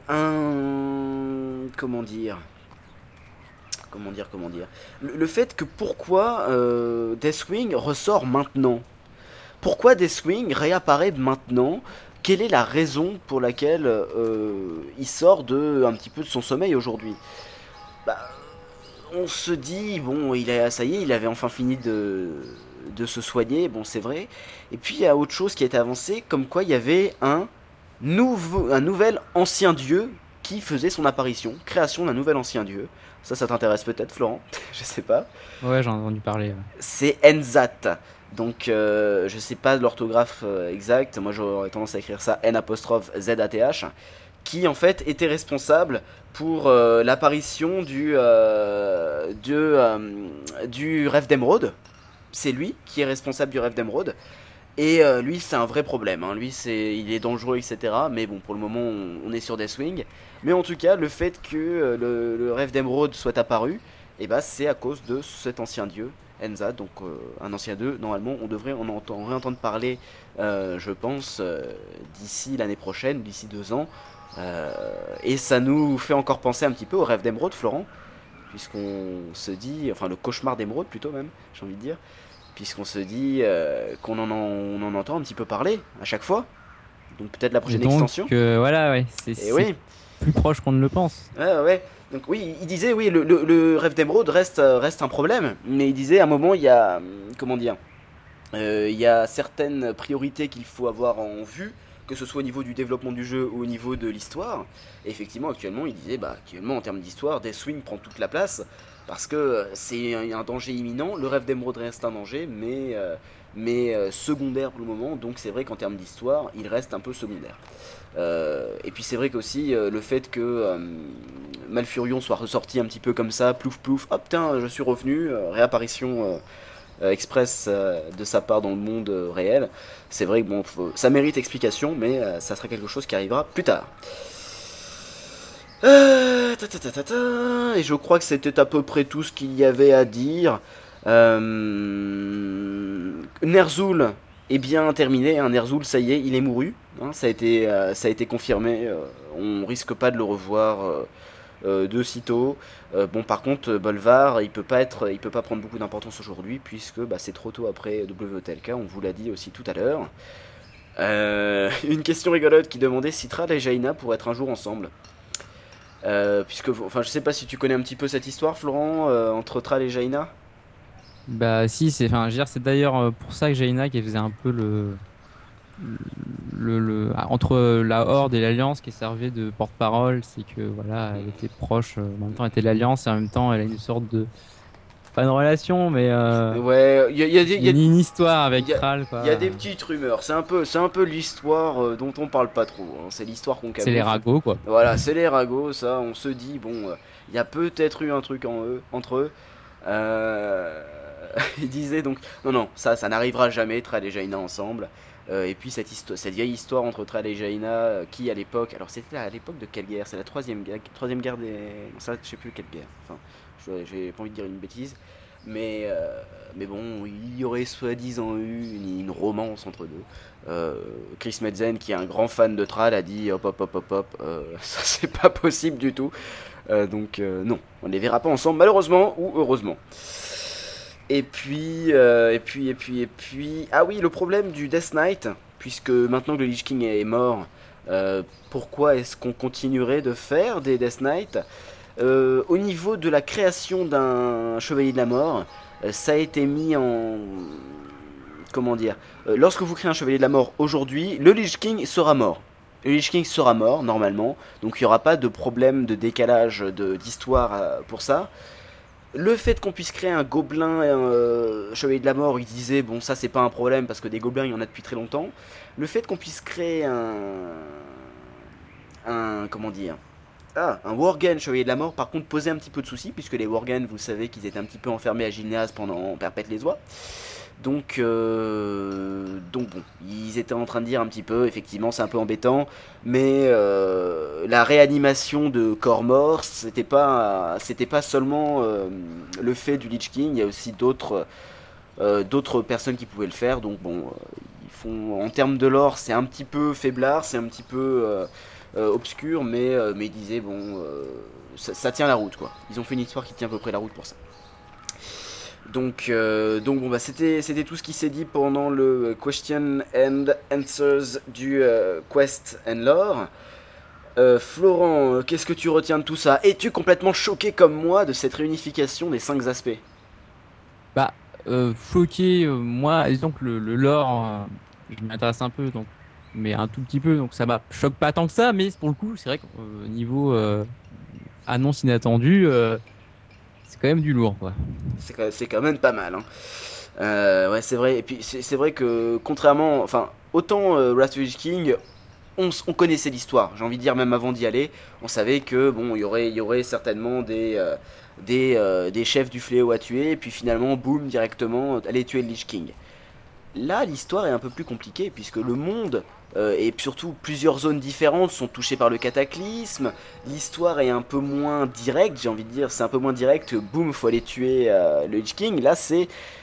un... comment dire Comment dire, comment dire le, le fait que pourquoi euh, Deathwing ressort maintenant. Pourquoi Deathwing réapparaît maintenant? Quelle est la raison pour laquelle euh, il sort de, un petit peu de son sommeil aujourd'hui? Bah, on se dit, bon, il a, ça y est, il avait enfin fini de, de se soigner, bon c'est vrai. Et puis il y a autre chose qui a été avancée, comme quoi il y avait un, nouveau, un nouvel ancien dieu qui faisait son apparition, création d'un nouvel ancien dieu. Ça, ça t'intéresse peut-être, Florent? Je sais pas. Ouais, j'en ai entendu parler. Ouais. C'est N'Zat. Donc, euh, je sais pas l'orthographe euh, exacte. Moi, j'aurais tendance à écrire ça N apostrophe Z A T H. Qui, en fait, était responsable pour euh, l'apparition du, euh, de, euh, du rêve d'émeraude. C'est lui qui est responsable du rêve d'émeraude. Et euh, lui, c'est un vrai problème. Hein. Lui, c'est, il est dangereux, et cetera. Mais bon, pour le moment, on, on est sur Deathwing. Mais en tout cas, le fait que euh, le, le rêve d'émeraude soit apparu, eh ben, c'est à cause de cet ancien dieu, N'Zat. Donc, euh, un ancien dieu, normalement, on devrait en, entend, en réentendre parler, euh, je pense, euh, d'ici l'année prochaine, d'ici deux ans. Euh, et ça nous fait encore penser un petit peu au rêve d'émeraude, Florent. Puisqu'on se dit, enfin, le cauchemar d'émeraude, plutôt même, j'ai envie de dire. Puisqu'on se dit euh, qu'on en, en, on en entend un petit peu parler à chaque fois. Donc peut-être la prochaine donc, extension. Euh, voilà, ouais, c'est, c'est oui. plus proche qu'on ne le pense. Ouais, ouais. Donc oui, il disait, oui, le, le, le rêve d'émeraude reste, reste un problème. Mais il disait, à un moment, il y a, comment dire, euh, il y a certaines priorités qu'il faut avoir en vue que ce soit au niveau du développement du jeu ou au niveau de l'histoire. Et effectivement, actuellement, il disait, bah, actuellement, en termes d'histoire, Deathwing prend toute la place, parce que c'est un, un danger imminent, le rêve d'Emerald reste un danger, mais, euh, mais euh, secondaire pour le moment, donc c'est vrai qu'en termes d'histoire, il reste un peu secondaire. Euh, et puis c'est vrai qu'aussi, euh, le fait que euh, Malfurion soit ressorti un petit peu comme ça, plouf plouf, hop, putain, je suis revenu, euh, réapparition... Euh, Euh, express euh, de sa part dans le monde euh, réel. C'est vrai que bon, faut, ça mérite explication, mais euh, ça sera quelque chose qui arrivera plus tard. Euh, ta, ta, ta, ta, ta, et je crois que c'était à peu près tout ce qu'il y avait à dire. Euh, Ner'zhul est bien terminé. Hein, Ner'zhul, ça y est, il est mouru. Hein, ça a été, euh, ça a été confirmé. Euh, on risque pas de le revoir. Euh, Euh, de sitôt. Euh, bon, par contre, Bolvar, il peut pas être, il peut pas prendre beaucoup d'importance aujourd'hui puisque bah, c'est trop tôt après W O T L K. On vous l'a dit aussi tout à l'heure. Euh, une question rigolote qui demandait si Thrall et Jaina pourraient être un jour ensemble. Euh, puisque, enfin, je sais pas si tu connais un petit peu cette histoire, Florent, euh, entre Thrall et Jaina. Bah si, c'est, enfin, je veux dire, c'est d'ailleurs euh, pour ça que Jaina qui faisait un peu le, le, le ah, entre la Horde et l'Alliance qui servait de porte-parole, c'est que voilà, elle était proche, euh, en même temps elle était de l'Alliance et en même temps elle a une sorte de pas une relation, mais euh, Ouais, il y a, y a des, y a, une, une histoire avec y a- Thrall quoi. y a des petites rumeurs. C'est un peu, c'est un peu l'histoire euh, dont on parle pas trop. Hein. C'est l'histoire qu'on C'est les camoufle. ragots quoi. Voilà, c'est les ragots, ça, on se dit, bon, il y a peut-être eu un truc en eux, entre eux. Euh, il disait donc, non, non, ça, ça n'arrivera jamais, Thrall et Jaina ensemble. Euh, et puis cette, histoire, cette vieille histoire entre Thrall et Jaina, euh, qui à l'époque, alors c'était à l'époque de quelle guerre? C'est la troisième guerre, troisième guerre des... Non, ça, je sais plus quelle guerre, enfin, je- j'ai pas envie de dire une bêtise. Mais, euh, mais bon, il y aurait soi-disant eu une, une romance entre deux. Euh, Chris Metzen, qui est un grand fan de Thrall, a dit hop hop hop hop hop, euh, ça c'est pas possible du tout. Euh, donc euh, non, on les verra pas ensemble, malheureusement ou heureusement. Et puis, euh, et puis, et puis, et puis, ah oui, le problème du Death Knight, puisque maintenant que le Lich King est mort, euh, pourquoi est-ce qu'on continuerait de faire des Death Knight? Euh, au niveau de la création d'un Chevalier de la Mort, euh, ça a été mis en... Comment dire euh, Lorsque vous créez un Chevalier de la Mort aujourd'hui, le Lich King sera mort. Le Lich King sera mort, normalement. Donc il n'y aura pas de problème de décalage de- d'histoire euh, pour ça. Le fait qu'on puisse créer un gobelin et un euh, Chevalier de la Mort, il disait, bon ça c'est pas un problème parce que des gobelins il y en a depuis très longtemps. Le fait qu'on puisse créer un... Un... Comment dire Ah, un Worgen Chevalier de la Mort, par contre, posait un petit peu de soucis, puisque les Worgen, vous savez qu'ils étaient un petit peu enfermés à Gilneas pendant Perpète les Oies. Donc, euh, donc bon, ils étaient en train de dire un petit peu, effectivement, c'est un peu embêtant, mais euh, la réanimation de corps morts, c'était pas, c'était pas seulement euh, le fait du Lich King, il y a aussi d'autres, euh, d'autres personnes qui pouvaient le faire. Donc bon, euh, ils font, en termes de lore, c'est un petit peu faiblard, c'est un petit peu euh, euh, obscur, mais, euh, mais ils disaient, bon, euh, ça, ça tient la route, quoi. Ils ont fait une histoire qui tient à peu près la route pour ça. Donc, euh, donc bon, bah, c'était, c'était tout ce qui s'est dit pendant le Question and Answers du euh, Quest and Lore. Euh, Florent, euh, qu'est-ce que tu retiens de tout ça? Es-tu complètement choqué comme moi de cette réunification des cinq aspects? Bah euh, floqué, euh, moi disons que le, le lore, euh, je m'intéresse un peu donc, mais un tout petit peu donc ça m'a choque pas tant que ça, mais pour le coup c'est vrai qu'au niveau euh, annonce inattendue. Euh, C'est quand même du lourd, quoi. C'est quand, c'est quand même pas mal, hein. Euh, ouais, c'est vrai. Et puis c'est, c'est vrai que contrairement, enfin, autant euh, Wrath of the Lich King, on, s- on connaissait l'histoire. J'ai envie de dire même avant d'y aller, on savait que bon, il y aurait, il y aurait certainement des euh, des, euh, des chefs du fléau à tuer, et puis finalement, boum, directement, aller tuer le Lich King. Là, l'histoire est un peu plus compliquée puisque le monde euh, et surtout plusieurs zones différentes sont touchées par le cataclysme. L'histoire est un peu moins directe, j'ai envie de dire, c'est un peu moins direct. Boum, faut aller tuer euh, le Lich King. Là, c'est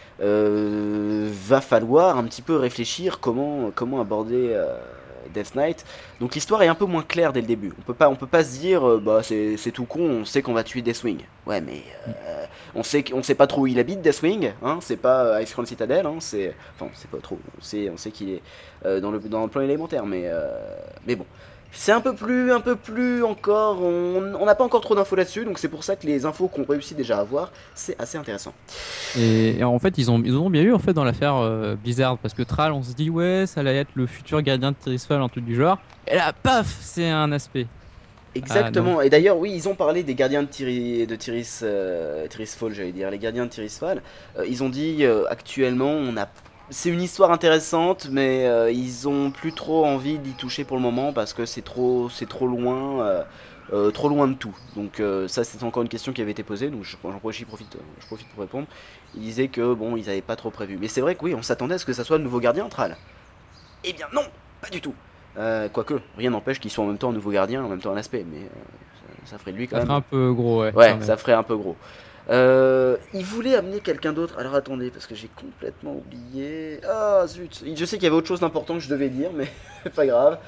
euh, va falloir un petit peu réfléchir comment comment aborder euh, Death Knight. Donc l'histoire est un peu moins claire dès le début. On peut pas on peut pas se dire euh, bah c'est c'est tout con, on sait qu'on va tuer Deathwing. Ouais, mais euh, on sait qu'on sait pas trop où il habite Deathwing, hein, c'est pas euh, Icecrown Citadel, hein, c'est enfin c'est pas trop, on sait on sait qu'il est euh, dans le dans le plan élémentaire, mais euh, mais bon. C'est un peu plus, un peu plus encore, on on n'a pas encore trop d'infos là-dessus, donc c'est pour ça que les infos qu'on réussit déjà à avoir, c'est assez intéressant. Et, et en fait, ils ont, ils ont bien eu en fait dans l'affaire euh, Blizzard parce que Thrall, on se dit ouais, ça allait être le futur gardien de Tirisfal, un truc du genre. Et là, paf, c'est un aspect. Ah non. Exactement, et d'ailleurs, oui, ils ont parlé des gardiens de, Tyri, de Tyris, euh, Tirisfal, j'allais dire, les gardiens de Tirisfal. Euh, ils ont dit, euh, actuellement, on a... c'est une histoire intéressante, mais euh, ils ont plus trop envie d'y toucher pour le moment parce que c'est trop, c'est trop loin, euh, euh, trop loin de tout. Donc euh, ça, c'est encore une question qui avait été posée, donc je, j'en profite, je profite pour répondre. Ils disaient que, bon, ils avaient pas trop prévu. Mais c'est vrai que oui, on s'attendait à ce que ça soit le nouveau gardien, Thrall. Eh bien non, pas du tout. Euh, quoique, rien n'empêche qu'il soit en même temps un nouveau gardien, en même temps un aspect, mais euh, ça, ça ferait de lui quand Ça même. ferait un peu gros, ouais. Ouais, quand même. ça ferait un peu gros. Euh, il voulait amener quelqu'un d'autre. Alors attendez, parce que j'ai complètement oublié. Ah zut, je sais qu'il y avait autre chose d'important que je devais dire, mais pas grave.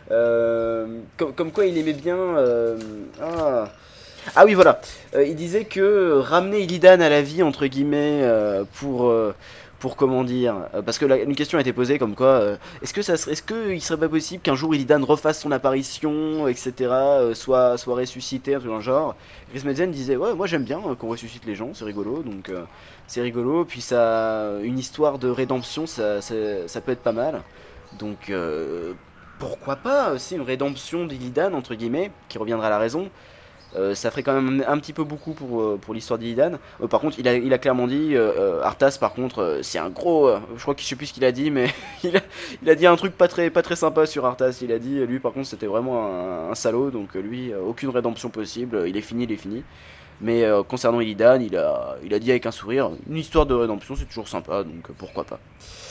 Euh, comme, comme quoi il aimait bien. Euh, ah. Ah oui, voilà. Euh, il disait que ramener Illidan à la vie, entre guillemets, euh, pour. Euh, pour comment dire, euh, parce que la, une question a été posée comme quoi, euh, est-ce que ça serait, est-ce que il serait pas possible qu'un jour Illidan refasse son apparition, et cetera, euh, soit, soit ressuscité, un truc dans le genre. Chris Metzen disait ouais, moi j'aime bien euh, qu'on ressuscite les gens, c'est rigolo, donc euh, c'est rigolo, puis ça, une histoire de rédemption, ça, ça, ça peut être pas mal, donc euh, pourquoi pas aussi une rédemption d'Illidan entre guillemets, qui reviendra à la raison. Euh, ça ferait quand même un petit peu beaucoup pour, euh, pour l'histoire d'Illidan. Euh, par contre, il a, il a clairement dit, euh, euh, Arthas, par contre, euh, c'est un gros. Euh, je crois que je sais plus ce qu'il a dit, mais il, a, il a dit un truc pas très, pas très sympa sur Arthas. Il a dit, lui, par contre, c'était vraiment un, un salaud, donc euh, lui, euh, aucune rédemption possible. Il est fini, il est fini. Mais euh, concernant Illidan, il a, il a dit avec un sourire, une histoire de rédemption, c'est toujours sympa, donc euh, pourquoi pas.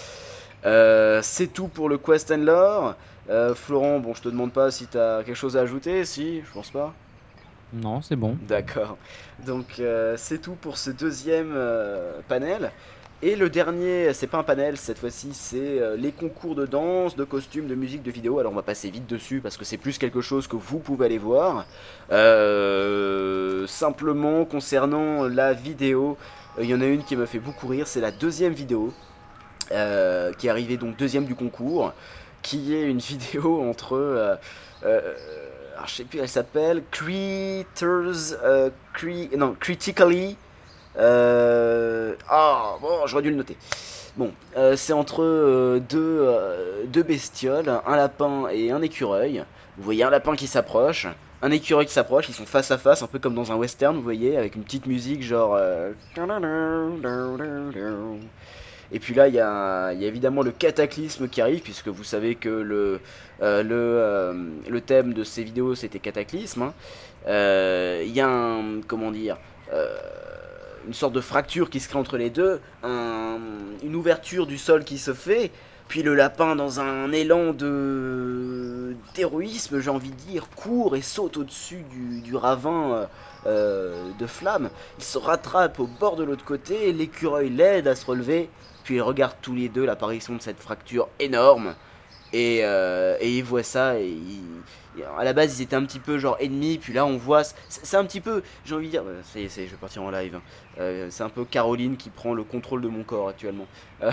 Euh, c'est tout pour le Quest and Lore. Euh, Florent, bon, je te demande pas si t'as quelque chose à ajouter, si, je pense pas. Non, c'est bon. D'accord. Donc euh, c'est tout pour ce deuxième euh, panel. Et le dernier, c'est pas un panel cette fois-ci, c'est euh, les concours de danse, de costumes, de musique, de vidéo. Alors on va passer vite dessus parce que c'est plus quelque chose que vous pouvez aller voir. Euh, simplement concernant la vidéo, il euh, y en a une qui me fait beaucoup rire, c'est la deuxième vidéo euh, qui est arrivée donc deuxième du concours, qui est une vidéo entre... Euh, euh, alors, je sais plus, elle s'appelle Creators, euh, cre... non, Critically. Euh... Ah, bon, j'aurais dû le noter. Bon, euh, c'est entre euh, deux, euh, deux bestioles, un lapin et un écureuil. Vous voyez un lapin qui s'approche, un écureuil qui s'approche, ils sont face à face, un peu comme dans un western, vous voyez, avec une petite musique genre... Euh... Et puis là, il y, y a évidemment le cataclysme qui arrive, puisque vous savez que le, euh, le, euh, le thème de ces vidéos, c'était cataclysme. Il hein. euh, y a un, comment dire, euh, une sorte de fracture qui se crée entre les deux, un, une ouverture du sol qui se fait, puis le lapin, dans un élan de d'héroïsme, j'ai envie de dire, court et saute au-dessus du, du ravin euh, de flammes. Il se rattrape au bord de l'autre côté, l'écureuil l'aide à se relever. Puis ils regardent tous les deux l'apparition de cette fracture énorme. Et, euh, et ils voient ça. Et ils, à la base, ils étaient un petit peu genre ennemis. Puis là, on voit. C'est un petit peu. J'ai envie de dire. C'est, c'est, je vais partir en live. Hein. Euh, c'est un peu Caroline qui prend le contrôle de mon corps actuellement. Euh,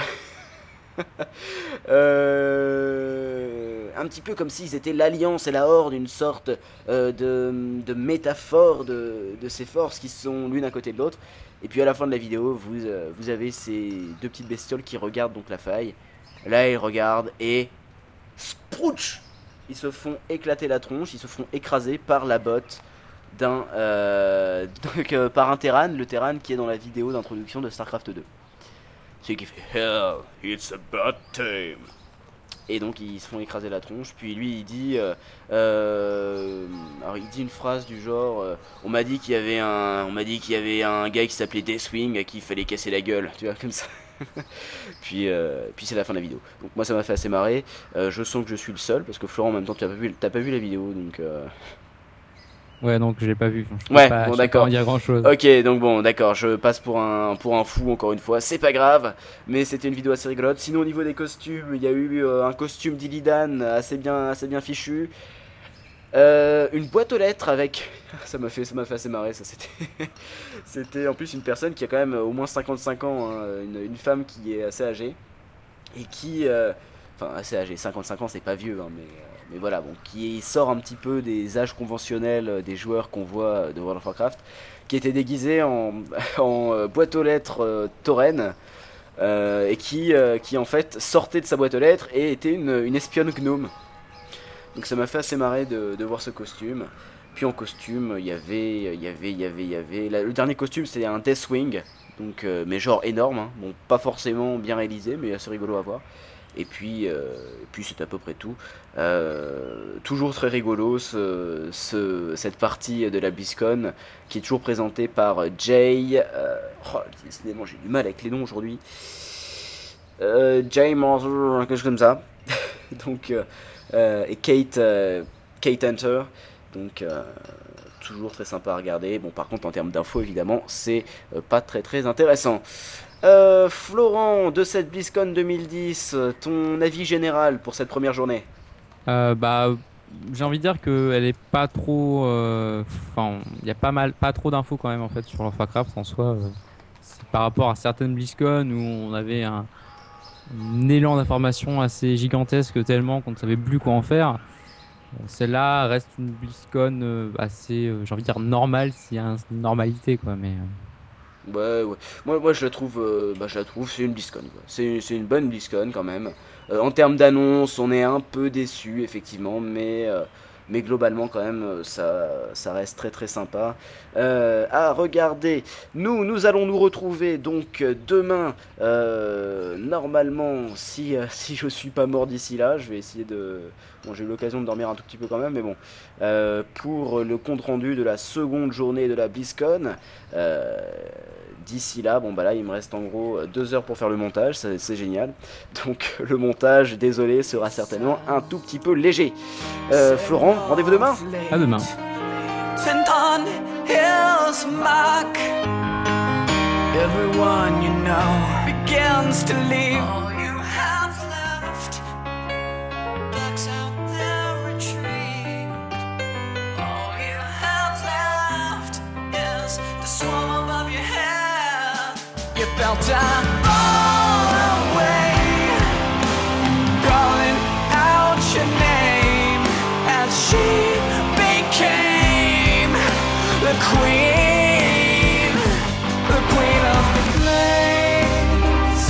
euh, un petit peu comme s'ils étaient l'alliance et la horde, une sorte euh, de, de métaphore de, de ces forces qui sont l'une à côté de l'autre. Et puis à la fin de la vidéo, vous, euh, vous avez ces deux petites bestioles qui regardent donc la faille. Là, ils regardent et... Sprouch! Ils se font éclater la tronche, ils se font écraser par la botte d'un... Euh, donc, euh, par un Terran, le Terran qui est dans la vidéo d'introduction de StarCraft deux. Celui qui fait Hell, it's about time. Et donc ils se font écraser la tronche. Puis lui il dit, euh, euh, alors il dit une phrase du genre, euh, on m'a dit qu'il y avait un, on m'a dit qu'il y avait un gars qui s'appelait Deathwing à qui il fallait casser la gueule, tu vois comme ça. puis euh, puis c'est la fin de la vidéo. Donc moi ça m'a fait assez marrer. Euh, je sens que je suis le seul parce que Florent en même temps tu n'as pas vu, t'as pas vu la vidéo donc. Euh... Ouais, donc je l'ai pas vu. Je peux ouais, pas, bon je d'accord. peux pas en dire grand chose. Ok, donc bon, d'accord, je passe pour un, pour un fou encore une fois, c'est pas grave, mais c'était une vidéo assez rigolote. Sinon, au niveau des costumes, il y a eu euh, un costume d'Illidan assez bien, assez bien fichu. Euh, une boîte aux lettres avec. ça m'a fait, ça m'a fait assez marrer, ça c'était. C'était en plus une personne qui a quand même au moins cinquante-cinq ans, hein, une, une femme qui est assez âgée. Et qui. Euh... Enfin, assez âgée, cinquante-cinq ans c'est pas vieux, hein, mais. mais voilà, bon, qui sort un petit peu des âges conventionnels des joueurs qu'on voit de World of Warcraft, qui était déguisé en, en euh, boîte aux lettres euh, tauren, euh, et qui, euh, qui en fait sortait de sa boîte aux lettres et était une, une espionne gnome. Donc ça m'a fait assez marrer de, de voir ce costume. Puis en costume, il y avait, il y avait, il y avait, il y avait... La, le dernier costume, c'était un Deathwing, donc, euh, mais genre énorme, hein. Bon, pas forcément bien réalisé, mais assez rigolo à voir. Et puis, euh, et puis c'est à peu près tout. Euh, toujours très rigolo ce, ce, cette partie de la BlizzCon qui est toujours présentée par Jay. Euh, oh, décidément, j'ai du mal avec les noms aujourd'hui. Euh, Jay Martha, quelque chose comme ça. Donc, euh, et Kate, euh, Kate Hunter. Donc, euh, toujours très sympa à regarder. Bon, par contre, en termes d'infos, évidemment, c'est euh, pas très très intéressant. Euh, Florent, de cette BlizzCon deux mille dix, ton avis général pour cette première journée? Euh, bah, j'ai envie de dire que elle est pas trop. Enfin, il y a pas mal, pas trop d'infos quand même en fait sur World of Warcraft en soi. Euh, c'est par rapport à certaines BlizzCon où on avait un, un élan d'information assez gigantesque tellement qu'on ne savait plus quoi en faire. Euh, Celle-là reste une BlizzCon euh, assez, euh, j'ai envie de dire normale s'il y a une normalité quoi, mais. euh, Ouais, ouais. Moi, moi je la trouve, euh, bah, je la trouve, c'est une BlizzCon, quoi. C'est, c'est une bonne BlizzCon quand même. Euh, en termes d'annonce, on est un peu déçu effectivement, mais, euh, mais globalement quand même, euh, ça, ça reste très très sympa. Euh, à regarder, nous, nous allons nous retrouver donc euh, demain, euh, normalement, si, euh, si je suis pas mort d'ici là, je vais essayer de... Bon, j'ai eu l'occasion de dormir un tout petit peu quand même, mais bon, euh, pour le compte rendu de la seconde journée de la BlizzCon. Euh, D'ici là, bon bah là il me reste en gros deux heures pour faire le montage, c'est, c'est génial. Donc le montage, désolé, sera certainement un tout petit peu léger. Euh, Florent, rendez-vous demain. À demain. Everyone you know begins to leave. You felt I fall away, calling out your name as she became the queen, the queen of the place.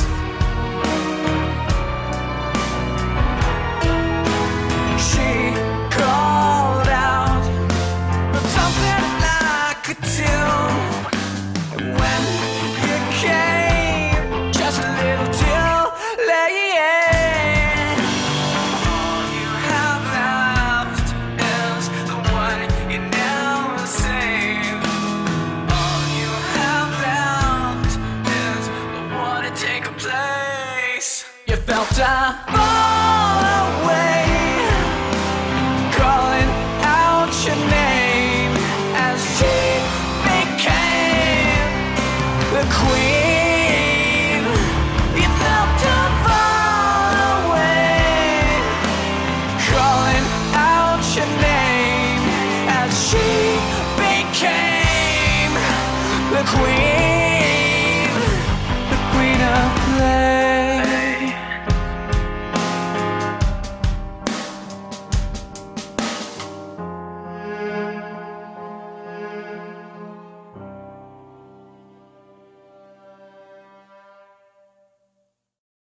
She called out something like a tune. When you came, just a little too late. All you have left is the one you never saved. All you have left is the one to take a place. You felt I fall away, calling out your name as she became the queen.